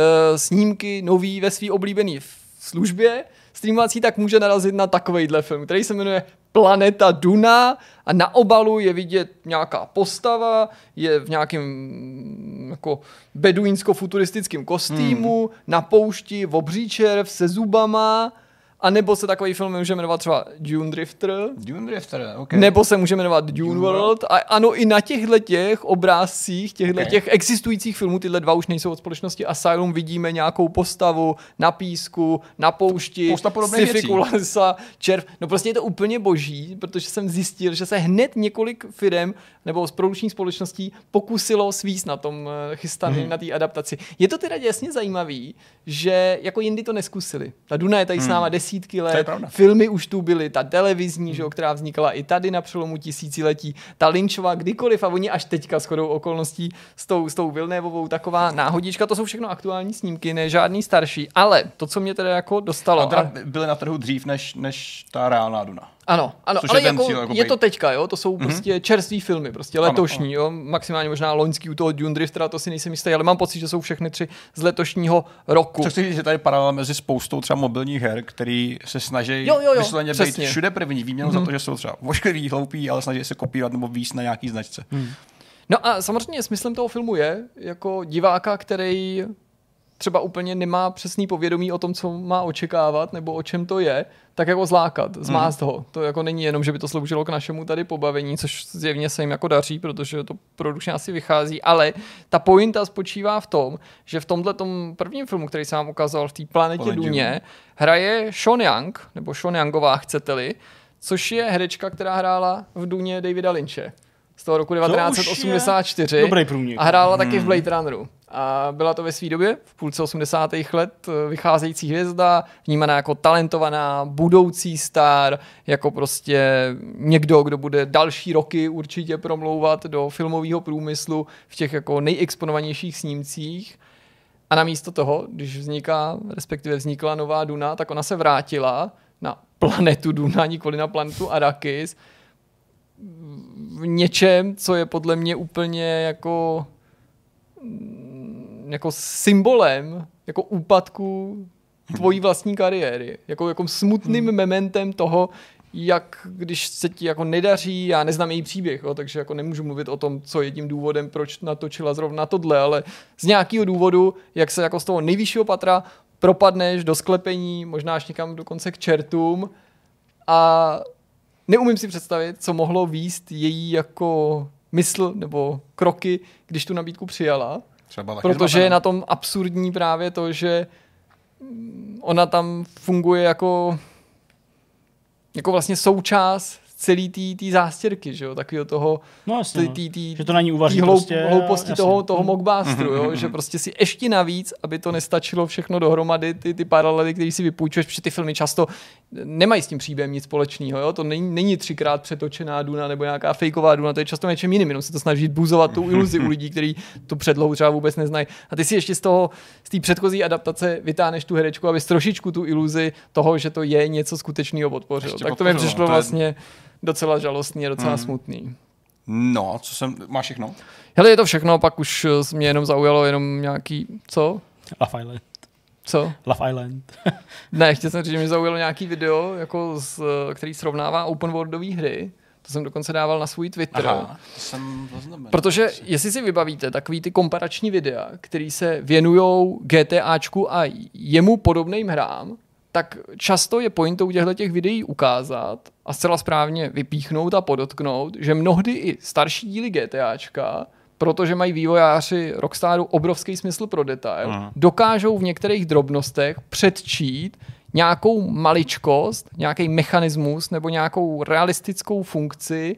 snímky nový ve svý oblíbený službě streamovací, tak může narazit na takovejhle film, který se jmenuje Planeta Duna a na obalu je vidět nějaká postava, je v nějakém jako beduínsko-futuristickém kostýmu, na poušti, v obří červ se zubama, a nebo se takový film může jmenovat třeba Dune Drifter, okay. nebo se může jmenovat Dune World. A ano, i na těch obrázcích, těch existujících filmů, tyhle dva už nejsou od společnosti Asylum, vidíme nějakou postavu na písku, na poušti, sci-fi kulesa, červ. No prostě je to úplně boží, protože jsem zjistil, že se hned několik firem nebo z produkčních společností pokusilo svíst na tom chystaném, na té adaptaci. Je to teda jasně zajímavý, že jako jindy to neskusili. Ta Duna je tady s náma desítky let, filmy už tu byly, ta televizní, že, která vznikala i tady na přelomu tisíciletí, ta Lynchova kdykoliv a oni až teďka shodou okolností s tou Villeneuveovou taková náhodička, to jsou všechno aktuální snímky, ne žádný starší, ale to, co mě teda jako dostalo. A byly na trhu dřív než ta reálná Duna. Ano, ale je to teďka, jo, to jsou prostě čerství filmy, prostě letošní, jo, maximálně možná loňský u toho Dune Driftera, to si nejsem jistý, ale mám pocit, že jsou všechny 3 z letošního roku. Co chci říct, že tady paralel mezi spoustou třeba mobilních her, který se snaží vysloveně být všude první, výměnou za to, že jsou třeba vošklivý, hloupí, ale snaží se kopírovat nebo víc na nějaký značce. No a samozřejmě smyslem toho filmu je, jako diváka, který třeba úplně nemá přesný povědomí o tom, co má očekávat, nebo o čem to je, tak jako zlákat, zmást ho. To jako není jenom, že by to sloužilo k našemu tady pobavení, což zjevně se jim jako daří, protože to produkčně asi vychází, ale ta pointa spočívá v tom, že v tomhletom prvním filmu, který jsem vám ukázal v té Planetě Duně, hraje Sean Young, nebo Sean Youngová, chcete-li, což je herečka, která hrála v Duně Davida Lynche z toho roku 1984 dobrý průnik. A hrála taky v Blade Runneru. A byla to ve své době, v půlce 80. let, vycházející hvězda, vnímaná jako talentovaná, budoucí star, jako prostě někdo, kdo bude další roky určitě promlouvat do filmového průmyslu v těch jako nejexponovanějších snímcích. A namísto toho, když vznikla nová Duna, tak ona se vrátila na planetu Duna, nikoli na planetu Arrakis, v něčem, co je podle mě úplně jako symbolem jako úpadku tvojí vlastní kariéry. Jako smutným mementem toho, jak když se ti jako nedaří, já neznám její příběh, takže jako nemůžu mluvit o tom, co je tím důvodem, proč natočila zrovna tohle, ale z nějakého důvodu, jak se jako z toho nejvyššího patra propadneš do sklepení, možná až někam dokonce k čertům a neumím si představit, co mohlo vést její jako mysl nebo kroky, když tu nabídku přijala. Protože je na tom absurdní právě to, že ona tam funguje jako vlastně součást celý té zástěrky, že jo, takového toho že to na ní uvaří hlouposti toho mockbusteru, jo, že prostě si ještě navíc, aby to nestačilo všechno dohromady, ty paralely, které si vypůjčuješ, protože ty filmy často nemají s tím příběhem nic společného, jo, to není 3krát přetočená Duna nebo nějaká fejková Duna, to je často něčem jiným, jenom se to snaží buzovat tu iluzi u lidí, kteří tu předlohu třeba vůbec neznají. A ty si ještě z té předchozí adaptace vytáhneš tu herečku, aby trošičku tu iluzi toho, že to je něco skutečného podpořil. Tak to mi přišlo vlastně docela žalostný a docela smutný. No, máš všechno? Hele, je to všechno, pak už mě jenom zaujalo jenom nějaký, co? Love Island. Co? Love Island. Ne, chtěl jsem říct, že mě zaujalo nějaký video, který srovnává open worldové hry. To jsem dokonce dával na svůj Twitter. Aha, to jsem zaznamenal. Protože, jestli si vybavíte, takový ty komparační videa, který se věnujou GTAčku a jemu podobným hrám, tak často je pointou těch videí ukázat a zcela správně vypíchnout a podotknout, že mnohdy i starší díly GTAčka, protože mají vývojáři Rockstaru obrovský smysl pro detail, dokážou v některých drobnostech předčít nějakou maličkost, nějaký mechanismus nebo nějakou realistickou funkci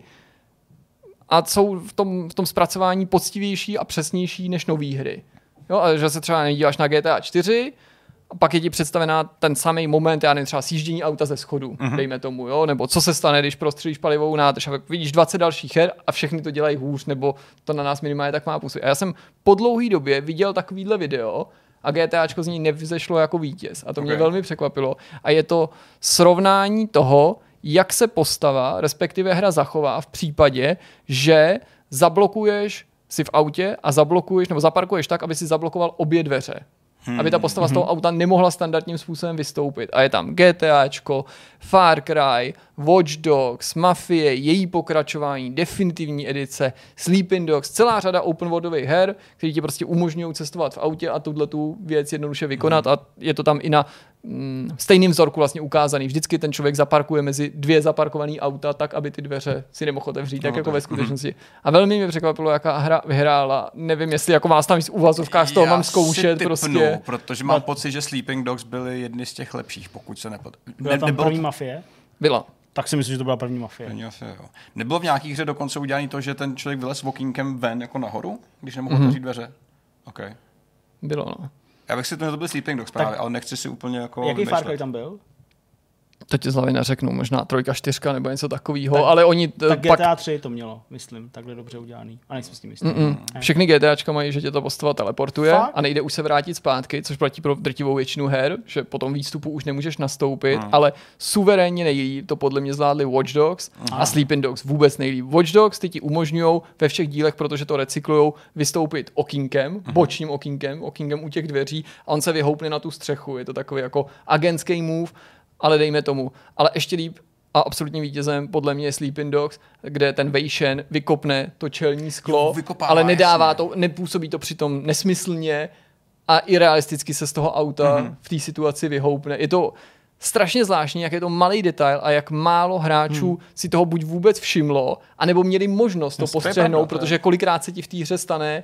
a jsou v tom zpracování poctivější a přesnější než nový hry. Jo, a že se třeba nedíváš na GTA 4 a pak je ti představená ten samý moment, já nevím, třeba sjíždění auta ze schodu, dejme tomu, jo, nebo co se stane, když prostřelíš palivovou nádrž a vidíš 20 dalších her a všechny to dělají hůř, nebo to na nás minimálně tak má působit. A já jsem po dlouhé době viděl takovýhle video a GTAčko z ní nevzešlo jako vítěz. A to mě velmi překvapilo. A je to srovnání toho, jak se postava, respektive hra zachová v případě, že zablokuješ si v autě a zablokuješ nebo zaparkuješ tak, aby si zablokoval obě dveře. Aby ta postava z toho auta nemohla standardním způsobem vystoupit. A je tam GTAčko, Far Cry, Watch Dogs, Mafie, její pokračování, definitivní edice, Sleeping Dogs, celá řada open worldových her, které ti prostě umožňují cestovat v autě a tu věc jednoduše vykonat a je to tam i na stejným vzorku vlastně ukázaný. Vždycky ten člověk zaparkuje mezi dvě zaparkované auta tak, aby ty dveře si nemohl otevřít, tak jako ve skutečnosti. A velmi mě překvapilo, jaká hra vyhrála. Nevím, jestli jako vás tam v uvazovkách z toho mám zkoušet prostě. Protože mám pocit, že Sleeping Dogs byly jedny z těch lepších, pokud se Byla tam první Mafie? Byla. Tak si myslím, že to byla první Mafie. Jo. Nebylo v nějakých hře dokonce udělané to, že ten člověk vylez walkingem ven jako nahoru, když nemohl otevřít dveře? OK. Bylo, no. Já bych si to byl Sleeping Dogs právě, ale nechci si úplně jako... Jaký Far Cry tam byl? To ti z hlavy neřeknu, možná 3, 4 nebo něco takového, ale oni... Tak GTA 3 to mělo, myslím, takhle dobře udělaný. A nejsem s tím jistý. Všechny GTAčka mají, že tě ta postava teleportuje Fakt? a nejde už se vrátit zpátky, což platí pro drtivou většinu her, že po tom výstupu už nemůžeš nastoupit, ale suverénně nejlíp to podle mě zvládli Watch Dogs a Sleeping Dogs vůbec nejlíp. Watch Dogs ty ti umožňují ve všech dílech, protože to recyklujou, vystoupit okýnkem, bočním okýnkem u těch dveří a on se vyhoupne na tu střechu. Je to takový jako agentský move, ale dejme tomu. Ale ještě líp a absolutním vítězem podle mě je Sleeping Dogs, kde ten Weishen vykopne to čelní sklo, ale nedává to, nepůsobí to přitom nesmyslně a i realisticky se z toho auta v té situaci vyhoupne. Je to strašně zvláštní, jak je to malý detail a jak málo hráčů si toho buď vůbec všimlo, anebo měli možnost to postřehnout, protože kolikrát se ti v té hře stane.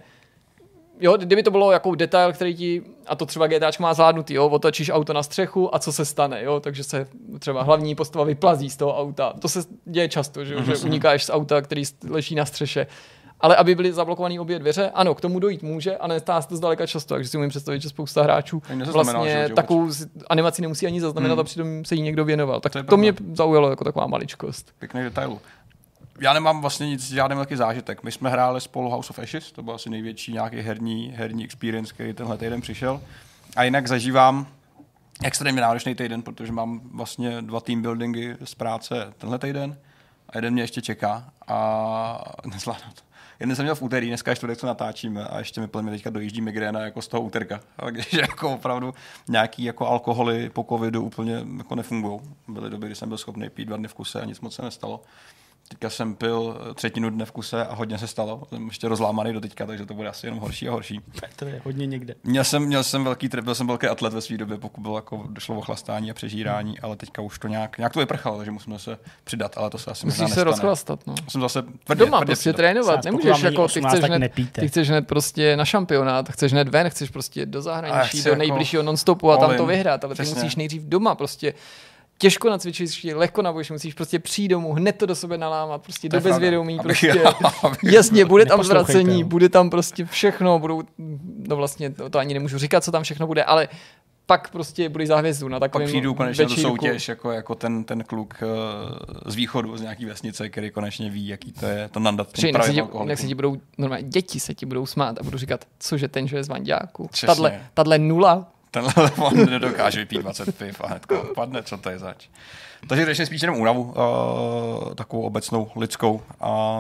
Jo, kdyby to bylo jako detail, který ti, a to třeba GTAčko má zvládnutý, jo, otočíš auto na střechu a co se stane, jo, takže se třeba hlavní postava vyplazí z toho auta. To se děje často, že unikáš z auta, který leží na střeše. Ale aby byly zablokované obě dveře, ano, k tomu dojít může a nestá se to zdaleka často, takže si umím představit, že spousta hráčů vlastně takovou animaci nemusí ani zaznamenat a přitom se jí někdo věnoval. Tak to mě zaujalo jako taková maličkost. Pěkný detailu. Já nemám vlastně žádný velký zážitek. My jsme hráli spolu House of Ashes, to byl asi největší nějaký herní experience, který tenhle týden přišel. A jinak zažívám extrémně náročný týden, protože mám vlastně 2 team buildingy z práce tenhle týden a jeden mě ještě čeká a nezvládnu to. Jeden jsem měl v úterý, dneska je čtvrtek, co natáčíme a ještě mi teďka dojíždí migréna jako z toho úterka. Takže jako opravdu nějaký jako alkoholy po covidu úplně jako nefungují. Byly doby, kdy jsem byl schopný pít 2 dny v kuse a nic moc se nestalo. Teďka jsem pil 3. dne v kuse a hodně se stalo. Jsem ještě rozlámaný do teďka, takže to bude asi jenom horší a horší. To je hodně někde. Byl jsem velký atlet ve své době, pokud bylo jako došlo o chlastání a přežírání, ale teďka už to nějak to vyprchalo, takže musíme se přidat, ale to se asi možná nestane. Musíš se rozchlastat, no. Jsem zase tvrdě prostě trénovat, nemůžeš jako ty chceš hned prostě na šampionát, chceš hned ven, chceš prostě do zahraničí, do nejbližšího non-stopu a tam to vyhrát, ale ty musíš nejdřív doma prostě těžko nacvičit, lehko nabojíš, musíš prostě přijít domů, hned to do sebe nalámat, prostě do bezvědomí, prostě jasně, bude tam zvracení, bude tam prostě všechno, no vlastně to ani nemůžu říkat, co tam všechno bude, ale pak prostě budeš za hvězdu na takovém přijdu konečně do soutěž, jako ten kluk z východu, z nějaký vesnice, který konečně ví, jaký to je, to nandat tím pravým alkoholikem. Jak se ti budou, normálně děti se ti budou smát a budou říkat, cože ten, že je z Vanďáku, tadle 0. Tenhle telefon nedokáže vypít 20 piv a hnedko padne, co to je zač. Takže řeším spíš jenom únavu, takovou obecnou lidskou. A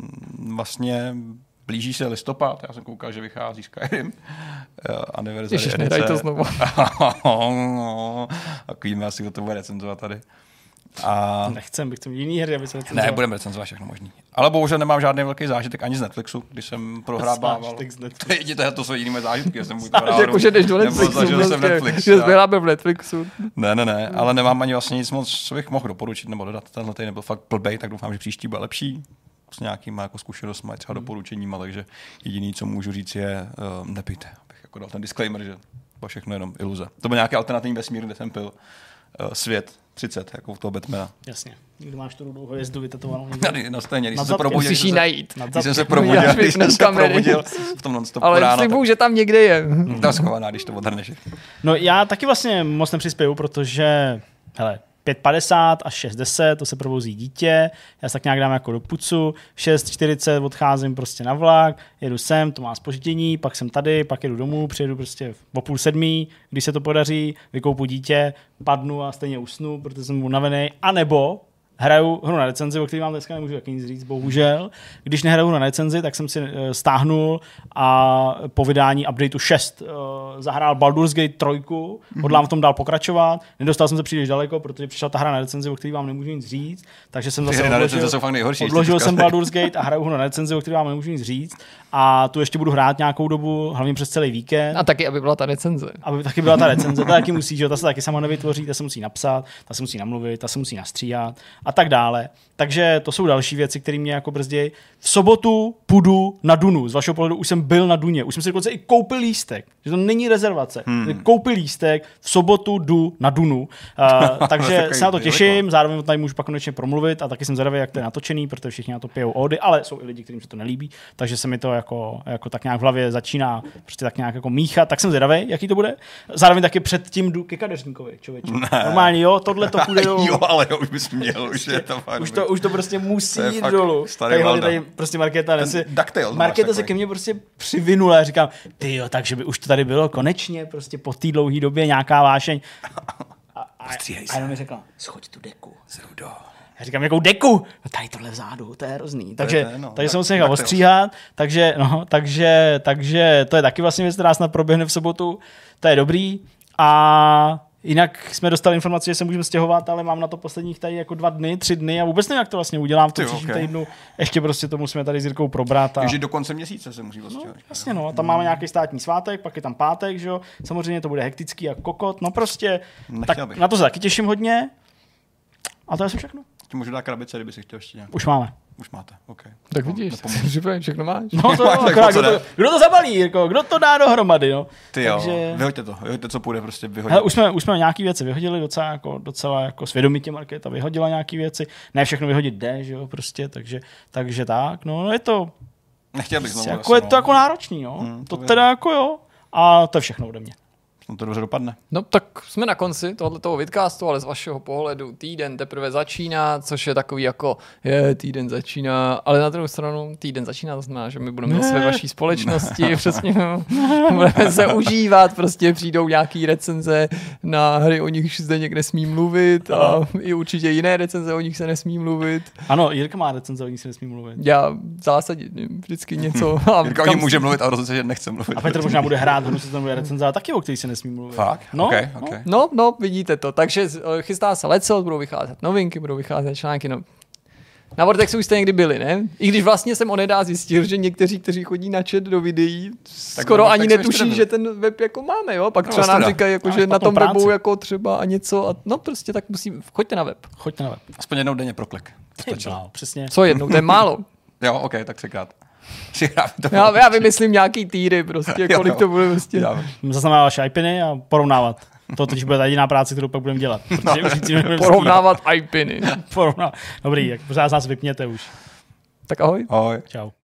vlastně blíží se listopad, já jsem koukal, že vychází Skyrim. Ježiš, nedaj to znovu. Tak víme asi, kdo to bude recenzovat tady. Bych chtěl jiný hry, aby se recenzoval. Ne, budeme recenzovat všechno možný. Ale bohužel nemám žádný velký zážitek ani z Netflixu, když jsem prohrával. To jsou jiný moje zážitky, že jsem buď to jakože jdeš do Netflixu, že zběráme v Netflixu. Ne, ale nemám ani vlastně nic moc, co bych mohl doporučit nebo dodat. Tenhle týden byl fakt blbej, tak doufám, že příští bude lepší. S nějakýma jako zkušenostmi, třeba doporučeníma, takže jediný, co můžu říct, je nepijte. Abych jako dal ten disclaimer, že to všechno jenom iluze. To byl nějaký alternativní vesmír, kde jsem pil svět 30, jako u toho Batmana. Jasně. Někdy máš tu rudou hvězdu vytetovanou. Tady na stejně, když Nad jsem se zadkem. probudil. Musíš jí najít. Když jsem se probudil v tom non-stopu Ale ráno, slibuju, že tam někde je. tak ta schovaná, když to odhrneš. No já taky vlastně moc nepřispěju, protože, hele, 5:50 až 6:10, to se provozí dítě, já se tak nějak dám jako do pucu, 6:40 odcházím prostě na vlak, jedu sem, to má zpoždění, pak jsem tady, pak jedu domů, přijedu prostě o 6:30, když se to podaří, vykoupu dítě, padnu a stejně usnu, protože jsem unavený, anebo hraju hru na recenzi, o který vám dneska nemůžu taky nic říct, bohužel. Když nehraju na recenzi, tak jsem si stáhnul a po vydání updateu 6 zahrál Baldur's Gate 3, hodlám v tom dál pokračovat. Nedostal jsem se příliš daleko, protože přišla ta hra na recenzi, o který vám nemůžu nic říct, takže jsem zase odložil jsem Baldur's Gate a hraju hru na recenzi, o který vám nemůžu nic říct. A tu ještě budu hrát nějakou dobu, hlavně přes celý víkend. A taky, aby byla ta recenze. Aby taky byla ta recenze, ta taky musí, že ta se taky sama nevytvoří, ta se musí napsat, ta se musí namluvit, ta se musí nastříhat a tak dále. Takže to jsou další věci, které mě jako brzdějí. V sobotu půjdu na Dunu. Z vašeho pohledu už jsem byl na Duně. Už jsem si dokonce i koupil lístek. Že to není rezervace. Koupil lístek, v sobotu jdu na Dunu. Takže se na to těším, zároveň tady můžu pak konečně promluvit a taky jsem zvědavý, jak to je natočený, protože všichni na to pijou ódy, ale jsou i lidi, kterým se to nelíbí, takže se mi to jako tak nějak v hlavě začíná prostě tak nějak jako míchat. Tak jsem zvědavý, jaký to bude. Zároveň taky předtím jdu ke kadeřníkovi, člověče. Normálně jo, tohle to půjde dolů. Jo, ale už bys měl, už je to fakt. Už to prostě musí jít dolů. Tady prostě Markéta se ke mně prostě přivinula a říkám, ty jo, takže by už to tady bylo konečně, prostě po té dlouhé době nějaká vášeň. A jenom mi řekla, schoď tu deku. Já říkám, jakou deku? No tady tohle vzadu, to je hrozný. Takže jsem musel nechal ostříhat, takže to je taky vlastně věc, která snad proběhne v sobotu. To je dobrý. A jinak jsme dostali informaci, že se můžeme stěhovat, ale mám na to posledních tady jako 2 dny, 3 dny a vůbec nevím, jak to vlastně udělám v tom příštím týdnu. Ještě prostě to musíme tady s Jirkou probrat. Takže do konce měsíce se musí odstěhovat. Jasně, no, tam máme nějaký státní svátek, pak je tam pátek, že jo. Samozřejmě to bude hektický jak kokot, no prostě. Tak, na to se taky těším hodně. A to je všechno. Ti můžu dát krabice, kdyby si chtěl ještě nějak. Už máme. Už máte, OK. Tak vidíš, všechno máš. No to kdo to zabalí, Jirko? Kdo to dá dohromady, no? Ty jo, takže vyhoďte, co půjde prostě vyhodit. Hele, už jsme nějaký věci vyhodili docela jako svědomitě. Markéta vyhodila nějaký věci. Ne všechno vyhodit jde, že jo, prostě, takže tak, no je to... Nechtěl bych znovu. Jako je to jako náročný, no. To teda jako jo. A to je všechno ode mě. To dobře dopadne. No tak jsme na konci tohoto vidcastu, ale z vašeho pohledu týden teprve začíná, což je takový jako týden začíná, ale na druhou stranu týden začíná, to znamená, že my budeme zase ve vaší společnosti, přesně, budeme se užívat, prostě přijdou nějaký recenze na hry, o nich zde někde nesmí mluvit a i určitě jiné recenze, o nich se nesmí mluvit. Ano, Jirka má recenze, o nich se nesmí mluvit. Já v zásadě vždycky něco. Jirka o nich může mluvit a rozhodně, že nechce mluvit. A Petr možná bude hrát, hru se tam bude recenze, ale taky o který se nesmí mluvit. Fakt? No, okay. No, vidíte to. Takže chystá se Lecel, budou vycházet novinky, budou vycházet články. No. Na Vortexu už jste někdy byli, ne? I když vlastně jsem onedá zjistil, že někteří, kteří chodí na chat do videí, tak skoro ani netuší, že ten web jako máme, jo? Pak třeba nám říkají, jako, že na tom webu jako třeba a něco. A no prostě tak choďte na web. Aspoň jednou denně pro klik. Přesně. Co jednou, to je málo. Jo, OK, tak 3krát. Já vymyslím nějaký týry, prostě, kolik to bude prostě. Zaznamenávat šajpiny a porovnávat. To teď bude ta jediná práce, kterou pak budeme dělat. Porovnávat iPiny. Dobrý, jak pořád nás vypněte už. Tak ahoj. Ahoj. Čau.